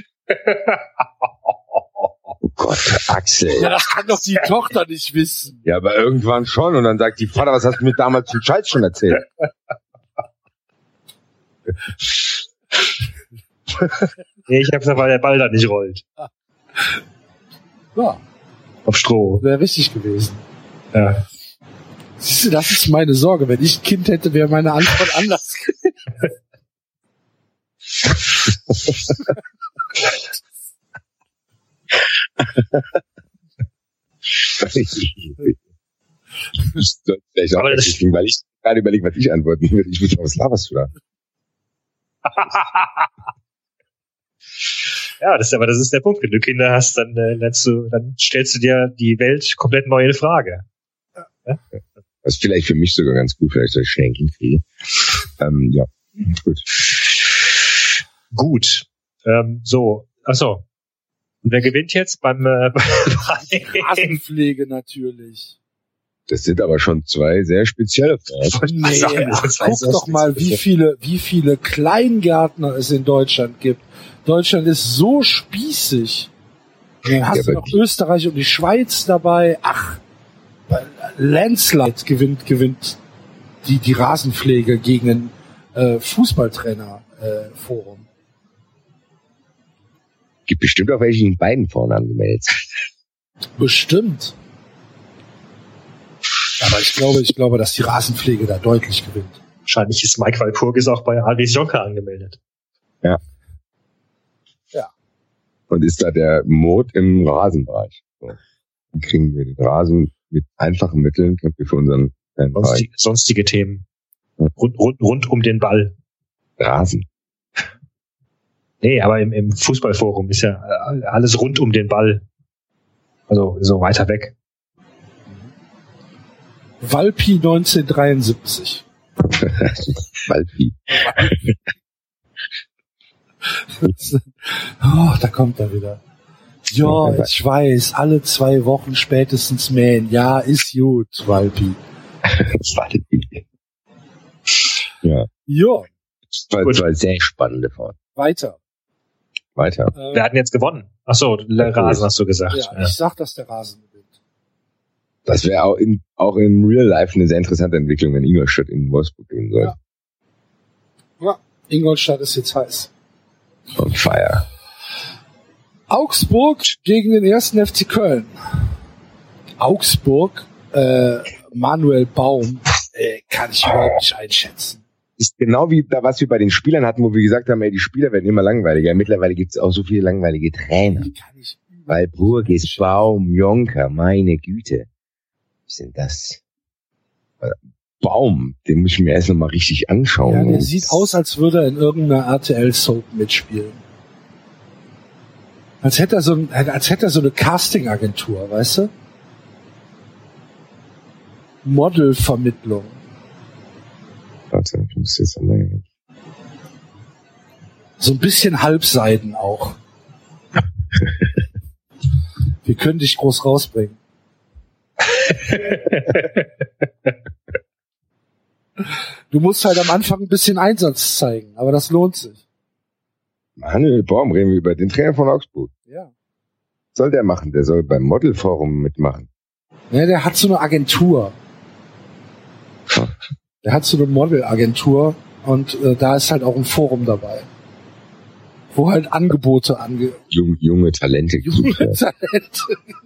Oh Gott, Axel. Ja, das kann doch die Tochter nicht wissen. Ja, aber irgendwann schon. Und dann sagt die Vater, was hast du mir damals zum Scheiß schon erzählt? Nee, ich hab's gesagt, weil der Ball da nicht rollt. Ja. Auf Stroh. Wäre richtig gewesen. Ja. Siehst du, das ist meine Sorge. Wenn ich ein Kind hätte, wäre meine Antwort anders gewesen. Vielleicht auch deswegen, weil ich gerade überlege, was ich antworten würde. Ich würde was laberst du da? Ja, das ist der Punkt. Wenn du Kinder hast, dann stellst du dir die Welt komplett neu in Frage. Ja? Das ist vielleicht für mich sogar ganz gut, vielleicht soll ich schnell ein Kind kriegen. Ja, gut. So, achso. Und wer gewinnt jetzt beim Rasenpflege natürlich. Das sind aber schon zwei sehr spezielle Fragen. Nee, guck doch mal, wie viele Kleingärtner es in Deutschland gibt. Deutschland ist so spießig. Dann hast du noch Österreich und die Schweiz dabei. Ach, Landslide gewinnt die Rasenpflege gegen ein Fußballtrainer-Forum. Gibt bestimmt auch welche, die in beiden vorne angemeldet sind. Bestimmt. Aber ich glaube, dass die Rasenpflege da deutlich gewinnt. Wahrscheinlich ist Mike Walpurgis auch bei Ardis Jonker angemeldet. Ja. Und ist da der Mod im Rasenbereich. So. Dann kriegen wir den Rasen mit einfachen Mitteln für unseren sonstige Themen. Rund um den Ball. Rasen. Nee, aber im Fußballforum ist ja alles rund um den Ball. Also so weiter weg. Walpi 1973. Walpi. Oh, da kommt er wieder. Ja, ich weiß, alle 2 Wochen spätestens mähen. Ja, ist gut, Walpi. Walpi. Ja. Ja. Das war sehr spannende Frage. Weiter. Wir hatten jetzt gewonnen. Ach so, Rasen hast du gesagt. Ja, ich sag, dass der Rasen gewinnt. Das wäre auch in Real Life eine sehr interessante Entwicklung, wenn Ingolstadt in Wolfsburg gewinnen soll. Ja, Ingolstadt ist jetzt heiß. On fire. Augsburg gegen den 1. FC Köln. Augsburg, Manuel Baum, kann ich überhaupt nicht einschätzen. Ist genau wie da, was wir bei den Spielern hatten, wo wir gesagt haben, ey, die Spieler werden immer langweiliger. Mittlerweile gibt es auch so viele langweilige Trainer. Weil Burgess, Baum, Jonker, meine Güte. Was sind das? Baum, den muss ich mir erst noch mal richtig anschauen. Ja, der sieht aus, als würde er in irgendeiner RTL-Soap mitspielen. Als hätte er so eine Casting-Agentur, weißt du? Modelvermittlung. Warte, ich muss jetzt einmal. So ein bisschen Halbseiden auch. Wir können dich groß rausbringen. Du musst halt am Anfang ein bisschen Einsatz zeigen, aber das lohnt sich. Manuel Baum, reden wir über den Trainer von Augsburg. Ja. Was soll der machen? Der soll beim Modelforum mitmachen. Ja, der hat so eine Agentur. Der hat so eine Modelagentur und da ist halt auch ein Forum dabei. Wo halt Angebote junge Talente. Junge Talente,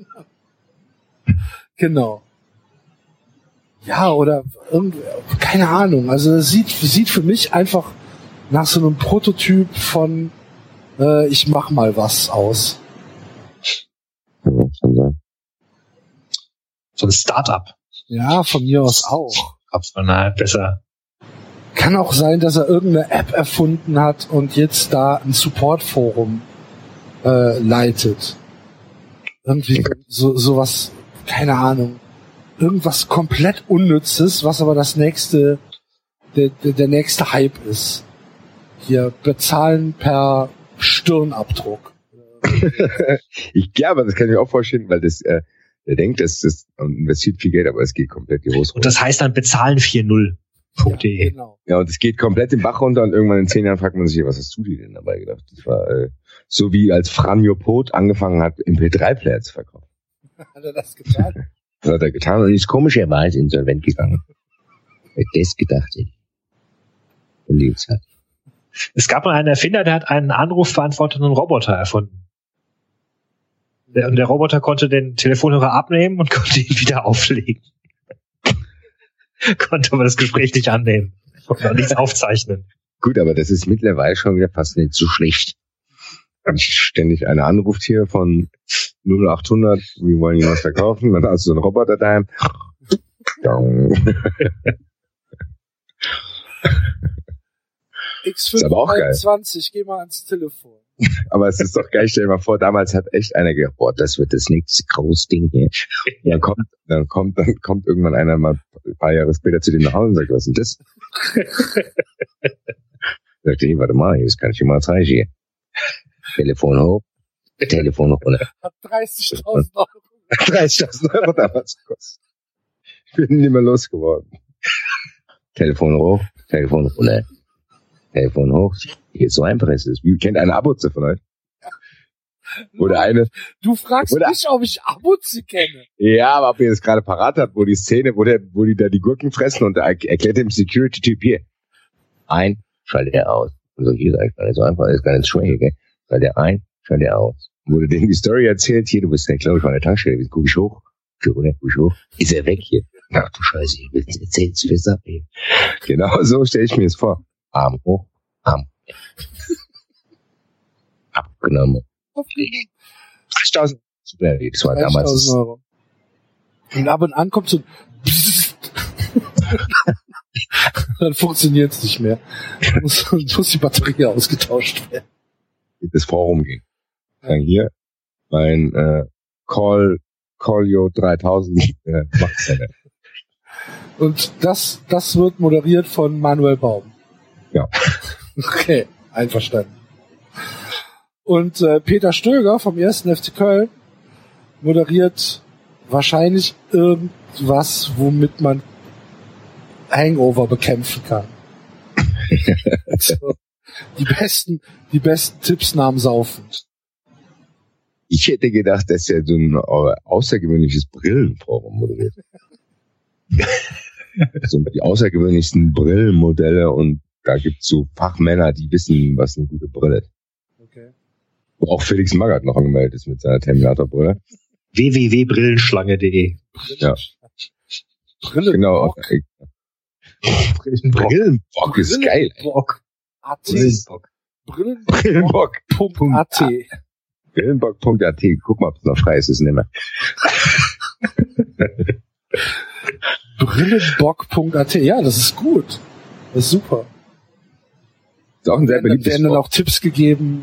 genau. Ja, oder irgendwie, keine Ahnung. Also es sieht für mich einfach nach so einem Prototyp von ich mach mal was aus. Ja, kann sein. So ein Start-up. Ja, von mir aus auch. Optional besser. Kann auch sein, dass er irgendeine App erfunden hat und jetzt da ein Support-Forum leitet. Irgendwie sowas, keine Ahnung. Irgendwas komplett Unnützes, was aber das nächste, der nächste Hype ist. Hier, bezahlen per Stirnabdruck. Ich glaube, das kann ich mir auch vorstellen, weil das, der denkt, das investiert viel Geld, aber es geht komplett die Hose runter. Und das heißt dann bezahlen 40.de. Ja, genau. Ja, und es geht komplett den Bach runter und irgendwann in 10 Jahren fragt man sich, was hast du dir denn dabei gedacht? Das war so wie als Franjo Pot angefangen hat, MP3-Player zu verkaufen. Hat er das getan? Das hat er getan und ist komischerweise insolvent gegangen. Wer das gedacht hätte. Und Lebenszeit. Es gab mal einen Erfinder, der hat einen anrufbeantwortenden Roboter erfunden. Und der Roboter konnte den Telefonhörer abnehmen und konnte ihn wieder auflegen. Konnte aber das Gespräch nicht annehmen und auch nichts aufzeichnen. Gut, aber das ist mittlerweile schon wieder fast nicht so schlecht. Wenn ständig einer anruft hier von 0800, wir wollen Ihnen was verkaufen, dann hast du so einen Roboter daheim. X5 aber auch 21, geh mal ans Telefon. Aber es ist doch geil, stell dir mal vor, damals hat echt einer gedacht, boah, das wird das nächste große Ding hier. Dann kommt irgendwann einer mal ein paar Jahre später zu dir nach Hause und sagt, was ist denn das? Sagt er, warte mal, das kann ich dir mal zeigen hier. Telefon hoch, Telefon runter. Hat 30.000 Euro. 30.000 Euro damals gekostet. Ich bin nicht mehr losgeworden. Telefon hoch, Telefon runter. Telefon hoch. Hier, so einfach ist es. Wie kennt eine Abutze von euch? Oder eine. Du fragst mich, ob ich Abutze kenne. Ja, aber ob ihr das gerade parat habt, wo die Szene, wo die da die Gurken fressen und da erklärt dem Security-Typ hier. Ein, schaltet er aus. Und so, hier ist gar nicht so einfach, ist gar nicht schwer, gell? Schaltet er ein, schaltet er aus. Wurde denen die Story erzählt, hier, du bist ja, glaube ich, von der Tankstelle, guck ich hoch. Guck ich hoch. Ist er weg hier? Ach du Scheiße, ich will es erzählen, es ist ab, ey. Genau so stelle ich mir das vor. Arm hoch, Arm. Abgenommen. 30.000. Das war damals. 30.000 Euro. Und ab und an kommt so ein dann funktioniert es nicht mehr. Muss die Batterie ausgetauscht werden. Das Forum ging. Dann hier mein Callio 3000 macht's ja nicht. Und das wird moderiert von Manuel Baum. Ja. Okay, einverstanden. Und Peter Stöger vom 1. FC Köln moderiert wahrscheinlich irgendwas, womit man Hangover bekämpfen kann. So, die besten Tipps nach dem Saufen. Ich hätte gedacht, dass er so ein außergewöhnliches Brillenforum moderiert. So die außergewöhnlichsten Brillenmodelle und da gibt's so Fachmänner, die wissen, was eine gute Brille ist. Wo auch Felix Magath noch angemeldet ist mit seiner Terminator-Brille. www.brillenschlange.de. Ja. Genau. Brillenbock ist geil. Brillenbock.at. Brillenbock.at. Guck mal, ob es noch frei ist. Ist nicht mehr. Brillenbock.at. Ja, das ist gut. Das ist super. Ist auch ein sehr beliebtes werden dann auch Tipps gegeben,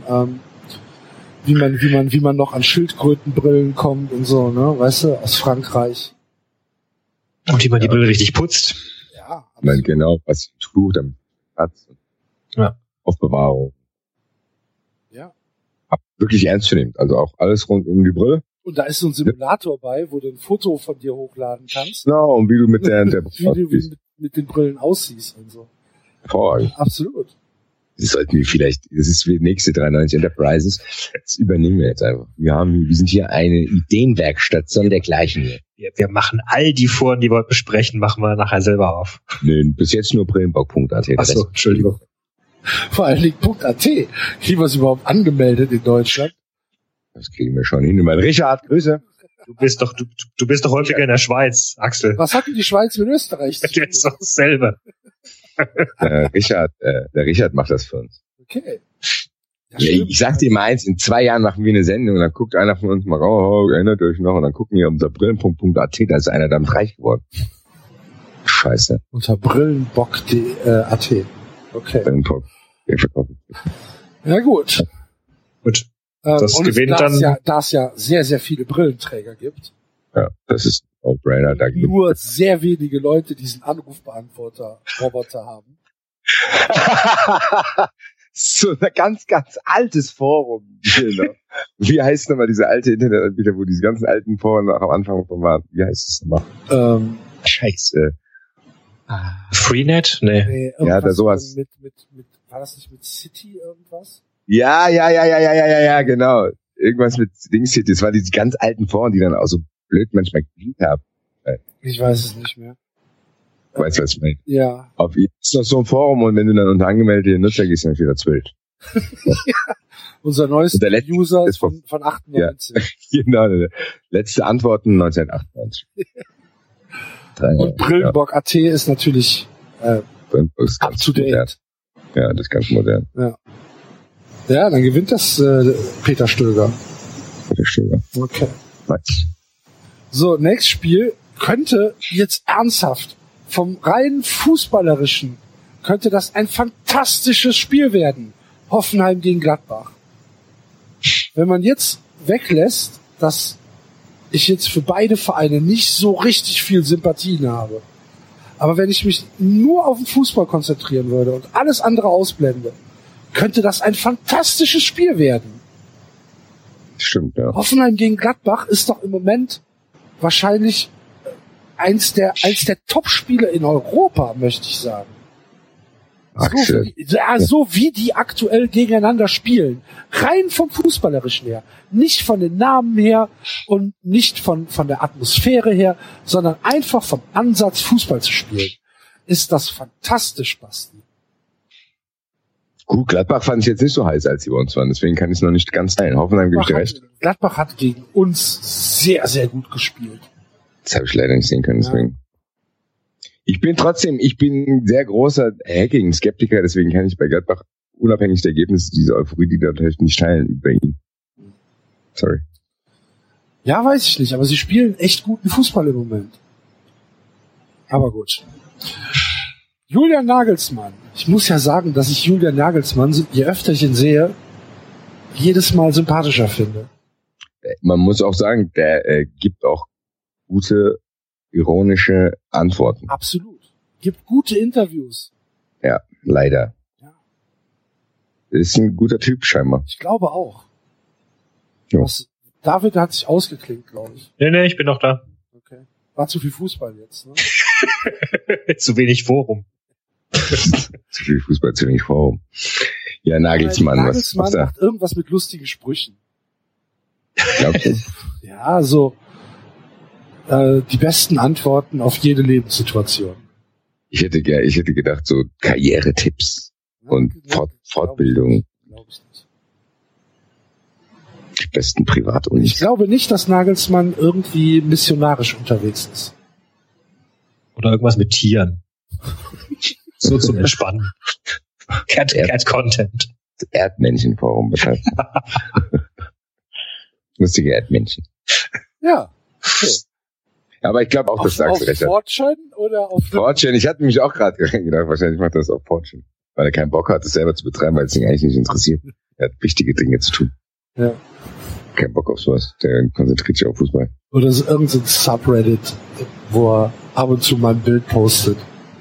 wie man noch an Schildkrötenbrillen kommt und so, ne? Weißt du, aus Frankreich. Und wie man die Brille richtig putzt. Ja. Ich meine, genau, was Tuch damit hat. Ja. Aufbewahrung. Ja. Wirklich ernst zu nehmen. Also auch alles rund um die Brille. Und da ist so ein Simulator bei, wo du ein Foto von dir hochladen kannst. Genau, und wie du mit der wie du mit den Brillen aussiehst und so. Hervorragend. Absolut. Das sollten wir vielleicht, das ist für die nächste 93 Enterprises, das übernehmen wir jetzt einfach. Wir sind hier eine Ideenwerkstatt sondergleichen hier. Wir machen all die Foren, die wir heute besprechen, machen wir nachher selber auf. Nee, bis jetzt nur Brillenbock.at. Achso, Entschuldigung. Vor allen Dingen .at. Kriegen wir es überhaupt angemeldet in Deutschland? Das kriegen wir schon hin. Mein Richard, Grüße. Du bist doch häufiger in der Schweiz, Axel. Was hat denn die Schweiz mit Österreich zu tun? Das ist doch dasselbe. Der Richard macht das für uns. Okay. Ja, ich sag dir mal eins, in 2 Jahren machen wir eine Sendung und dann guckt einer von uns mal, erinnert euch noch, und dann gucken wir unter Brillenbock.at, da ist einer damit reich geworden. Scheiße. Unter Brillenbock.at. Okay. Brillenbock. Wir verkaufen. Ja, gut. Gut. Das und gewinnt da es ja sehr, sehr viele Brillenträger gibt. Ja, das ist auch Brainer. Da nur sehr wenige Leute diesen Anrufbeantworter-Roboter haben. So ein ganz, ganz altes Forum. Wie heißt nochmal diese alte Internetanbieter, wo diese ganzen alten Foren am Anfang waren? Wie heißt es nochmal? Scheiße. Freenet? Nee. Ja, da sowas. Mit, war das nicht mit City irgendwas? Ja, genau. Irgendwas mit Dings City. Das waren diese ganz alten Foren, die dann auch so blöd manchmal gedient haben. Ich weiß es nicht mehr. Weißt du, was ich meine? Ja. Ist doch so ein Forum, und wenn du dann unter angemeldete Nutzer gehst, dann wieder 12. Ja. Unser neuester User ist von 98. Ja. Genau, letzte Antworten 1998. Und Brillenbock.at ist natürlich up to date. Modern. Ja, das ist ganz modern. Ja, dann gewinnt das Peter Stöger. Okay. Nice. So, nächstes Spiel könnte jetzt ernsthaft vom rein fußballerischen, könnte das ein fantastisches Spiel werden. Hoffenheim gegen Gladbach. Wenn man jetzt weglässt, dass ich jetzt für beide Vereine nicht so richtig viel Sympathien habe, aber wenn ich mich nur auf den Fußball konzentrieren würde und alles andere ausblende, könnte das ein fantastisches Spiel werden. Stimmt, ja. Hoffenheim gegen Gladbach ist doch im Moment wahrscheinlich eins der Top-Spiele in Europa, möchte ich sagen. So wie die aktuell gegeneinander spielen. Rein vom Fußballerischen her. Nicht von den Namen her und nicht von der Atmosphäre her, sondern einfach vom Ansatz, Fußball zu spielen. Ist das fantastisch, Basti. Gut, Gladbach fand ich jetzt nicht so heiß, als sie bei uns waren. Deswegen kann ich es noch nicht ganz teilen. Hoffenheim gebe ich dir recht. Gladbach hat gegen uns sehr, sehr gut gespielt. Das habe ich leider nicht sehen können, deswegen. Ich bin ein sehr großer Hacking-Skeptiker, deswegen kann ich bei Gladbach unabhängig der Ergebnisse diese Euphorie, die da natürlich nicht teilen, über ihn. Sorry. Ja, weiß ich nicht, aber sie spielen echt guten Fußball im Moment. Aber gut. Julian Nagelsmann. Ich muss ja sagen, dass ich Julian Nagelsmann, je öfter ich ihn sehe, jedes Mal sympathischer finde. Man muss auch sagen, der gibt auch gute, ironische Antworten. Absolut. Gibt gute Interviews. Ja, leider. Ja. Ist ein guter Typ scheinbar. Ich glaube auch. Ja. David hat sich ausgeklinkt, glaube ich. Nee, ich bin noch da. Okay. War zu viel Fußball jetzt, ne? Zu wenig Forum. Zu viel Fußball, zu wenig Forum. Ja, Nagelsmann. Nagelsmann macht irgendwas mit lustigen Sprüchen. Glaubst du? Ja, so die besten Antworten auf jede Lebenssituation. Ich hätte gedacht, so Karrieretipps und Fortbildung. Glaub ich nicht. besten Privatunis. Ich glaube nicht, dass Nagelsmann irgendwie missionarisch unterwegs ist. Oder irgendwas mit Tieren. So zum Entspannen. Cat Content. Erdmännchenforum betreibt. Lustige Erdmännchen. Ja. Okay. Aber ich glaube auch, das sagst du recht. Auf Fortune oder auf Fortune? Ich hatte mich auch gerade gedacht, wahrscheinlich macht er das auf Fortune. Weil er keinen Bock hat, das selber zu betreiben, weil es ihn eigentlich nicht interessiert. Er hat wichtige Dinge zu tun. Ja. Kein Bock auf sowas. Der konzentriert sich auf Fußball. Oder so irgendein Subreddit, wo er ab und zu mal ein Bild postet.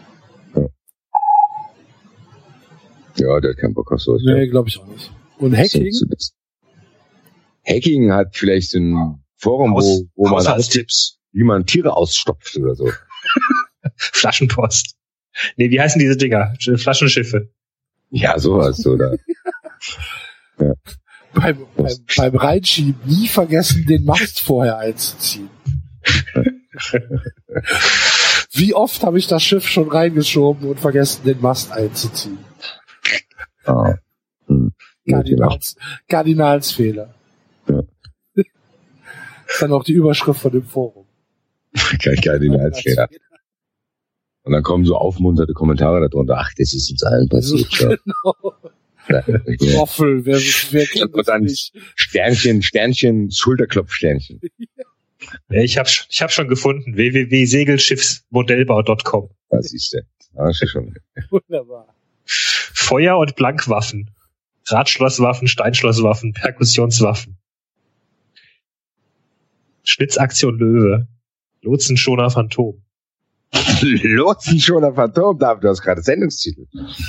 Ja, der hat keinen Bock auf sowas. Nee, glaube ich auch nicht. Und Hacking? Hacking hat vielleicht so ein Forum, wo man Haushaltstipps, wie man Tiere ausstopft oder so. Flaschenpost. Nee, wie heißen diese Dinger? Flaschenschiffe. Ja, sowas, oder? Ja. Beim Reinschieben nie vergessen, den Mast vorher einzuziehen. Wie oft habe ich das Schiff schon reingeschoben und vergessen, den Mast einzuziehen? Ah. Kardinalsfehler. Ja. Ist dann auch die Überschrift von dem Forum. Kein Kardinalsfehler. Und dann kommen so aufmunterte Kommentare darunter. Ach, das ist uns allen passiert. Genau. Waffel, wer kennt und dann nicht? Sternchen, Schulterklopfsternchen. Ja, ich hab schon gefunden. www.segelschiffsmodellbau.com. Das siehst du. Das ist schon. Wunderbar. Feuer- und Blankwaffen. Radschlosswaffen, Steinschlosswaffen, Perkussionswaffen. Schnitzaktion Löwe. Lotsenschoner Phantom. Lotsenschoner Phantom, David, du hast gerade Sendungstitel.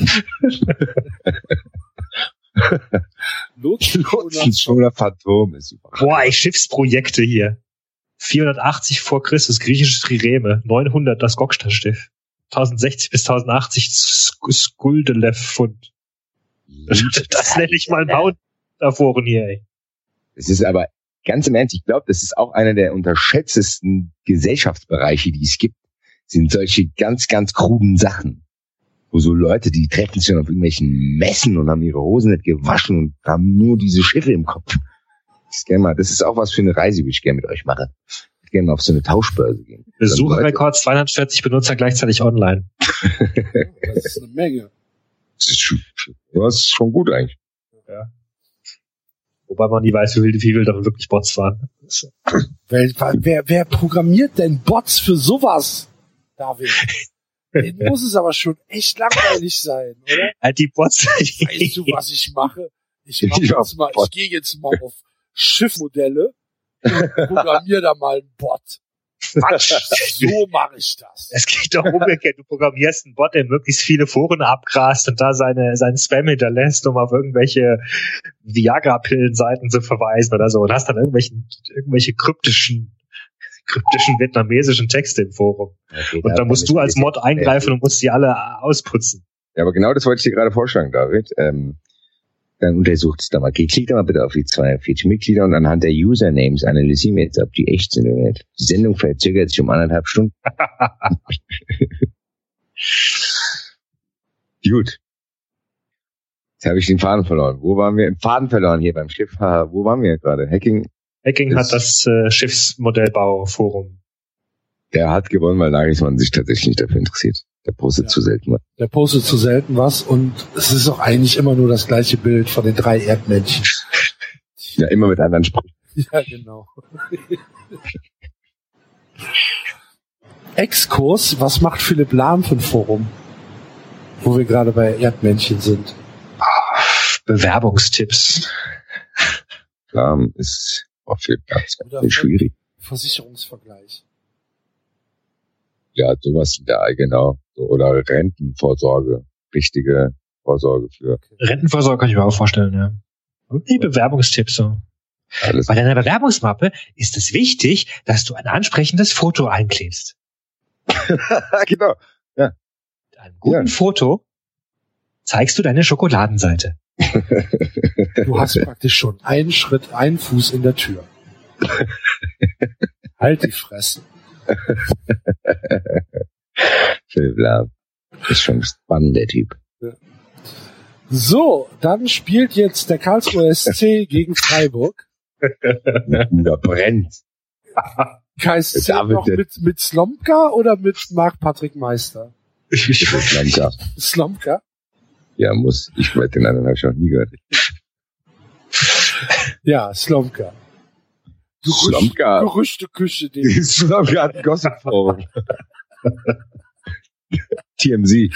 Lotsenschoner Phantom ist super. Boah, Schiffsprojekte hier. 480 vor Christus, griechisches Trireme. 900 das Gokstad-Schiff. 1060 bis 1080 Skuldelev-Fund. Das nenne ich mal Bautaforen hier, ey. Es ist aber, ganz im Ernst, ich glaube, das ist auch einer der unterschätztesten Gesellschaftsbereiche, die es gibt, sind solche ganz, ganz kruden Sachen. Wo so Leute, die treffen sich schon auf irgendwelchen Messen und haben ihre Hosen nicht gewaschen und haben nur diese Schiffe im Kopf. Das ist auch was für eine Reise, die ich gerne mit euch mache. Ich würde gerne mal auf so eine Tauschbörse gehen. Besucherrekord 240 Benutzer gleichzeitig online. Das ist eine Menge. Das ist schon gut eigentlich. Ja. Wobei man nie weiß, wie viel da wirklich Bots waren. Wer programmiert denn Bots für sowas, David? Den muss es aber schon echt langweilig sein, oder? Halt die Bots. Weißt du, was ich mache? Ich gehe jetzt mal auf Schiffmodelle und programmiere da mal einen Bot. Quatsch, so mache ich das. Es geht doch umgekehrt. Du programmierst einen Bot, der möglichst viele Foren abgrast und da seinen Spam hinterlässt, um auf irgendwelche Viagra-Pillen-Seiten zu verweisen oder so und hast dann irgendwelche kryptischen vietnamesischen Texte im Forum. Okay, und dann musst du als Mod eingreifen und musst die alle ausputzen. Ja, aber genau das wollte ich dir gerade vorschlagen, David. Dann untersucht es da mal. Klickt da mal bitte auf die 42 Mitglieder und anhand der Usernames analysieren wir jetzt, ob die echt sind oder nicht. Die Sendung verzögert sich um 1,5 Stunden. Gut. Jetzt habe ich den Faden verloren. Wo waren wir? Im Faden verloren hier beim Schiff. Wo waren wir gerade? Hacking hat das Schiffsmodellbauforum. Der hat gewonnen, weil Nagelsmann sich tatsächlich nicht dafür interessiert. Der postet zu selten was. Der postet zu selten was und es ist auch eigentlich immer nur das gleiche Bild von den 3 Erdmännchen. Ja, immer mit anderen Sprüchen. Ja, genau. Exkurs, was macht Philipp Lahm für ein Forum? Wo wir gerade bei Erdmännchen sind. Bewerbungstipps. Lahm ist auch für ganz schwierig. Versicherungsvergleich. Ja, sowas in der genau. Oder Rentenvorsorge. Richtige Vorsorge für. Rentenvorsorge kann ich mir auch vorstellen, ja. Und die Bewerbungstipps so. Bei deiner Bewerbungsmappe ist es wichtig, dass du ein ansprechendes Foto einklebst. Genau. Ja. Mit einem guten Foto zeigst du deine Schokoladenseite. Du hast praktisch schon einen Fuß in der Tür. Halt die Fresse. Philipp Lahm ist schon spannend, der Typ. Ja. So, dann spielt jetzt der Karlsruher SC gegen Freiburg. Oder brennt. Heißt es noch mit Slomka oder mit Marc-Patrick Meister? Slomka. Slomka? Ja, muss. Ich weiß, den anderen habe ich noch nie gehört. Ja, Slomka. Slomka. Gerüchteküche. Slomka hat ein Gossip-Forum. TMZ.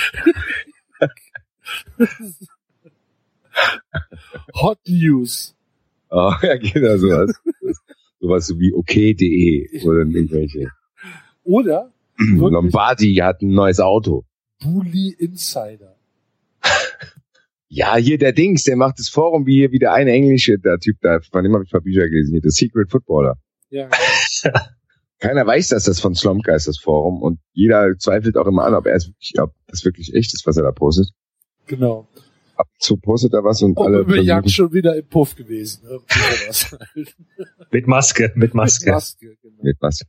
Hot News. Oh, ja, genau, sowas. Sowas wie okay.de oder irgendwelche. Oder Lombardi hat ein neues Auto. Bully Insider. Ja, hier der Dings, der macht das Forum wie hier wieder eine englische, der Typ da, von dem habe ich ein paar Bücher gelesen, hier, der Secret Footballer. Ja. Keiner weiß, dass das von Slomka ist, das Forum, und jeder zweifelt auch immer an, ob das wirklich echt ist, was er da postet. Genau. Ab und zu postet er was und alle versuchen. Jan schon wieder im Puff gewesen. Mit Maske. Mit Maske, genau. Mit Maske.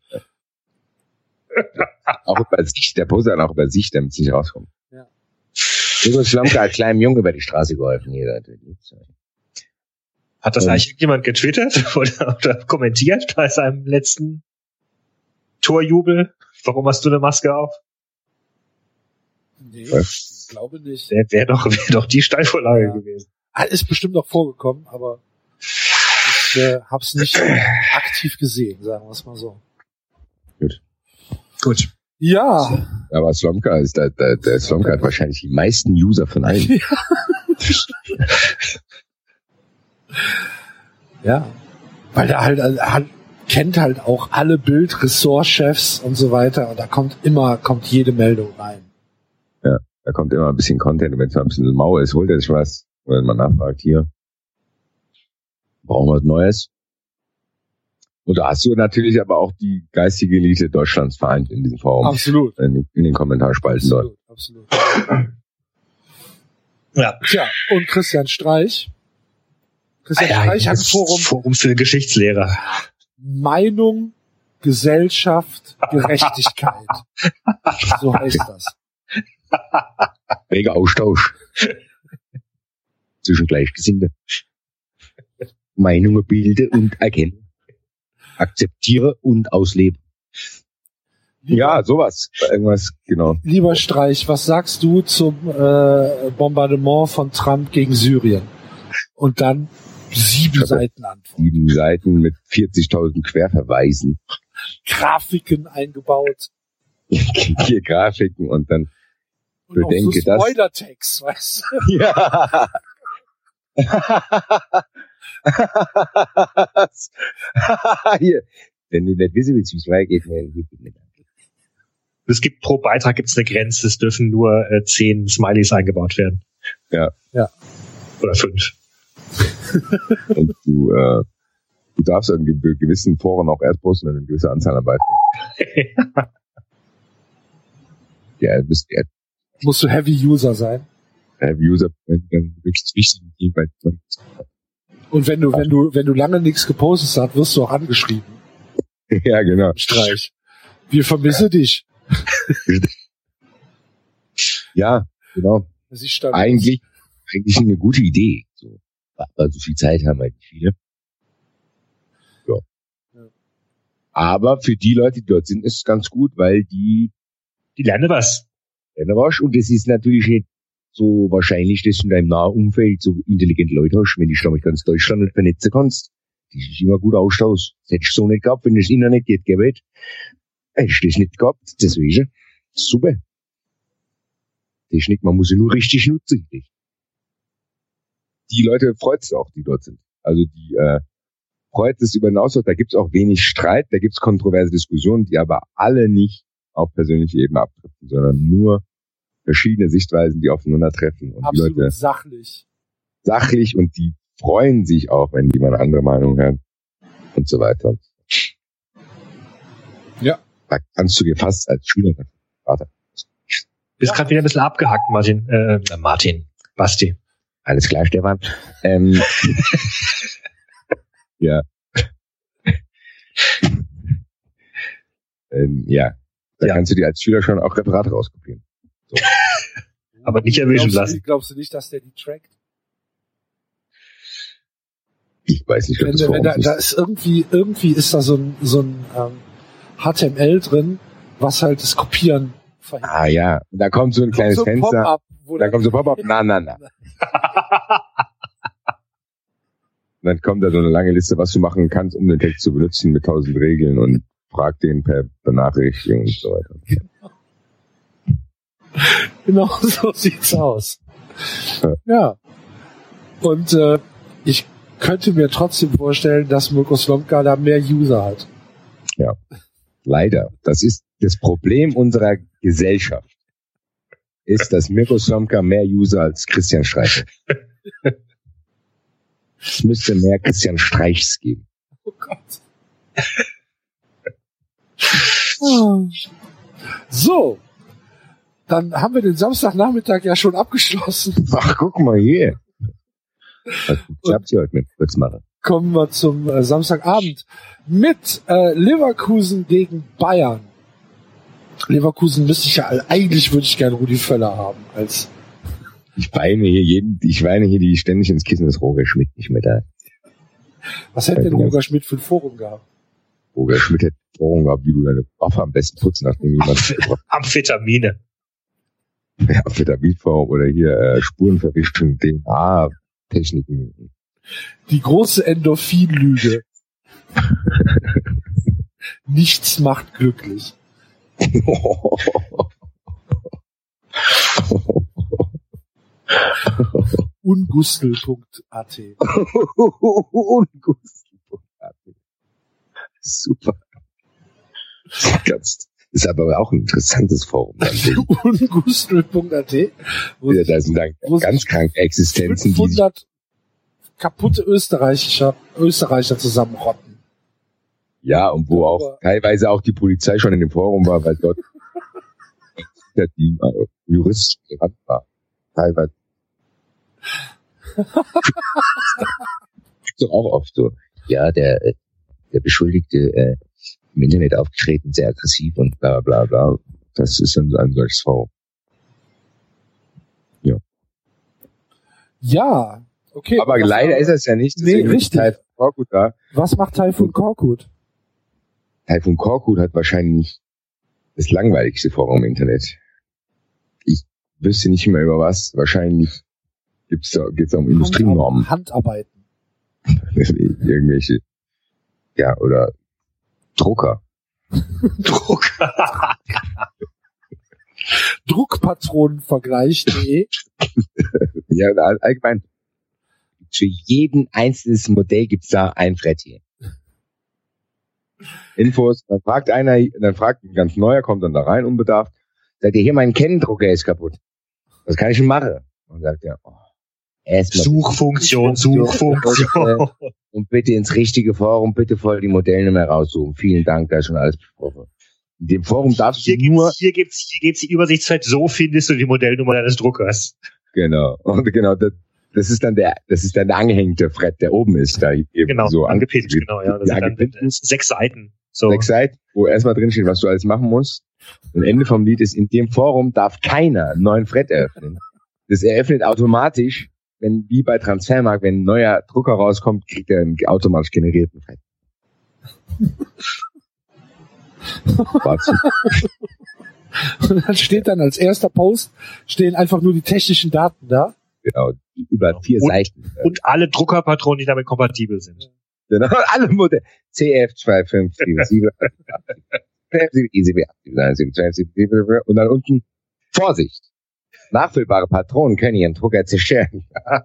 Auch über sich, der postet dann auch über sich, damit es nicht rauskommt. Ja. Übrigens, Slomka hat kleinem Jungen über die Straße geholfen. Hat das eigentlich jemand getwittert oder kommentiert bei seinem letzten Torjubel? Warum hast du eine Maske auf? Nee, ich glaube nicht. Wäre doch die Steilvorlage gewesen. Ist bestimmt noch vorgekommen, aber ich hab's nicht aktiv gesehen, sagen wir es mal so. Gut. Ja. Aber Slomka ist der Slomka hat wahrscheinlich die meisten User von allen. Ja. Weil der halt kennt halt auch alle Bild-Ressortchefs und so weiter, und da kommt jede Meldung rein. Ja, da kommt immer ein bisschen Content, und wenn es mal ein bisschen mau ist, holt er sich was, wenn man nachfragt, hier, brauchen wir was Neues? Und da hast du natürlich aber auch die geistige Elite Deutschlands vereint in diesem Forum. Absolut. In den Kommentarspalten dort. Absolut. Ja. Tja, und Christian Streich. Streich hat ein Forum für Geschichtslehrer. Meinung, Gesellschaft, Gerechtigkeit. So heißt das. Reger Austausch. Zwischen Gleichgesinnten. Meinungen bilden und erkennen. Akzeptiere und auslebe. Ja, sowas. Irgendwas, genau. Lieber Streich, was sagst du zum Bombardement von Trump gegen Syrien? Und dann 7 Seiten Antwort. 7 Seiten mit 40.000 Querverweisen. Grafiken eingebaut. Hier Grafiken und dann und bedenke auch so Spoiler-Text, weißt du? Ja. Hier. Wenn du nicht wissen willst, wie es weitergeht, nicht. Es gibt pro Beitrag eine Grenze, es dürfen nur 10 Smileys eingebaut werden. Ja. Oder 5. Und du darfst in gewissen Foren auch erst posten, wenn du eine gewisse Anzahl an Beiträgen. Ja, musst du Heavy User sein. Heavy User, dann wirklich wichtig. Und wenn du lange nichts gepostet hast, wirst du auch angeschrieben. Ja, genau. Streich. Wir vermissen dich. Ja, genau. Eigentlich eine gute Idee. So. Aber so viel Zeit haben halt nicht viele. Ja. Aber für die Leute, die dort sind, ist es ganz gut, weil die lernen was. Und das ist natürlich nicht so wahrscheinlich, dass du in deinem nahen Umfeld so intelligente Leute hast, wenn du dich damit ganz Deutschland nicht vernetzen kannst. Das ist immer gut Austausch. Das hätte ich so nicht gehabt, wenn das Internet geht, hätte ich das nicht gehabt. Deswegen, super. Technik, man muss sie nur richtig nutzen. Die Leute freut es auch, die dort sind. Also die freut es über den Austausch. Da gibt es auch wenig Streit, da gibt es kontroverse Diskussionen, die aber alle nicht auf persönliche Ebene abdriften, sondern nur verschiedene Sichtweisen, die aufeinandertreffen. Und absolut, die Leute sachlich, und die freuen sich auch, wenn die mal eine andere Meinung haben und so weiter. Ja. Da kannst du dir fast als Schüler Vater. Bist gerade wieder ein bisschen abgehackt, Martin. Basti. Alles klar, Stefan. Ja. Ja. Da kannst du dir als Schüler schon auch Referate rauskopieren. So. Aber nicht erwischen lassen. Glaubst du nicht, dass der die trackt? Ich weiß nicht, ob das Forum ist. Da ist irgendwie ist da so ein HTML drin, was halt das Kopieren verhindert. Ah ja, und da kommt so ein kleines so Fenster. Da kommt so ein Pop-up. Na. Dann kommt da so eine lange Liste, was du machen kannst, um den Text zu benutzen mit 1000 Regeln und frag den per Benachrichtigung und so weiter. Genau so sieht's aus. Ja. Und ich könnte mir trotzdem vorstellen, dass Mirko Slomka da mehr User hat. Ja, leider. Das ist das Problem unserer Gesellschaft. Ist, dass Mirko Slomka mehr User als Christian Streich hat. Es müsste mehr Christian Streichs geben. Oh Gott. So. Dann haben wir den Samstagnachmittag ja schon abgeschlossen. Ach, guck mal hier. Ich hab's hier heute mit Kurzmache. Kommen wir zum Samstagabend mit Leverkusen gegen Bayern. Leverkusen müsste ich ja, eigentlich würde ich gerne Rudi Völler haben als. Ich weine hier die ständig ins Kissen des Roger Schmidt nicht mehr da. Was hätte denn Roger Schmidt für ein Forum gehabt? Roger Schmidt hätte ein Forum gehabt, wie du deine Waffe am besten putzt, nachdem jemand Amphetamine. Ja, Amphetaminforum oder hier Spurenverwischen, DNA-Techniken. Die große Endorphinlüge. Nichts macht glücklich. Ungustel.at Ungustel.at Super. Ist aber auch ein interessantes Forum. Ungustel.at Ja, da sind dann ganz kranke Existenzen, 500 kaputte Österreicher zusammenrotten. Ja, und wo auch teilweise auch die Polizei schon in dem Forum war, weil dort die Juristen dran war. Teilweise. So auch oft so. Ja, der Beschuldigte im Internet aufgetreten, sehr aggressiv und bla bla bla. Das ist dann so ein solches Forum. Ja. Ja, okay. Aber leider ist es ja nicht. Nee, richtig. Taifun Korkut da. Was macht Taifun Korkut? Taifun Korkut hat wahrscheinlich das langweiligste Forum im Internet. Ich wüsste nicht mehr über was. Wahrscheinlich geht's da um Industrienormen. Handarbeiten. Irgendwelche, ja, oder Drucker. Druckpatronenvergleich.de Ja, allgemein. Für jeden einzelnes Modell gibt's da ein Frettchen. Infos, dann fragt ein ganz neuer, kommt dann da rein, unbedarft, sagt ihr, hier, mein Canon-Drucker ist kaputt. Was kann ich denn machen? Und sagt er, Suchfunktion. Und bitte ins richtige Forum, bitte voll die Modellnummer raussuchen. Vielen Dank, da ist schon alles besprochen. In dem Forum darfst du nur... Hier gibt's die Übersichtsfeld, so findest du die Modellnummer deines Druckers. Genau. Und genau, das ist dann der angehängte Fred, der oben ist, da eben genau, so angepinnt, genau, ja. Das sind dann 6 Seiten. So. 6 Seiten, wo erstmal drinsteht, was du alles machen musst. Und Ende vom Lied ist, in dem Forum darf keiner einen neuen Fred eröffnen. Das eröffnet automatisch, wie bei Transfermarkt, wenn ein neuer Drucker rauskommt, kriegt er einen automatisch generierten Fred. Und dann steht dann als erster Post, stehen einfach nur die technischen Daten da. Genau, über 4 Seiten. Und alle Druckerpatronen, die damit kompatibel sind. Genau, alle Modelle. CF257, und dann unten, Vorsicht! Nachfüllbare Patronen können Ihren Drucker zerstören.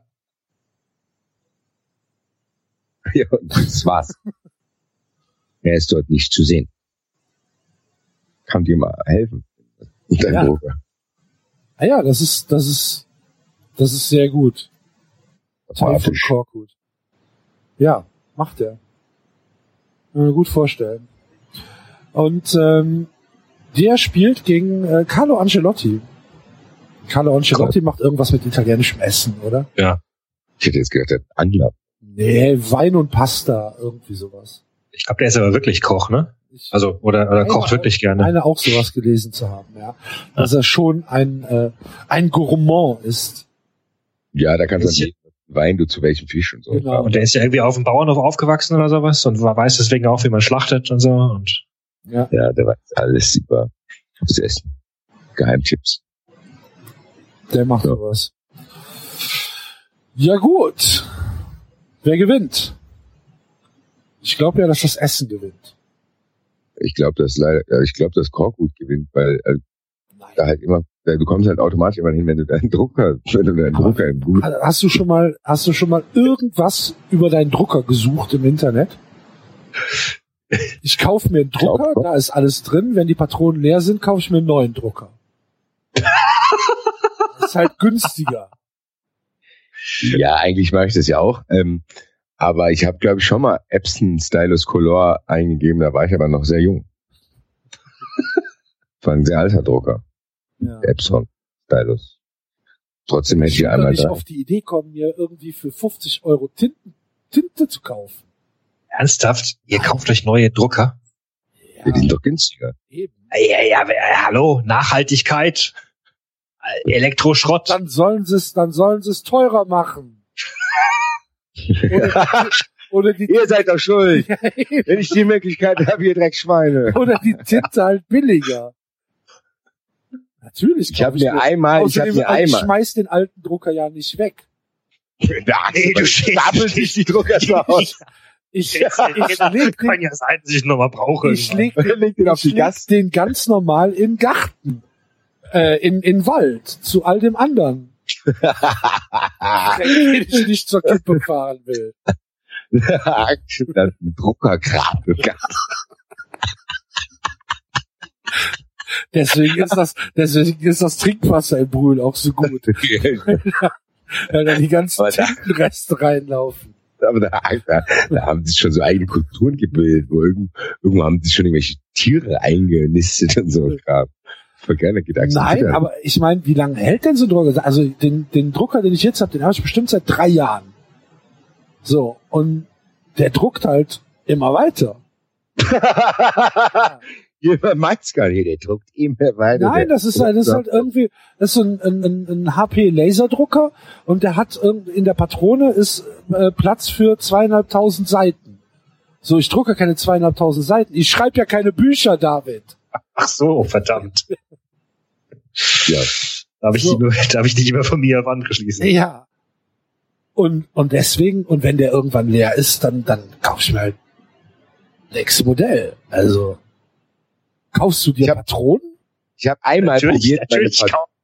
Ja, und das war's. Er ist dort nicht zu sehen. Kann dir mal helfen. Ja. Drucker. Ah ja, das ist sehr gut. Taifun Korkut. Ja, macht er. Kann mir gut vorstellen. Und der spielt gegen Carlo Ancelotti. Carlo Ancelotti macht irgendwas mit italienischem Essen, oder? Ja. Ich hätte jetzt gedacht, der Angler. Nee, Wein und Pasta, irgendwie sowas. Ich glaube, der ist aber wirklich Koch, ne? Also, oder kocht wirklich gerne. Eine auch sowas gelesen zu haben, ja. Dass er schon ein Gourmand ist. Ja, da kannst du Wein du zu welchem Fisch und so. Genau. Und der ist ja irgendwie auf dem Bauernhof aufgewachsen oder sowas und weiß deswegen auch, wie man schlachtet und so. Und Ja. Ja, der weiß alles über das Essen. Geheimtipps. Der macht Ja. sowas. Ja gut. Wer gewinnt? Ich glaube ja, dass das Essen gewinnt. Ich glaube, dass Korkut gewinnt, weil da halt immer, du kommst halt automatisch immer hin, wenn du deinen Drucker im Blut. Hast du schon mal irgendwas über deinen Drucker gesucht im Internet? Ich kaufe mir einen Drucker, da ist alles drin. Wenn die Patronen leer sind, kaufe ich mir einen neuen Drucker. Das ist halt günstiger. Ja, eigentlich mache ich das ja auch. Aber ich habe, glaube ich, schon mal Epson Stylus Color eingegeben, da war ich aber noch sehr jung. Das war ein sehr alter Drucker. Ja. Epson Stylus. Trotzdem hätte Ich ich würde einmal nicht da. auf die Idee kommen, mir irgendwie für 50 € Tinte zu kaufen. ernsthaft, ihr kauft euch neue Drucker? Ja, die sind doch günstiger. Eben. Ja, hallo, Nachhaltigkeit, Elektroschrott. Dann sollen sie es teurer machen. Oder die Ihr seid doch schuld. Wenn ich die Möglichkeit habe, ihr Dreckschweine. Oder die Tinte halt billiger. Natürlich. Ich habe mir einmal, Ich schmeiß den alten Drucker ja nicht weg. Nee, du stapelst sich die Drucker so aus. Kann ja sein, dass ich noch mal brauche. Ich leg den ganz normal in Garten. In Wald. Zu all dem anderen. Wenn ich nicht zur Kippe fahren will. Das ist ein Druckerkram. Deswegen ist das Trinkwasser im Brühl auch so gut. Weil da die ganzen Tintenreste reinlaufen. Aber da haben sich schon so eigene Kulturen gebildet, wo irgendwo haben sich schon irgendwelche Tiere eingenistet und so. Nein, aber ich meine, wie lange hält denn so ein Drucker? Also den Drucker, den ich jetzt habe, den habe ich bestimmt seit 3 Jahren. So, und der druckt halt immer weiter. Jemand meint's gar nicht, der druckt immer weiter. Nein, das ist halt irgendwie, das ist so ein HP Laserdrucker und der hat in der Patrone ist Platz für 2500 Seiten. So, ich drucke keine 2500 Seiten. Ich schreibe ja keine Bücher, David. Ach so, verdammt. Ja. Darf ich dich immer von mir Wand geschließen? Ja. Und deswegen, und wenn der irgendwann leer ist, dann kauf ich mir halt nächste Modell. Also, kaufst du dir Patronen? Ich habe einmal probiert, natürlich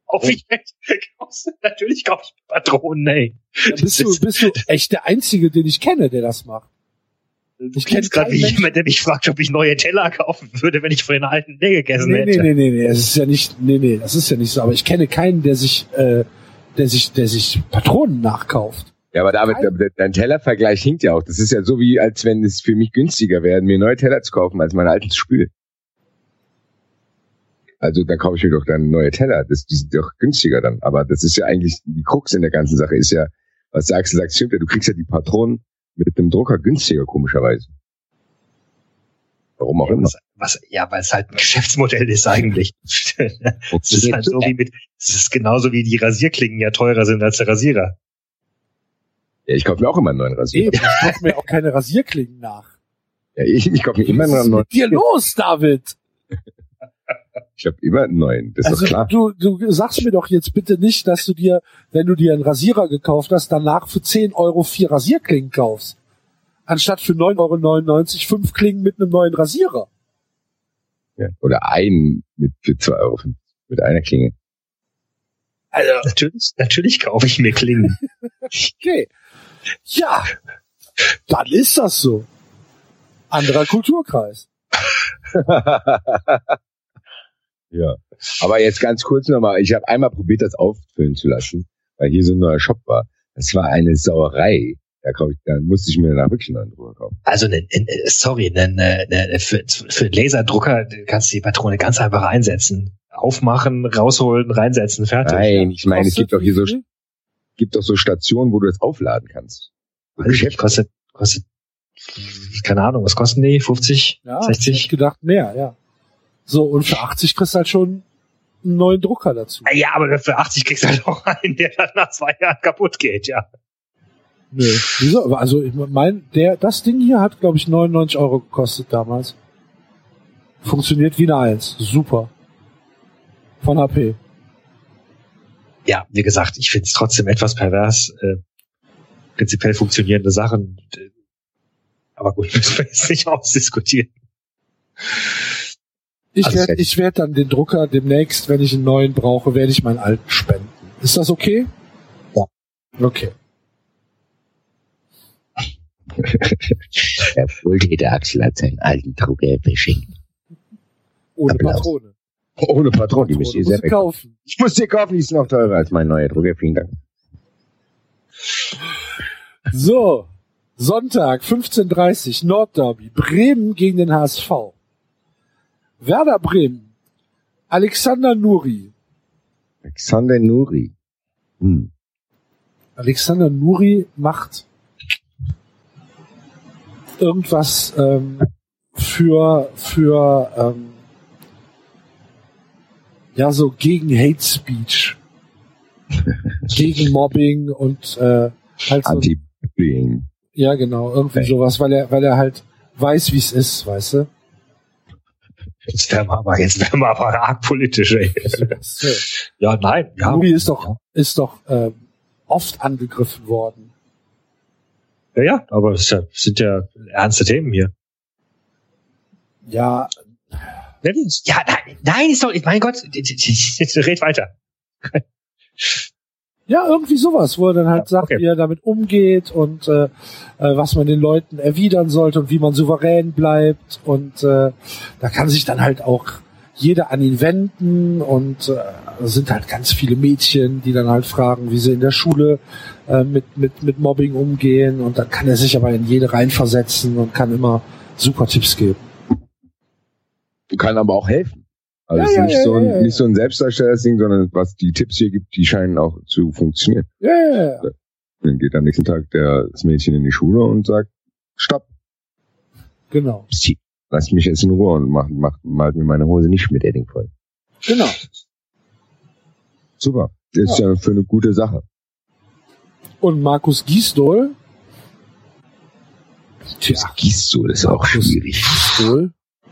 kaufe ich Patronen, ey. Ja, bist du echt der Einzige, den ich kenne, der das macht. Ich kenne gerade wie jemand, der mich fragt, ob ich neue Teller kaufen würde, wenn ich von den alten Dinge gegessen hätte. Nee, das ist ja nicht, das ist ja nicht so. Aber ich kenne keinen, der sich Patronen nachkauft. Ja, aber David, dein Tellervergleich hinkt ja auch. Das ist ja so wie, als wenn es für mich günstiger wäre, mir neue Teller zu kaufen, als meine alten zu spülen. Also dann kaufe ich mir doch dann neue Teller. Die sind doch günstiger dann. Aber das ist ja eigentlich, die Krux in der ganzen Sache ist ja, was der Axel sagt, stimmt ja, du kriegst ja die Patronen mit dem Drucker günstiger, komischerweise. Warum auch immer. Weil es halt ein Geschäftsmodell ist eigentlich. Es ist halt so es ist genauso wie die Rasierklingen ja teurer sind als der Rasierer. Ja, ich kaufe mir auch immer einen neuen Rasierer. Ich kaufe mir auch keine Rasierklingen nach. Ja, ich kaufe mir immer einen neuen. Was ist mit dir los, David? Ich habe immer einen neuen, das ist doch klar. Du sagst mir doch jetzt bitte nicht, dass du dir, wenn du dir einen Rasierer gekauft hast, danach für 10 € 4 Rasierklingen kaufst. Anstatt für 9,99 € 5 Klingen mit einem neuen Rasierer. Ja, oder einen für 2 € mit einer Klinge. Also natürlich kaufe ich mir Klingen. Okay. Ja, dann ist das so. Anderer Kulturkreis. Ja, aber jetzt ganz kurz nochmal, ich habe einmal probiert, das auffüllen zu lassen, weil hier so ein neuer Shop war. Das war eine Sauerei. Da musste ich mir danach wirklich einen neuen Drucker kaufen. Also, für einen Laserdrucker kannst du die Patrone ganz einfach einsetzen. Aufmachen, rausholen, reinsetzen, fertig. Nein, ich meine, es gibt doch hier gibt doch so Stationen, wo du das aufladen kannst. Kostet, keine Ahnung, was kosten die? 50? Ja, 60? Ich hätte gedacht mehr, ja. So, und für 80 kriegst du halt schon einen neuen Drucker dazu. Ja, aber für 80 kriegst du halt auch einen, der dann nach 2 Jahren kaputt geht, ja. Nö. Wieso? Also ich meine, das Ding hier hat, glaube ich, 99 € gekostet damals. Funktioniert wie eine 1. Super. Von HP. Ja, wie gesagt, ich finde es trotzdem etwas pervers. Prinzipiell funktionierende Sachen. Aber gut, müssen wir jetzt nicht ausdiskutieren. Ich werd dann den Drucker demnächst, wenn ich einen neuen brauche, werde ich meinen alten spenden. Ist das okay? Ja. Okay. Der wohltätige Axel hat seinen alten Drucker verschenkt. Ohne Applaus. Patrone. Ohne Patrone, die müsst ihr selber kaufen. Ich muss dir kaufen, die ist noch teurer als mein neuer Drucker. Vielen Dank. So, Sonntag, 15:30 Nordderby, Bremen gegen den HSV. Werder Bremen, Alexander Nuri. Alexander Nuri. Alexander Nuri macht irgendwas für so gegen Hate Speech, gegen Mobbing und halt so, Anti-Bullying. ja genau, irgendwie sowas, weil er halt weiß, wie es ist, weißt du? Jetzt werden wir aber arg politisch, ey. Ja, nein. Ja. Nuri ist doch oft angegriffen worden. Ja, aber es sind ja ernste Themen hier. Ja. Ja, nein, ist doch, mein Gott, red weiter. Ja, irgendwie sowas, wo er dann halt sagt, wie er damit umgeht und was man den Leuten erwidern sollte und wie man souverän bleibt. Und da kann sich dann halt auch jeder an ihn wenden und sind halt ganz viele Mädchen, die dann halt fragen, wie sie in der Schule mit Mobbing umgehen. Und dann kann er sich aber in jede reinversetzen und kann immer super Tipps geben. Kann aber auch helfen. Also es ist nicht so ein Selbstdarstellersding, sondern was die Tipps hier gibt, die scheinen auch zu funktionieren. Ja. Dann geht am nächsten Tag das Mädchen in die Schule und sagt, stopp. Genau. Lass mich jetzt in Ruhe und malt mir meine Hose nicht mit Edding voll. Genau. Super. Das ist ja für eine gute Sache. Und Markus Gisdol. Gisdol ist auch schwierig. Gisdol.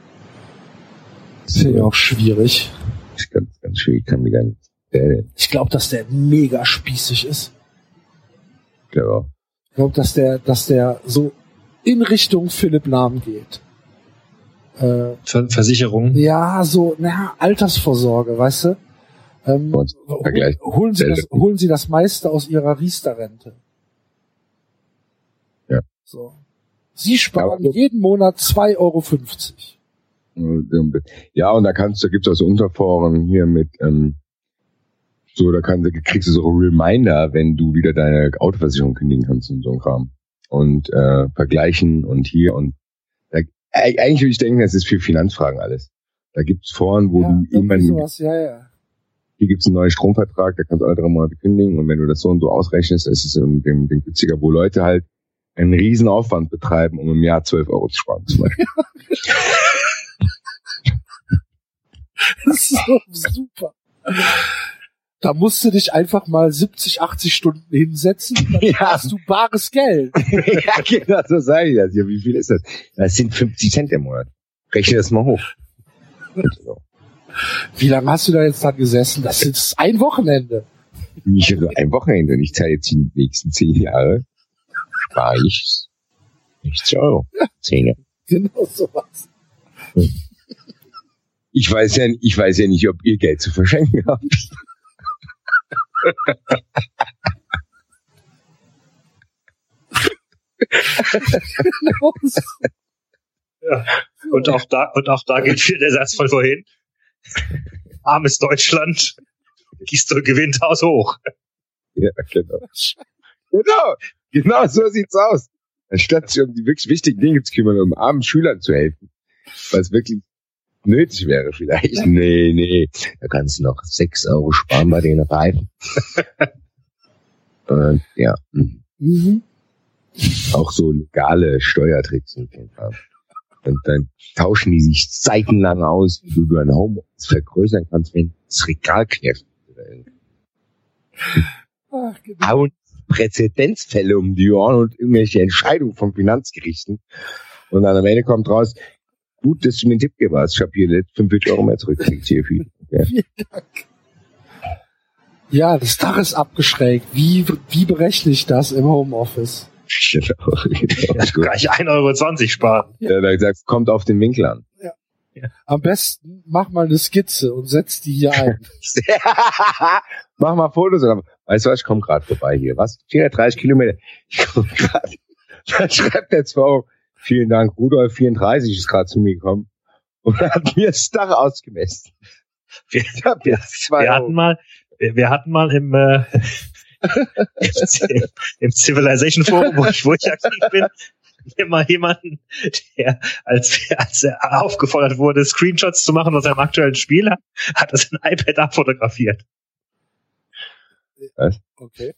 Ist ja auch schwierig. Das ist ganz, ganz schwierig. Kann mir gar nicht. Ich glaube, dass der mega spießig ist. Ja. Ich glaube, dass der so in Richtung Philipp Lahm geht. Versicherung. Ja, so, Altersvorsorge, weißt du? Holen Sie das meiste aus Ihrer Riester-Rente. Ja. So. Sie sparen jeden Monat 2,50 €. Ja, und da gibt's auch so Unterforen hier mit, kriegst du so Reminder, wenn du wieder deine Autoversicherung kündigen kannst und so ein Kram. Und vergleichen und hier und eigentlich würde ich denken, das ist für Finanzfragen alles. Da gibt's Foren, wo du irgendwann hier gibt's einen neuen Stromvertrag, da kannst du alle 3 Monate kündigen und wenn du das so und so ausrechnest, ist es dem günstiger, wo Leute halt einen riesen Aufwand betreiben, um im Jahr 12 € zu sparen zum Beispiel. Das ist so super. Da musst du dich einfach mal 70, 80 Stunden hinsetzen und dann hast du bares Geld. Ja, genau, so sage ich das. Ja, wie viel ist das? Das sind 50 Cent im Monat. Rechne das mal hoch. Wie lange hast du da jetzt dran gesessen? Das ist ein Wochenende. Nicht nur ein Wochenende. Und ich zahle jetzt die nächsten 10 Jahre. Spare ich 60 €. 10 Jahre. Genau sowas. Ich weiß ja nicht, ob ihr Geld zu verschenken habt. Ja. Und auch da gilt wieder der Satz von vorhin. Armes Deutschland, Gisdol gewinnt Haus hoch. Ja, genau so sieht's aus. Anstatt sich um die wirklich wichtigen Dinge zu kümmern, um armen Schülern zu helfen, was wirklich nötig wäre vielleicht. Nee, da kannst du noch 6 € sparen bei den Reifen. Und ja. Mhm. Auch so legale Steuertricks und so. Und dann tauschen die sich seitenlang aus, wie du dein Homeoffice vergrößern kannst, wenn das Regal knirft. Präzedenzfälle um die Ohren und irgendwelche Entscheidungen von Finanzgerichten. Und dann am Ende kommt raus, gut, dass du mir einen Tipp gegeben hast. Ich habe hier 45 € mehr zurückgekriegt. Hier viel. Ja. Vielen Dank. Ja, das Dach ist abgeschrägt. Wie berechne ich das im Homeoffice? Genau. Gleich 1,20 € sparen. Ja, da sagst, kommt auf den Winkel an. Ja. Am besten mach mal eine Skizze und setz die hier ein. Mach mal Fotos. Weißt du was, ich komme gerade vorbei hier. Was? 430 Kilometer. Ich komme gerade. Dann schreibt der 2 vielen Dank, Rudolf 34 ist gerade zu mir gekommen und hat mir das Dach ausgemessen. Wir hatten mal im Civilization Forum, wo ich aktiv bin, immer jemanden, der, als er aufgefordert wurde, Screenshots zu machen aus seinem aktuellen Spiel, hat er sein iPad abfotografiert. Was? Okay.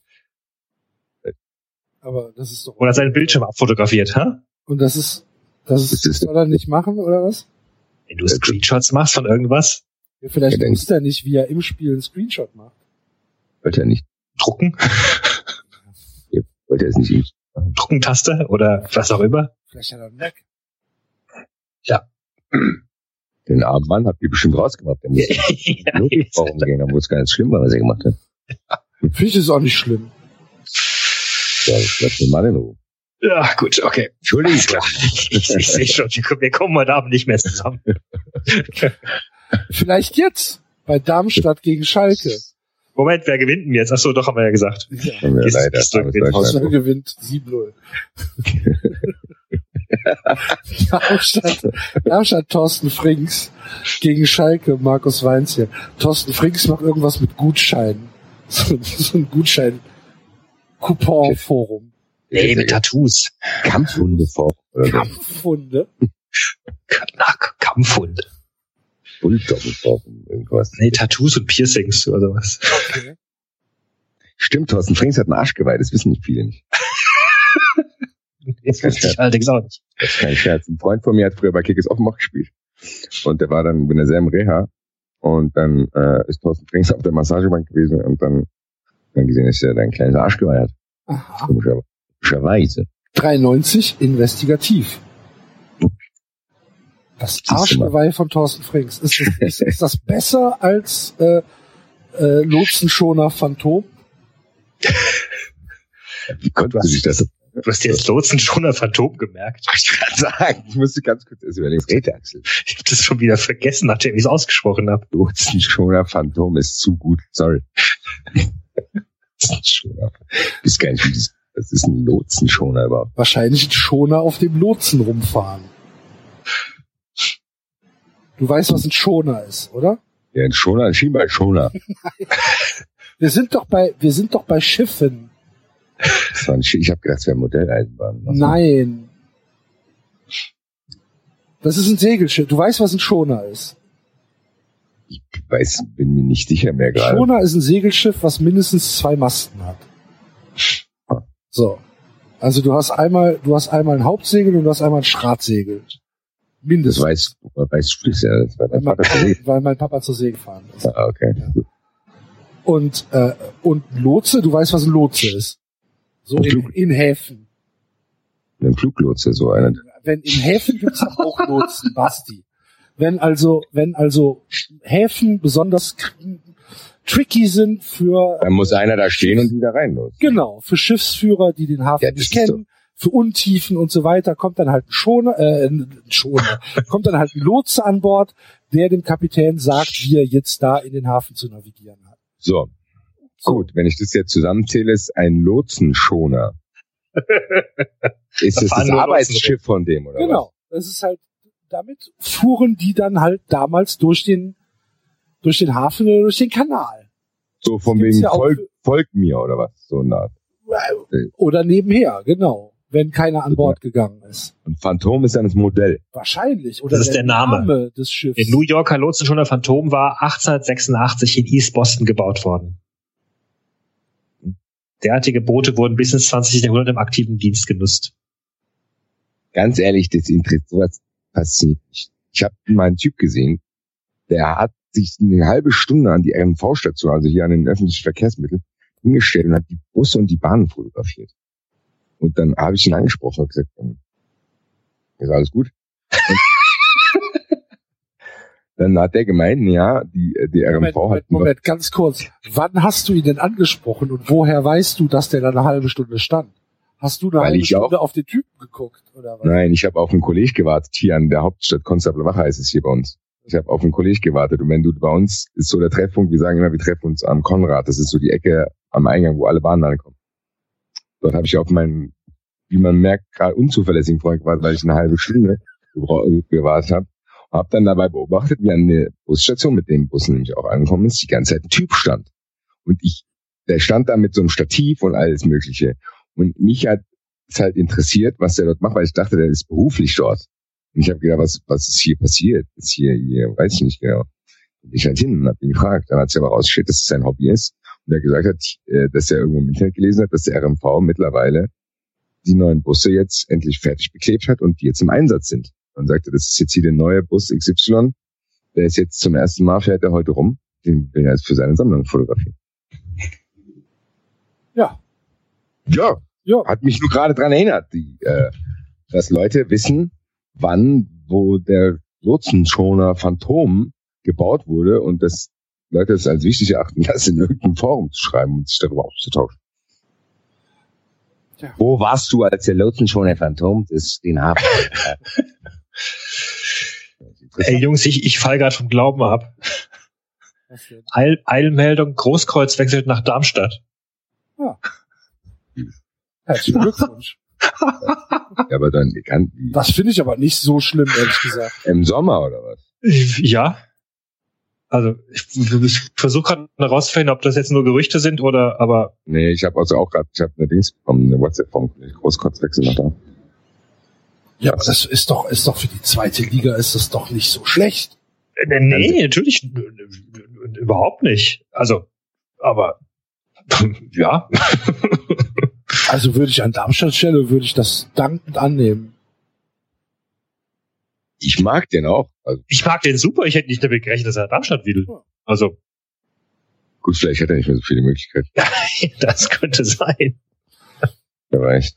Aber das ist doch... Oder seinen Bildschirm abfotografiert, ha? Und das soll er nicht machen, oder was? Wenn du Screenshots machst von irgendwas? Ja, vielleicht wusste er nicht, wie er im Spiel einen Screenshot macht. Wollte er nicht drucken? Ja, wollte er es nicht. Druckentaste oder was auch immer? Vielleicht hat er einen Mac. Ja. Den armen Mann habt ihr bestimmt rausgemacht. Der muss Notfallraum gehen, obwohl es gar nicht schlimm war, was er gemacht hat. Finde ich das auch nicht schlimm. Ja, lass den Mann in Ruhe. Ja, gut, okay. Entschuldigung. Ich sehe schon, wir kommen heute Abend nicht mehr zusammen. Vielleicht jetzt bei Darmstadt gegen Schalke. Moment, wer gewinnt denn jetzt? Achso, doch, haben wir ja gesagt. Ja. Haben wir leider. Hausmann gewinnt 7-0. Darmstadt Thorsten Frings gegen Schalke Markus Weinzierl. Thorsten Frings macht irgendwas mit Gutscheinen. So ein Gutschein-Coupon-Forum. Nee, mit Tattoos. Kampfhunde-Forum. Kampfhunde? Kampfhunde. Bulldoggen-Forum, irgendwas. Nee, Tattoos und Piercings oder was. Okay. Stimmt, Thorsten Frings hat ein Arschgeweih, das wissen nicht viele nicht. Jetzt wüsste ich allerdings auch nicht. Das ist kein Scherz. Ein Freund von mir hat früher bei Kickers Offenbach gespielt. Und der war dann in derselben Reha. Und dann ist Thorsten Frings auf der Massagebank gewesen und dann gesehen, dass er da ein kleines Arschgeweih hat. Aha. Komischerweise. 93 investigativ. Das Arschgeweih von Thorsten Frings. Ist das besser als Lotsenschoner Phantom? Wie konnte sich das? Du hast jetzt Lotsenschoner Phantom gemerkt. Ich kann sagen, ich musste ganz kurz überlegen. Räteachsel. Ich habe das schon wieder vergessen, nachdem ich es ausgesprochen habe. Lotsenschoner Phantom ist zu gut. Sorry. Lotsenschoner. Ist gar nicht, das ist ein Lotsenschoner überhaupt. Wahrscheinlich ein Schoner auf dem Lotsen rumfahren. Du weißt, was ein Schoner ist, oder? Ja, ein Schoner, ein Schienbeinschoner. Wir sind doch bei Schiffen. Das war ich habe gedacht, es wäre Modelleisenbahn. Nein. Das ist ein Segelschiff. Du weißt, was ein Schoner ist. Ich bin mir nicht sicher mehr gerade. Schoner ist ein Segelschiff, was mindestens 2 Masten hat. So. Also du hast einmal ein Hauptsegel und du hast einmal ein Schratsegel. Mindestens. Das weißt du ja, das war dein Vater zur See. Weil mein Papa zur See gefahren ist. Ah, okay. Ja. Und Lotse, du weißt, was ein Lotse ist. So in Häfen. Ein Fluglotse, so einer. Wenn in Häfen gibt's auch Lotsen, Basti. Wenn also Häfen besonders tricky sind für... Dann muss einer da stehen und die da rein los. Genau, für Schiffsführer, die den Hafen nicht kennen, für Untiefen und so weiter, kommt dann halt kommt dann halt ein Lotse an Bord, der dem Kapitän sagt, wie er jetzt da in den Hafen zu navigieren hat. So. Gut, wenn ich das jetzt zusammenzähle, ist ein Lotsenschoner. Ist das Arbeitsschiff von dem, oder genau, was? Das ist halt, damit fuhren die dann halt damals durch den Hafen oder durch den Kanal. So von wegen ja folgt mir, oder was? So eine Art. Oder nebenher, genau. Wenn keiner an Bord gegangen ist. Und Phantom ist dann das Modell. Wahrscheinlich. Oder das ist der Name des Schiffs. Der New Yorker Lotsenschoner Phantom war 1886 in East Boston gebaut worden. Derartige Boote wurden bis ins 20. Jahrhundert im aktiven Dienst genutzt. Ganz ehrlich, das interessiert, sowas passiert nicht. Ich habe mal einen Typ gesehen, der hat sich eine halbe Stunde an die RNV-Station, also hier an den öffentlichen Verkehrsmitteln, hingestellt und hat die Busse und die Bahnen fotografiert. Und dann habe ich ihn angesprochen und gesagt, ist alles gut? Dann hat der gemeint, ja, die RMV hat... Moment, ganz kurz. Wann hast du ihn denn angesprochen und woher weißt du, dass der da eine halbe Stunde stand? Hast du eine halbe Stunde auf den Typen geguckt, oder was? Nein, ich habe auf einen Kollegen gewartet, hier an der Hauptstadt Konstablerwache heißt es hier bei uns. Ich habe auf einen Kollegen gewartet und wenn du bei uns, ist so der Treffpunkt, wir sagen immer, wir treffen uns am Konrad, das ist so die Ecke am Eingang, wo alle Bahnen ankommen. Dort habe ich auf meinen, wie man merkt, gerade unzuverlässigen Freund gewartet, weil ich eine halbe Stunde gewartet habe. Hab dann dabei beobachtet, wie an der Busstation, mit dem Bus nämlich auch angekommen ist, die ganze Zeit ein Typ stand. Und der stand da mit so einem Stativ und alles Mögliche. Und mich hat es halt interessiert, was der dort macht, weil ich dachte, der ist beruflich dort. Und ich habe gedacht, was ist hier passiert? Ist hier, weiß ich nicht genau. Und ich halt hin und hab ihn gefragt. Dann hat sich aber rausgestellt, dass es sein Hobby ist. Und er gesagt hat, dass er irgendwo im Internet gelesen hat, dass der RMV mittlerweile die neuen Busse jetzt endlich fertig beklebt hat und die jetzt im Einsatz sind. Und sagte, das ist jetzt hier der neue Bus XY. Der ist jetzt zum ersten Mal, fährt er heute rum. Den will er jetzt für seine Sammlung fotografieren. Ja. Ja. Hat mich nur gerade dran erinnert, dass Leute wissen, wann, wo der Lotsenschoner Phantom gebaut wurde und dass Leute es als wichtig erachten, das in irgendeinem Forum zu schreiben und sich darüber auszutauschen. Ja. Wo warst du, als der Lotsenschoner Phantom den haben? Ey Jungs, ich fall gerade vom Glauben ab. Eilmeldung, Großkreuz wechselt nach Darmstadt. Ja. Herzlichen Glückwunsch. Ja, aber dann das finde ich aber nicht so schlimm, ehrlich gesagt. Im Sommer oder was? Ja. Also ich versuche gerade herauszufinden, ob das jetzt nur Gerüchte sind oder aber. Nee, ich habe also auch gerade, eine Dings bekommen, eine WhatsApp vom Großkreuzwechsel nach da. Ja, aber das ist doch für die zweite Liga ist das doch nicht so schlecht. Nee, natürlich überhaupt nicht. Also, aber ja. Also würde ich an Darmstadt Stelle, würde ich das dankend annehmen. Ich mag den auch. Also, ich mag den super. Ich hätte nicht damit gerechnet, dass er Darmstadt will. Also. Gut, vielleicht hat er nicht mehr so viele Möglichkeiten. Das könnte sein. Wer weiß.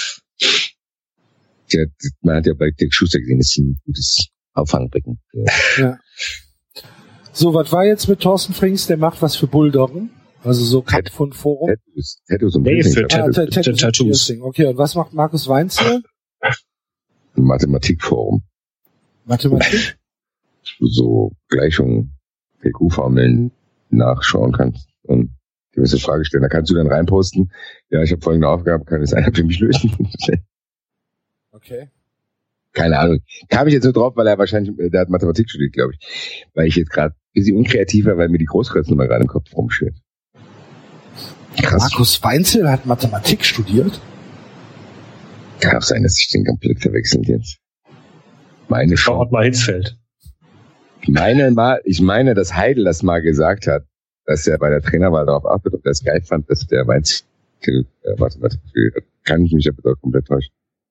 Man hat ja bei Dirk Schuster gesehen, das ist ein gutes Auffangbecken. Ja. So, was war jetzt mit Thorsten Frings? Der macht was für Bulldoggen. Also so Kampf und Forum. Tattoos und Tattoos. Okay, und was macht Markus Weinzel? Ein Mathematikforum. Mathematik? So Gleichungen, PQ-Formeln nachschauen kannst und gewisse Frage stellen. Da kannst du dann reinposten, ja, ich habe folgende Aufgabe, kann es einer für mich lösen? Okay. Keine Ahnung. Kam ich jetzt nur drauf, weil er wahrscheinlich, der hat Mathematik studiert, glaube ich. Weil ich jetzt gerade ein bisschen unkreativer, weil mir die Großkreuz-Nummer gerade im Kopf rumschwirrt. Krass. Markus Weinzel hat Mathematik studiert? Kann auch sein, dass ich den komplett verwechselt jetzt. Meine Frau. Ottmar Hitzfeld. Ich meine, dass Heidel das mal gesagt hat, dass er bei der Trainerwahl darauf achtet, ob er es geil fand, dass der Weinzel Mathematik studiert hat. Kann ich mich aber komplett täuschen.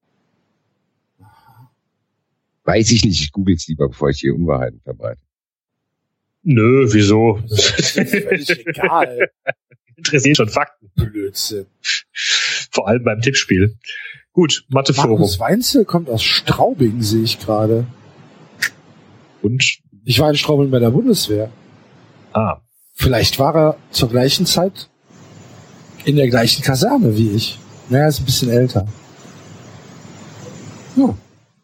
Weiß ich nicht, ich google es lieber, bevor ich hier Unwahrheiten verbreite. Nö, wieso? Das ist völlig egal. Interessiert schon Fakten. Blödsinn. Vor allem beim Tippspiel. Gut, Matheforum. Markus Weinzel kommt aus Straubing, sehe ich gerade. Und? Ich war in Straubing bei der Bundeswehr. Ah. Vielleicht war er zur gleichen Zeit in der gleichen Kaserne wie ich. Naja, ist ein bisschen älter. Ja.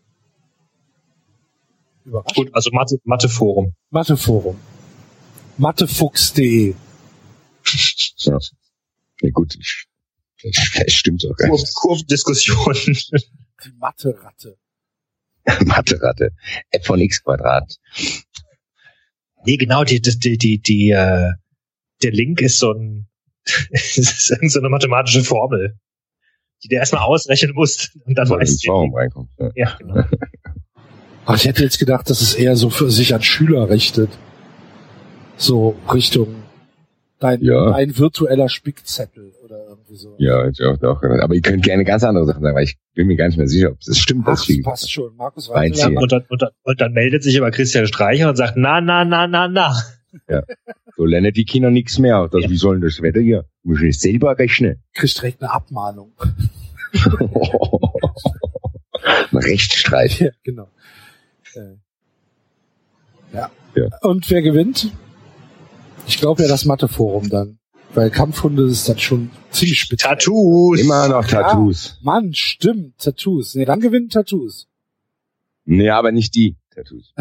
Gut, also Matheforum. Matheforum. Mathefuchs.de. Ja. Ja gut, das stimmt doch. Kurvendiskussion. Die Mathe-Ratte. Mathe-Ratte. F von x Quadrat. Nee, genau, der Link ist so eine mathematische Formel, die du erstmal ausrechnen musst und dann weißt du. Reinkommt. Ja, genau. Ach, ich hätte jetzt gedacht, dass es eher so für sich an Schüler richtet. So Richtung dein virtueller Spickzettel oder irgendwie so. Ja, ich auch. Aber ihr könnt gerne ganz andere Sachen sagen, weil ich bin mir gar nicht mehr sicher, ob es stimmt. Ach, das passt schon. Markus Weinzel. Und dann meldet sich aber Christian Streicher und sagt, na. Ja. So lernt die Kinder nichts mehr. Wie soll denn das Wetter hier? Du musst nicht selber rechnen. Kriegst direkt eine Abmahnung. Ein Rechtsstreit. Ja, genau. Ja. Und wer gewinnt? Ich glaube ja das Matheforum dann. Weil Kampfhunde ist das schon ziemlich spitz. Tattoos. Immer noch Tattoos. Ja, Mann, stimmt. Tattoos. Nee, dann gewinnen Tattoos. Nee, aber nicht die Tattoos.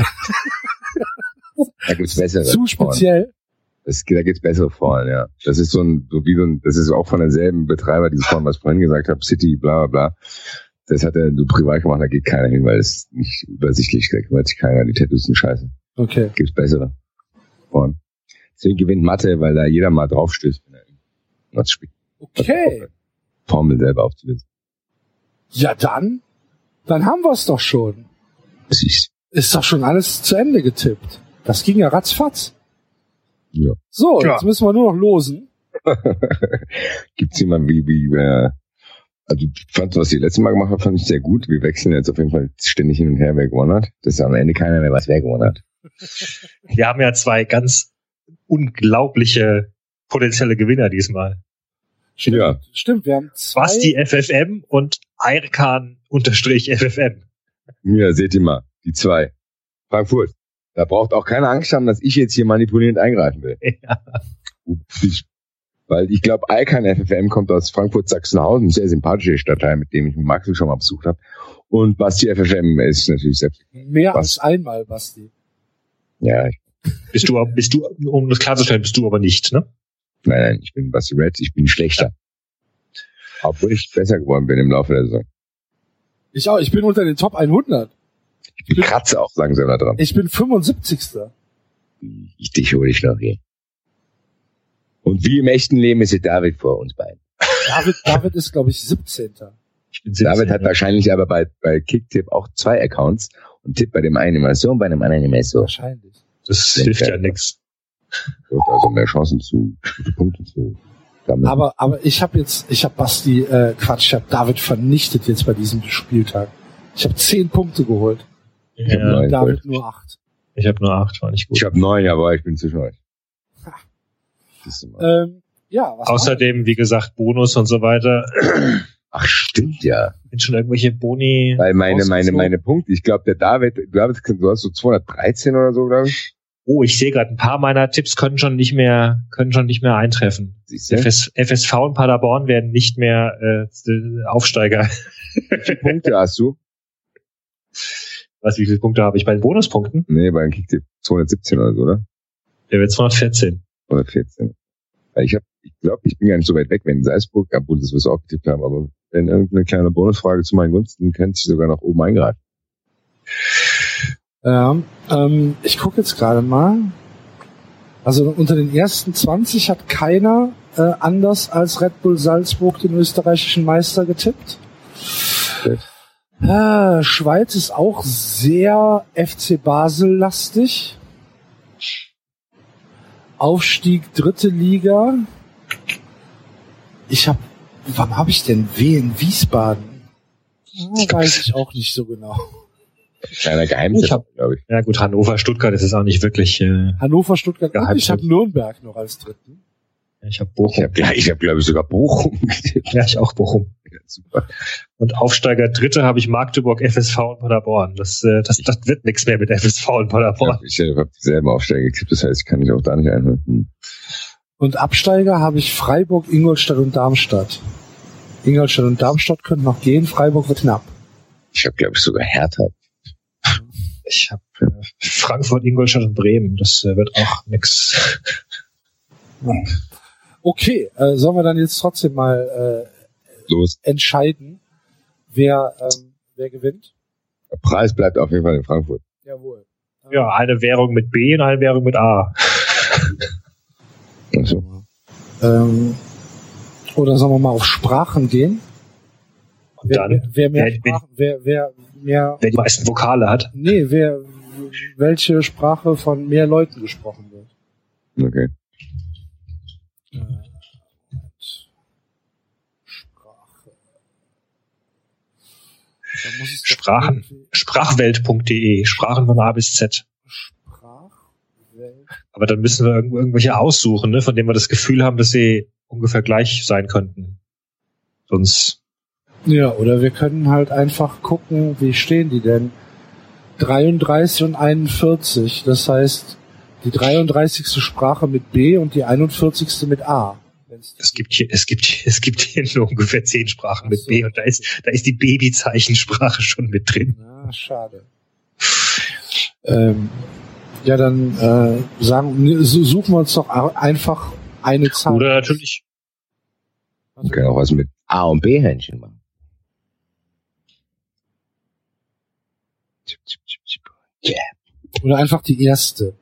Da gibt's bessere. Zu speziell. Da gibt's bessere Foren, ja. Das ist das ist auch von derselben Betreiber, dieses Foren, was ich vorhin gesagt habe, City, bla, bla, bla. Das hat er nur privat gemacht, da geht keiner hin, weil es nicht übersichtlich ist. Da kümmert sich keiner, die Tattoos sind scheiße. Okay. Gibt's bessere Foren. Deswegen gewinnt Mathe, weil da jeder mal draufstößt, wenn er was spielt. Okay. Formel selber aufzulösen. Ja, dann haben wir's doch schon. Ist doch schon alles zu Ende getippt. Das ging ja ratzfatz. Ja. So, jetzt müssen wir nur noch losen. Gibt's jemanden also fand, was ich letztes Mal gemacht habe, fand ich sehr gut. Wir wechseln jetzt auf jeden Fall ständig hin und her, wer gewonnen hat. Das ist am Ende keiner mehr, was wer gewonnen hat. Wir haben ja 2 ganz unglaubliche potenzielle Gewinner diesmal. Stimmt, ja. Stimmt, wir haben 2. Basti FFM und Airkan_FFM. Ja, seht ihr mal, die 2. Frankfurt. Da braucht auch keine Angst haben, dass ich jetzt hier manipulierend eingreifen will. Ja. Weil ich glaube, Airkan FFM kommt aus Frankfurt-Sachsenhausen, ein sehr sympathischer Stadtteil, mit dem ich mit Maxel schon mal besucht habe. Und Basti FFM ist natürlich selbst. Mehr als einmal, Basti. Ja. Bist du, um das klarzustellen, bist du aber nicht, ne? Nein, ich bin Basti Red, ich bin schlechter. Obwohl ich besser geworden bin im Laufe der Saison. Ich auch, ich bin unter den Top 100. Ich kratze auch langsam da dran. Ich bin 75. Dich hole ich noch hier. Und wie im echten Leben ist David vor uns beiden. David ist, glaube ich, 17. Ich bin 17, David hat wahrscheinlich aber bei Kicktipp auch 2 Accounts und tippt bei dem einen immer so und bei dem anderen immer so. Wahrscheinlich. Das hilft ja nix. Wird also mehr Chancen zu gute Punkte zu sammeln. Aber ich habe Basti, ich habe David vernichtet jetzt bei diesem Spieltag. Ich habe 10 Punkte geholt. Ja, David nur 8. Ich habe nur 8, war nicht gut. Ich habe 9, aber ich bin zwischen euch. Ja, was Außerdem, wie gesagt, Bonus und so weiter. Ach, stimmt ja. Sind schon irgendwelche Boni? Weil meine Punkte, ich glaube, der David, du hast so 213 oder so, glaube ich. Oh, ich sehe gerade, ein paar meiner Tipps können schon nicht mehr eintreffen. FSV und Paderborn werden nicht mehr Aufsteiger. Wie viele Punkte hast du? Wie viele Punkte habe ich bei den Bonuspunkten? Nee, bei den Kicktipp 217 oder so, oder? Der wird 214. 114. Weil ich glaube, ich bin gar nicht so weit weg, wenn Salzburg, obwohl das wir es auch getippt haben, aber wenn irgendeine kleine Bonusfrage zu meinen Gunsten, könnte ich sogar nach oben eingreifen. Ja, ich gucke jetzt gerade mal. Also unter den ersten 20 hat keiner anders als Red Bull Salzburg den österreichischen Meister getippt. Okay. Schweiz ist auch sehr FC Basel-lastig. Aufstieg 3. Liga. Wann habe ich denn Wien Wiesbaden? Weiß ich auch nicht so genau. Kleiner Geheimtipp, glaube ich. Ja gut, Hannover, Stuttgart ist es auch nicht wirklich. Hannover, Stuttgart. Und ich habe Nürnberg noch als 3. Ich habe Bochum. Ich hab glaube ich, sogar Bochum getippt. Ja, ich auch Bochum. Ja, super. Und Aufsteiger 3. habe ich Magdeburg, FSV und Paderborn. Das wird nichts mehr mit FSV und Paderborn. Ja, ich habe dieselben Aufsteiger getippt, das heißt, ich kann mich auch da nicht einholen. Und Absteiger habe ich Freiburg, Ingolstadt und Darmstadt. Ingolstadt und Darmstadt können noch gehen, Freiburg wird knapp. Ich habe, glaube ich, sogar Hertha. Ich habe Frankfurt, Ingolstadt und Bremen. Das wird auch nix. Okay, sollen wir dann jetzt trotzdem mal entscheiden, wer gewinnt? Der Preis bleibt auf jeden Fall in Frankfurt. Jawohl. Ja, eine Währung mit B und eine Währung mit A. So. Oder sollen wir mal auf Sprachen gehen? Und dann, wer die meisten Vokale hat. Nee, welche Sprache von mehr Leuten gesprochen wird. Okay. Sprache. Sprachwelt.de. Sprachen von A bis Z. Sprachwelt. Aber dann müssen wir irgendwelche aussuchen, ne, von denen wir das Gefühl haben, dass sie ungefähr gleich sein könnten. Sonst. Ja, oder wir können halt einfach gucken, wie stehen die denn? 33 und 41. Das heißt, die 33. Sprache mit B und die 41. mit A. Es gibt hier nur ungefähr 10 Sprachen mit B und da ist die Babyzeichensprache schon mit drin. Na, schade. Ja, dann suchen wir uns doch einfach eine Zahl. Oder natürlich. Wir können auch was mit A und B Händchen machen. Yeah. Oder einfach die erste.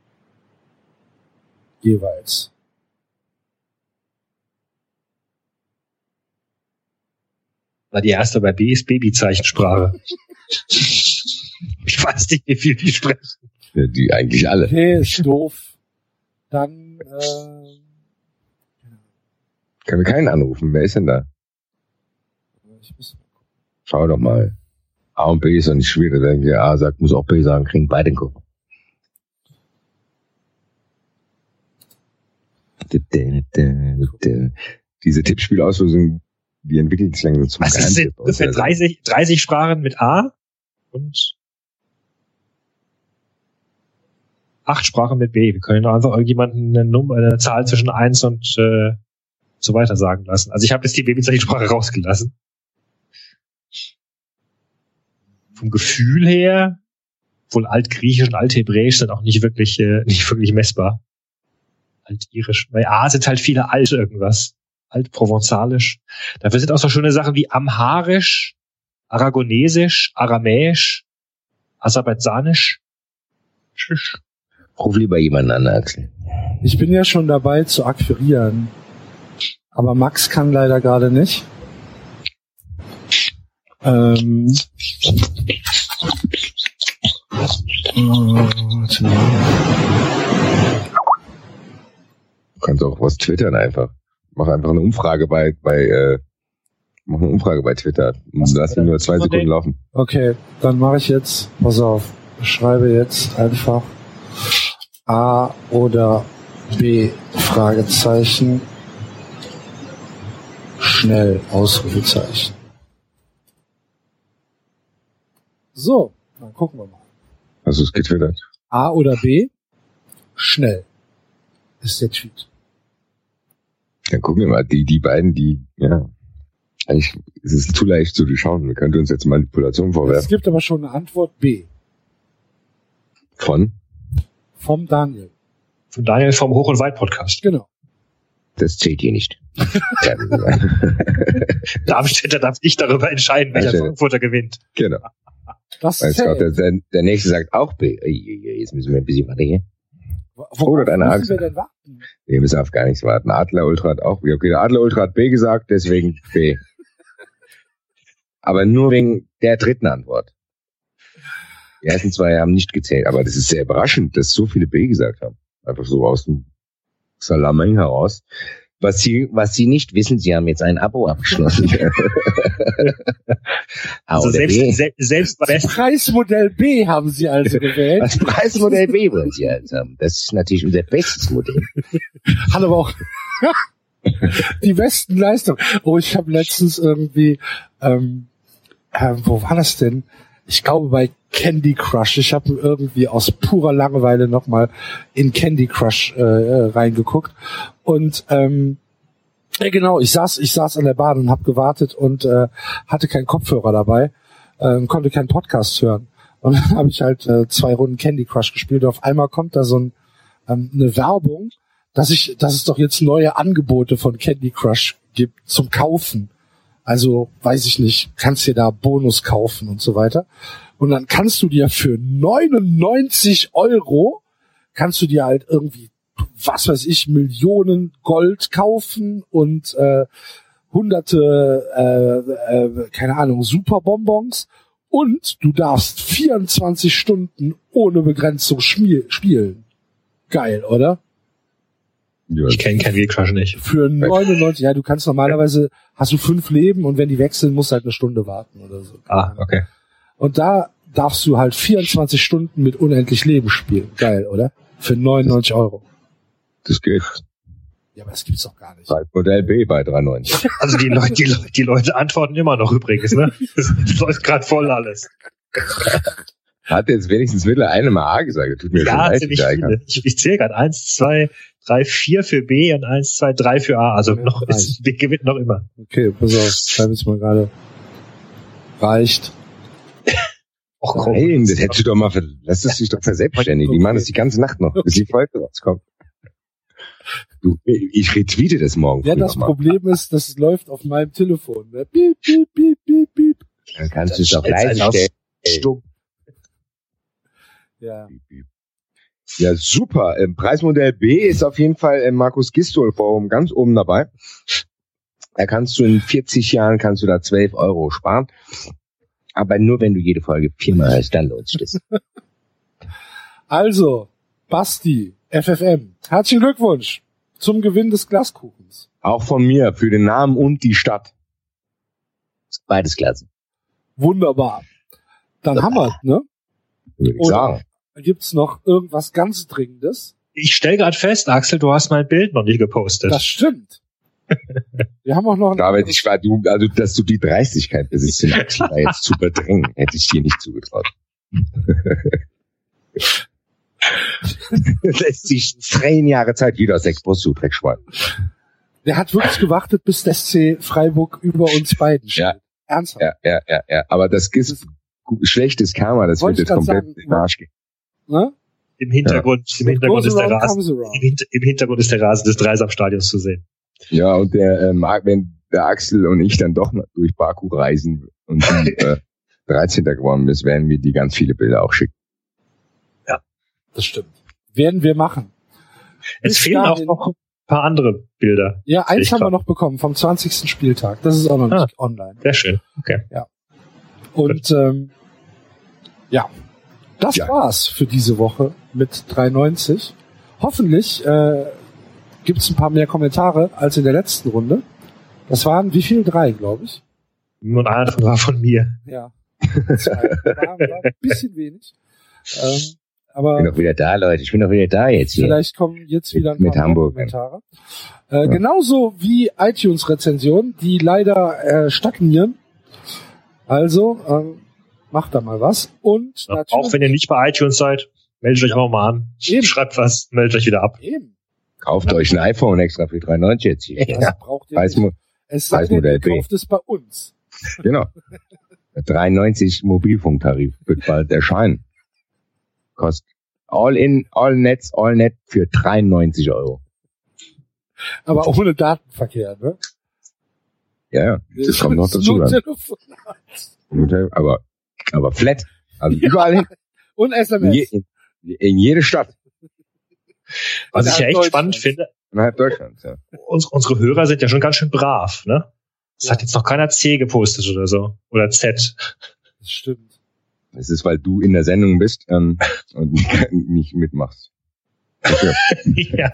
Jeweils. Na, die erste bei B ist Babyzeichensprache. Ich weiß nicht, wie viel die sprechen. Ja, die eigentlich alle. Okay, ist doof. Dann, Können wir keinen anrufen? Wer ist denn da? Schau doch mal. A und B ist doch nicht schwierig. Wenn der A sagt, muss auch B sagen, kriegen beide den Kopf. Diese Tippspielauslösung, die entwickelt sich langsam zum Geheimtipp. Es sind ungefähr 30 Sprachen mit A und 8 Sprachen mit B. Wir können doch einfach irgendjemanden eine Zahl zwischen 1 und so weiter sagen lassen. Also ich habe jetzt die Babyzeichensprache rausgelassen. Vom Gefühl her, wohl Altgriechisch und Althebräisch sind auch nicht wirklich messbar. Altirisch. Bei A sind halt viele Alt irgendwas. Altprovenzalisch. Dafür sind auch so schöne Sachen wie Amharisch, Aragonesisch, Aramäisch, Aserbaidschanisch. Ruf lieber jemanden an, Axel. Ich bin ja schon dabei zu akquirieren. Aber Max kann leider gerade nicht. Du kannst auch was twittern einfach. Mach einfach eine Umfrage bei Twitter. Lass ihn nur 2 Sekunden laufen. Okay, dann mache ich jetzt, pass auf, ich schreibe jetzt einfach A oder B, Fragezeichen, schnell, Ausrufezeichen. So, dann gucken wir mal. Hast du es getwittert? A oder B, schnell, ist der Tweet. Dann gucken wir mal, die beiden, eigentlich ist es zu leicht zu durchschauen. Wir könnten uns jetzt Manipulation vorwerfen. Es gibt aber schon eine Antwort B. Vom Daniel. Von Daniel vom Hoch- und Weit-Podcast. Genau. Das zählt hier nicht. Darmstädter darf nicht darüber entscheiden, welcher Frankfurter gewinnt. Genau. Das ist der nächste sagt auch B. Jetzt müssen wir ein bisschen warten hier. Worauf müssen wir denn warten? Wir müssen auf gar nichts warten. Adler Ultra hat auch B. Okay, der Adler Ultra hat B gesagt, deswegen B. Aber nur wegen der dritten Antwort. Die ersten 2 haben nicht gezählt, aber das ist sehr überraschend, dass so viele B gesagt haben. Einfach so aus dem Salameng heraus. Was Sie nicht wissen, Sie haben jetzt ein Abo abgeschlossen. Also selbst das Preismodell B haben Sie also gewählt. Das Preismodell B wollen Sie also haben. Das ist natürlich unser bestes Modell. Hat aber auch die besten Leistungen. Oh, ich habe letztens irgendwie, wo war das denn? Ich glaube bei Candy Crush. Ich habe irgendwie aus purer Langeweile nochmal in Candy Crush reingeguckt. Und ja, genau, ich saß an der Bahn und habe gewartet und hatte keinen Kopfhörer dabei, konnte keinen Podcast hören. Und dann habe ich halt 2 Runden Candy Crush gespielt. Und auf einmal kommt da so eine Werbung, dass es doch jetzt neue Angebote von Candy Crush gibt zum Kaufen. Also, weiß ich nicht, kannst dir da Bonus kaufen und so weiter. Und dann kannst du dir für 99 € kannst du dir halt irgendwie, was weiß ich, Millionen Gold kaufen und hunderte, keine Ahnung, Superbonbons. Und du darfst 24 Stunden ohne Begrenzung spielen. Geil, oder? Ich kenne Candy Crush nicht. Für 99, ja, du kannst normalerweise, hast du 5 Leben und wenn die wechseln, musst du halt eine Stunde warten oder so. Ah, okay. Und da darfst du halt 24 Stunden mit unendlich Leben spielen. Geil, oder? Für 99 €. Das geht. Ja, aber das gibt's doch gar nicht. Modell B bei 3,90. Also die Leute antworten immer noch übrigens, ne? Das läuft gerade voll alles. Hat jetzt wenigstens mittlerweile eine mal A gesagt. Das tut mir schon leid. Ziemlich viele. Ich zähle gerade 1, 2, 3, 4 für B und 1, 2, 3 für A. Also noch B gewinnt noch immer. Okay, pass auf, schreib jetzt mal gerade. Reicht. Och, nein, das hättest du doch mal, lass es dich doch verselbstständigen. Die machen das die ganze Nacht noch, bis die Folge rauskommt. Du, ich retweete das morgen. Ja, das Problem ist, das läuft auf meinem Telefon. Piep, piep, piep, piep, piep. Dann kannst du es doch leise stellen. Stumm. Ja. Ja, super. Preismodell B ist auf jeden Fall im Markus Gistol Forum ganz oben dabei. Da kannst du in 40 Jahren kannst du da 12 € sparen. Aber nur wenn du jede Folge 4-mal hörst, dann lohnt sich das. Also, Basti, FFM, herzlichen Glückwunsch zum Gewinn des Glaskuchens. Auch von mir, für den Namen und die Stadt. Beides klasse. Wunderbar. Dann haben wir, ne? Würde ich sagen. Gibt's noch irgendwas ganz Dringendes? Ich stelle gerade fest, Axel, du hast mein Bild noch nicht gepostet. Das stimmt. Wir haben auch noch Aber dass du die Dreistigkeit besitzt, den Axel da jetzt zu verdrängen, hätte ich dir nicht zugetraut. Lässt sich 10 Jahre Zeit wieder 6 Bus zu Dreckschwein. Der hat wirklich gewartet, bis der SC Freiburg über uns beiden steht. Ja. Ernsthaft. Ja. Aber das ist schlechtes Karma, das wird jetzt komplett in den Arsch gehen. Ne? Im Hintergrund ist der Rasen des Dreisamstadions zu sehen. Ja, und wenn der Axel und ich dann doch durch Baku reisen und 13. geworden ist, werden wir die ganz viele Bilder auch schicken. Ja, das stimmt. Werden wir machen. Es fehlen auch noch ein paar andere Bilder. Ja, eins haben wir noch bekommen vom 20. Spieltag. Das ist auch noch nicht online. Sehr schön. Okay. Ja. Und das war's für diese Woche mit 3,90. Hoffentlich gibt's ein paar mehr Kommentare als in der letzten Runde. Das waren wie viel? 3, glaube ich. Und einer davon war von mir. Ja. 2. War ein bisschen wenig. Aber Ich bin doch wieder da, Leute. Ich bin doch wieder da jetzt hier. Vielleicht kommen jetzt wieder ein Mit paar Hamburg. Kommentare. Genauso wie iTunes-Rezensionen, die leider stagnieren. Also, macht da mal was. Und natürlich, auch wenn ihr nicht bei iTunes seid, meldet euch auch mal an. Eben. Schreibt was, meldet euch wieder ab. Eben. Kauft euch ein iPhone extra für 3,90 jetzt hier. Das braucht ihr nicht. Es sei denn, ihr kauft es bei uns. Genau. 3,90 Mobilfunktarif wird bald erscheinen. Kostet all net für 93 €. Aber ohne Datenverkehr, ne? Ja, das kommt noch dazu. Aber flat. Also überall hin. Und SMS. In jede Stadt. Was ich ja echt spannend finde, Innerhalb Deutschlands, ja. unsere Hörer sind ja schon ganz schön brav, ne? Es hat jetzt noch keiner C gepostet oder so. Oder Z. Das stimmt. Das ist, weil du in der Sendung bist und nicht mitmachst. Okay. Ja.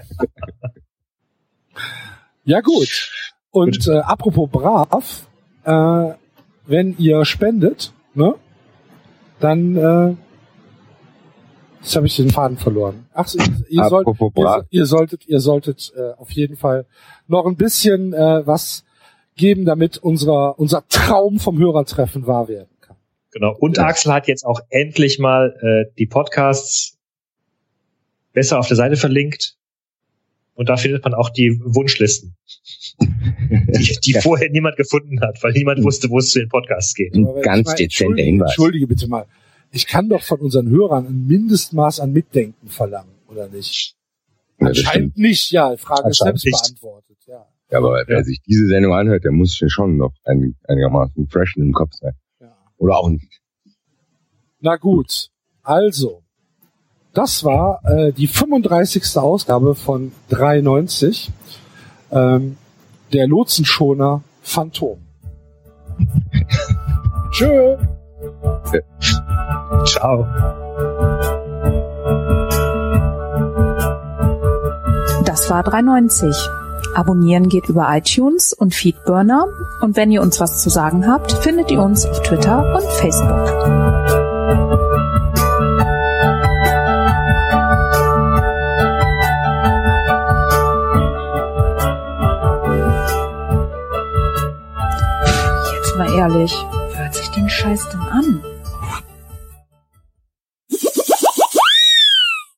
Ja, gut. Und apropos brav, wenn ihr spendet, ne, dann jetzt habe ich den Faden verloren. Ach, ihr solltet auf jeden Fall noch ein bisschen was geben, damit unser Traum vom Hörertreffen wahr werden kann. Genau. Und Axel hat jetzt auch endlich mal die Podcasts besser auf der Seite verlinkt. Und da findet man auch die Wunschlisten, die vorher niemand gefunden hat, weil niemand wusste, wo es zu den Podcasts geht. Ein ganz dezenter Hinweis. Entschuldige bitte mal. Ich kann doch von unseren Hörern ein Mindestmaß an Mitdenken verlangen, oder nicht? Ja, Anscheinend nicht, ja. Frage ist selbst beantwortet, ja. Ja, aber wer sich diese Sendung anhört, der muss schon noch einigermaßen fresh im Kopf sein. Ja. Oder auch nicht. Na gut, also, das war die 35. Ausgabe von 3,90. Der Lotsenschoner Phantom. Tschö. Ciao. Das war 3,90. Abonnieren geht über iTunes und Feedburner. Und wenn ihr uns was zu sagen habt, findet ihr uns auf Twitter und Facebook. Jetzt mal ehrlich, wer hört sich den Scheiß denn an?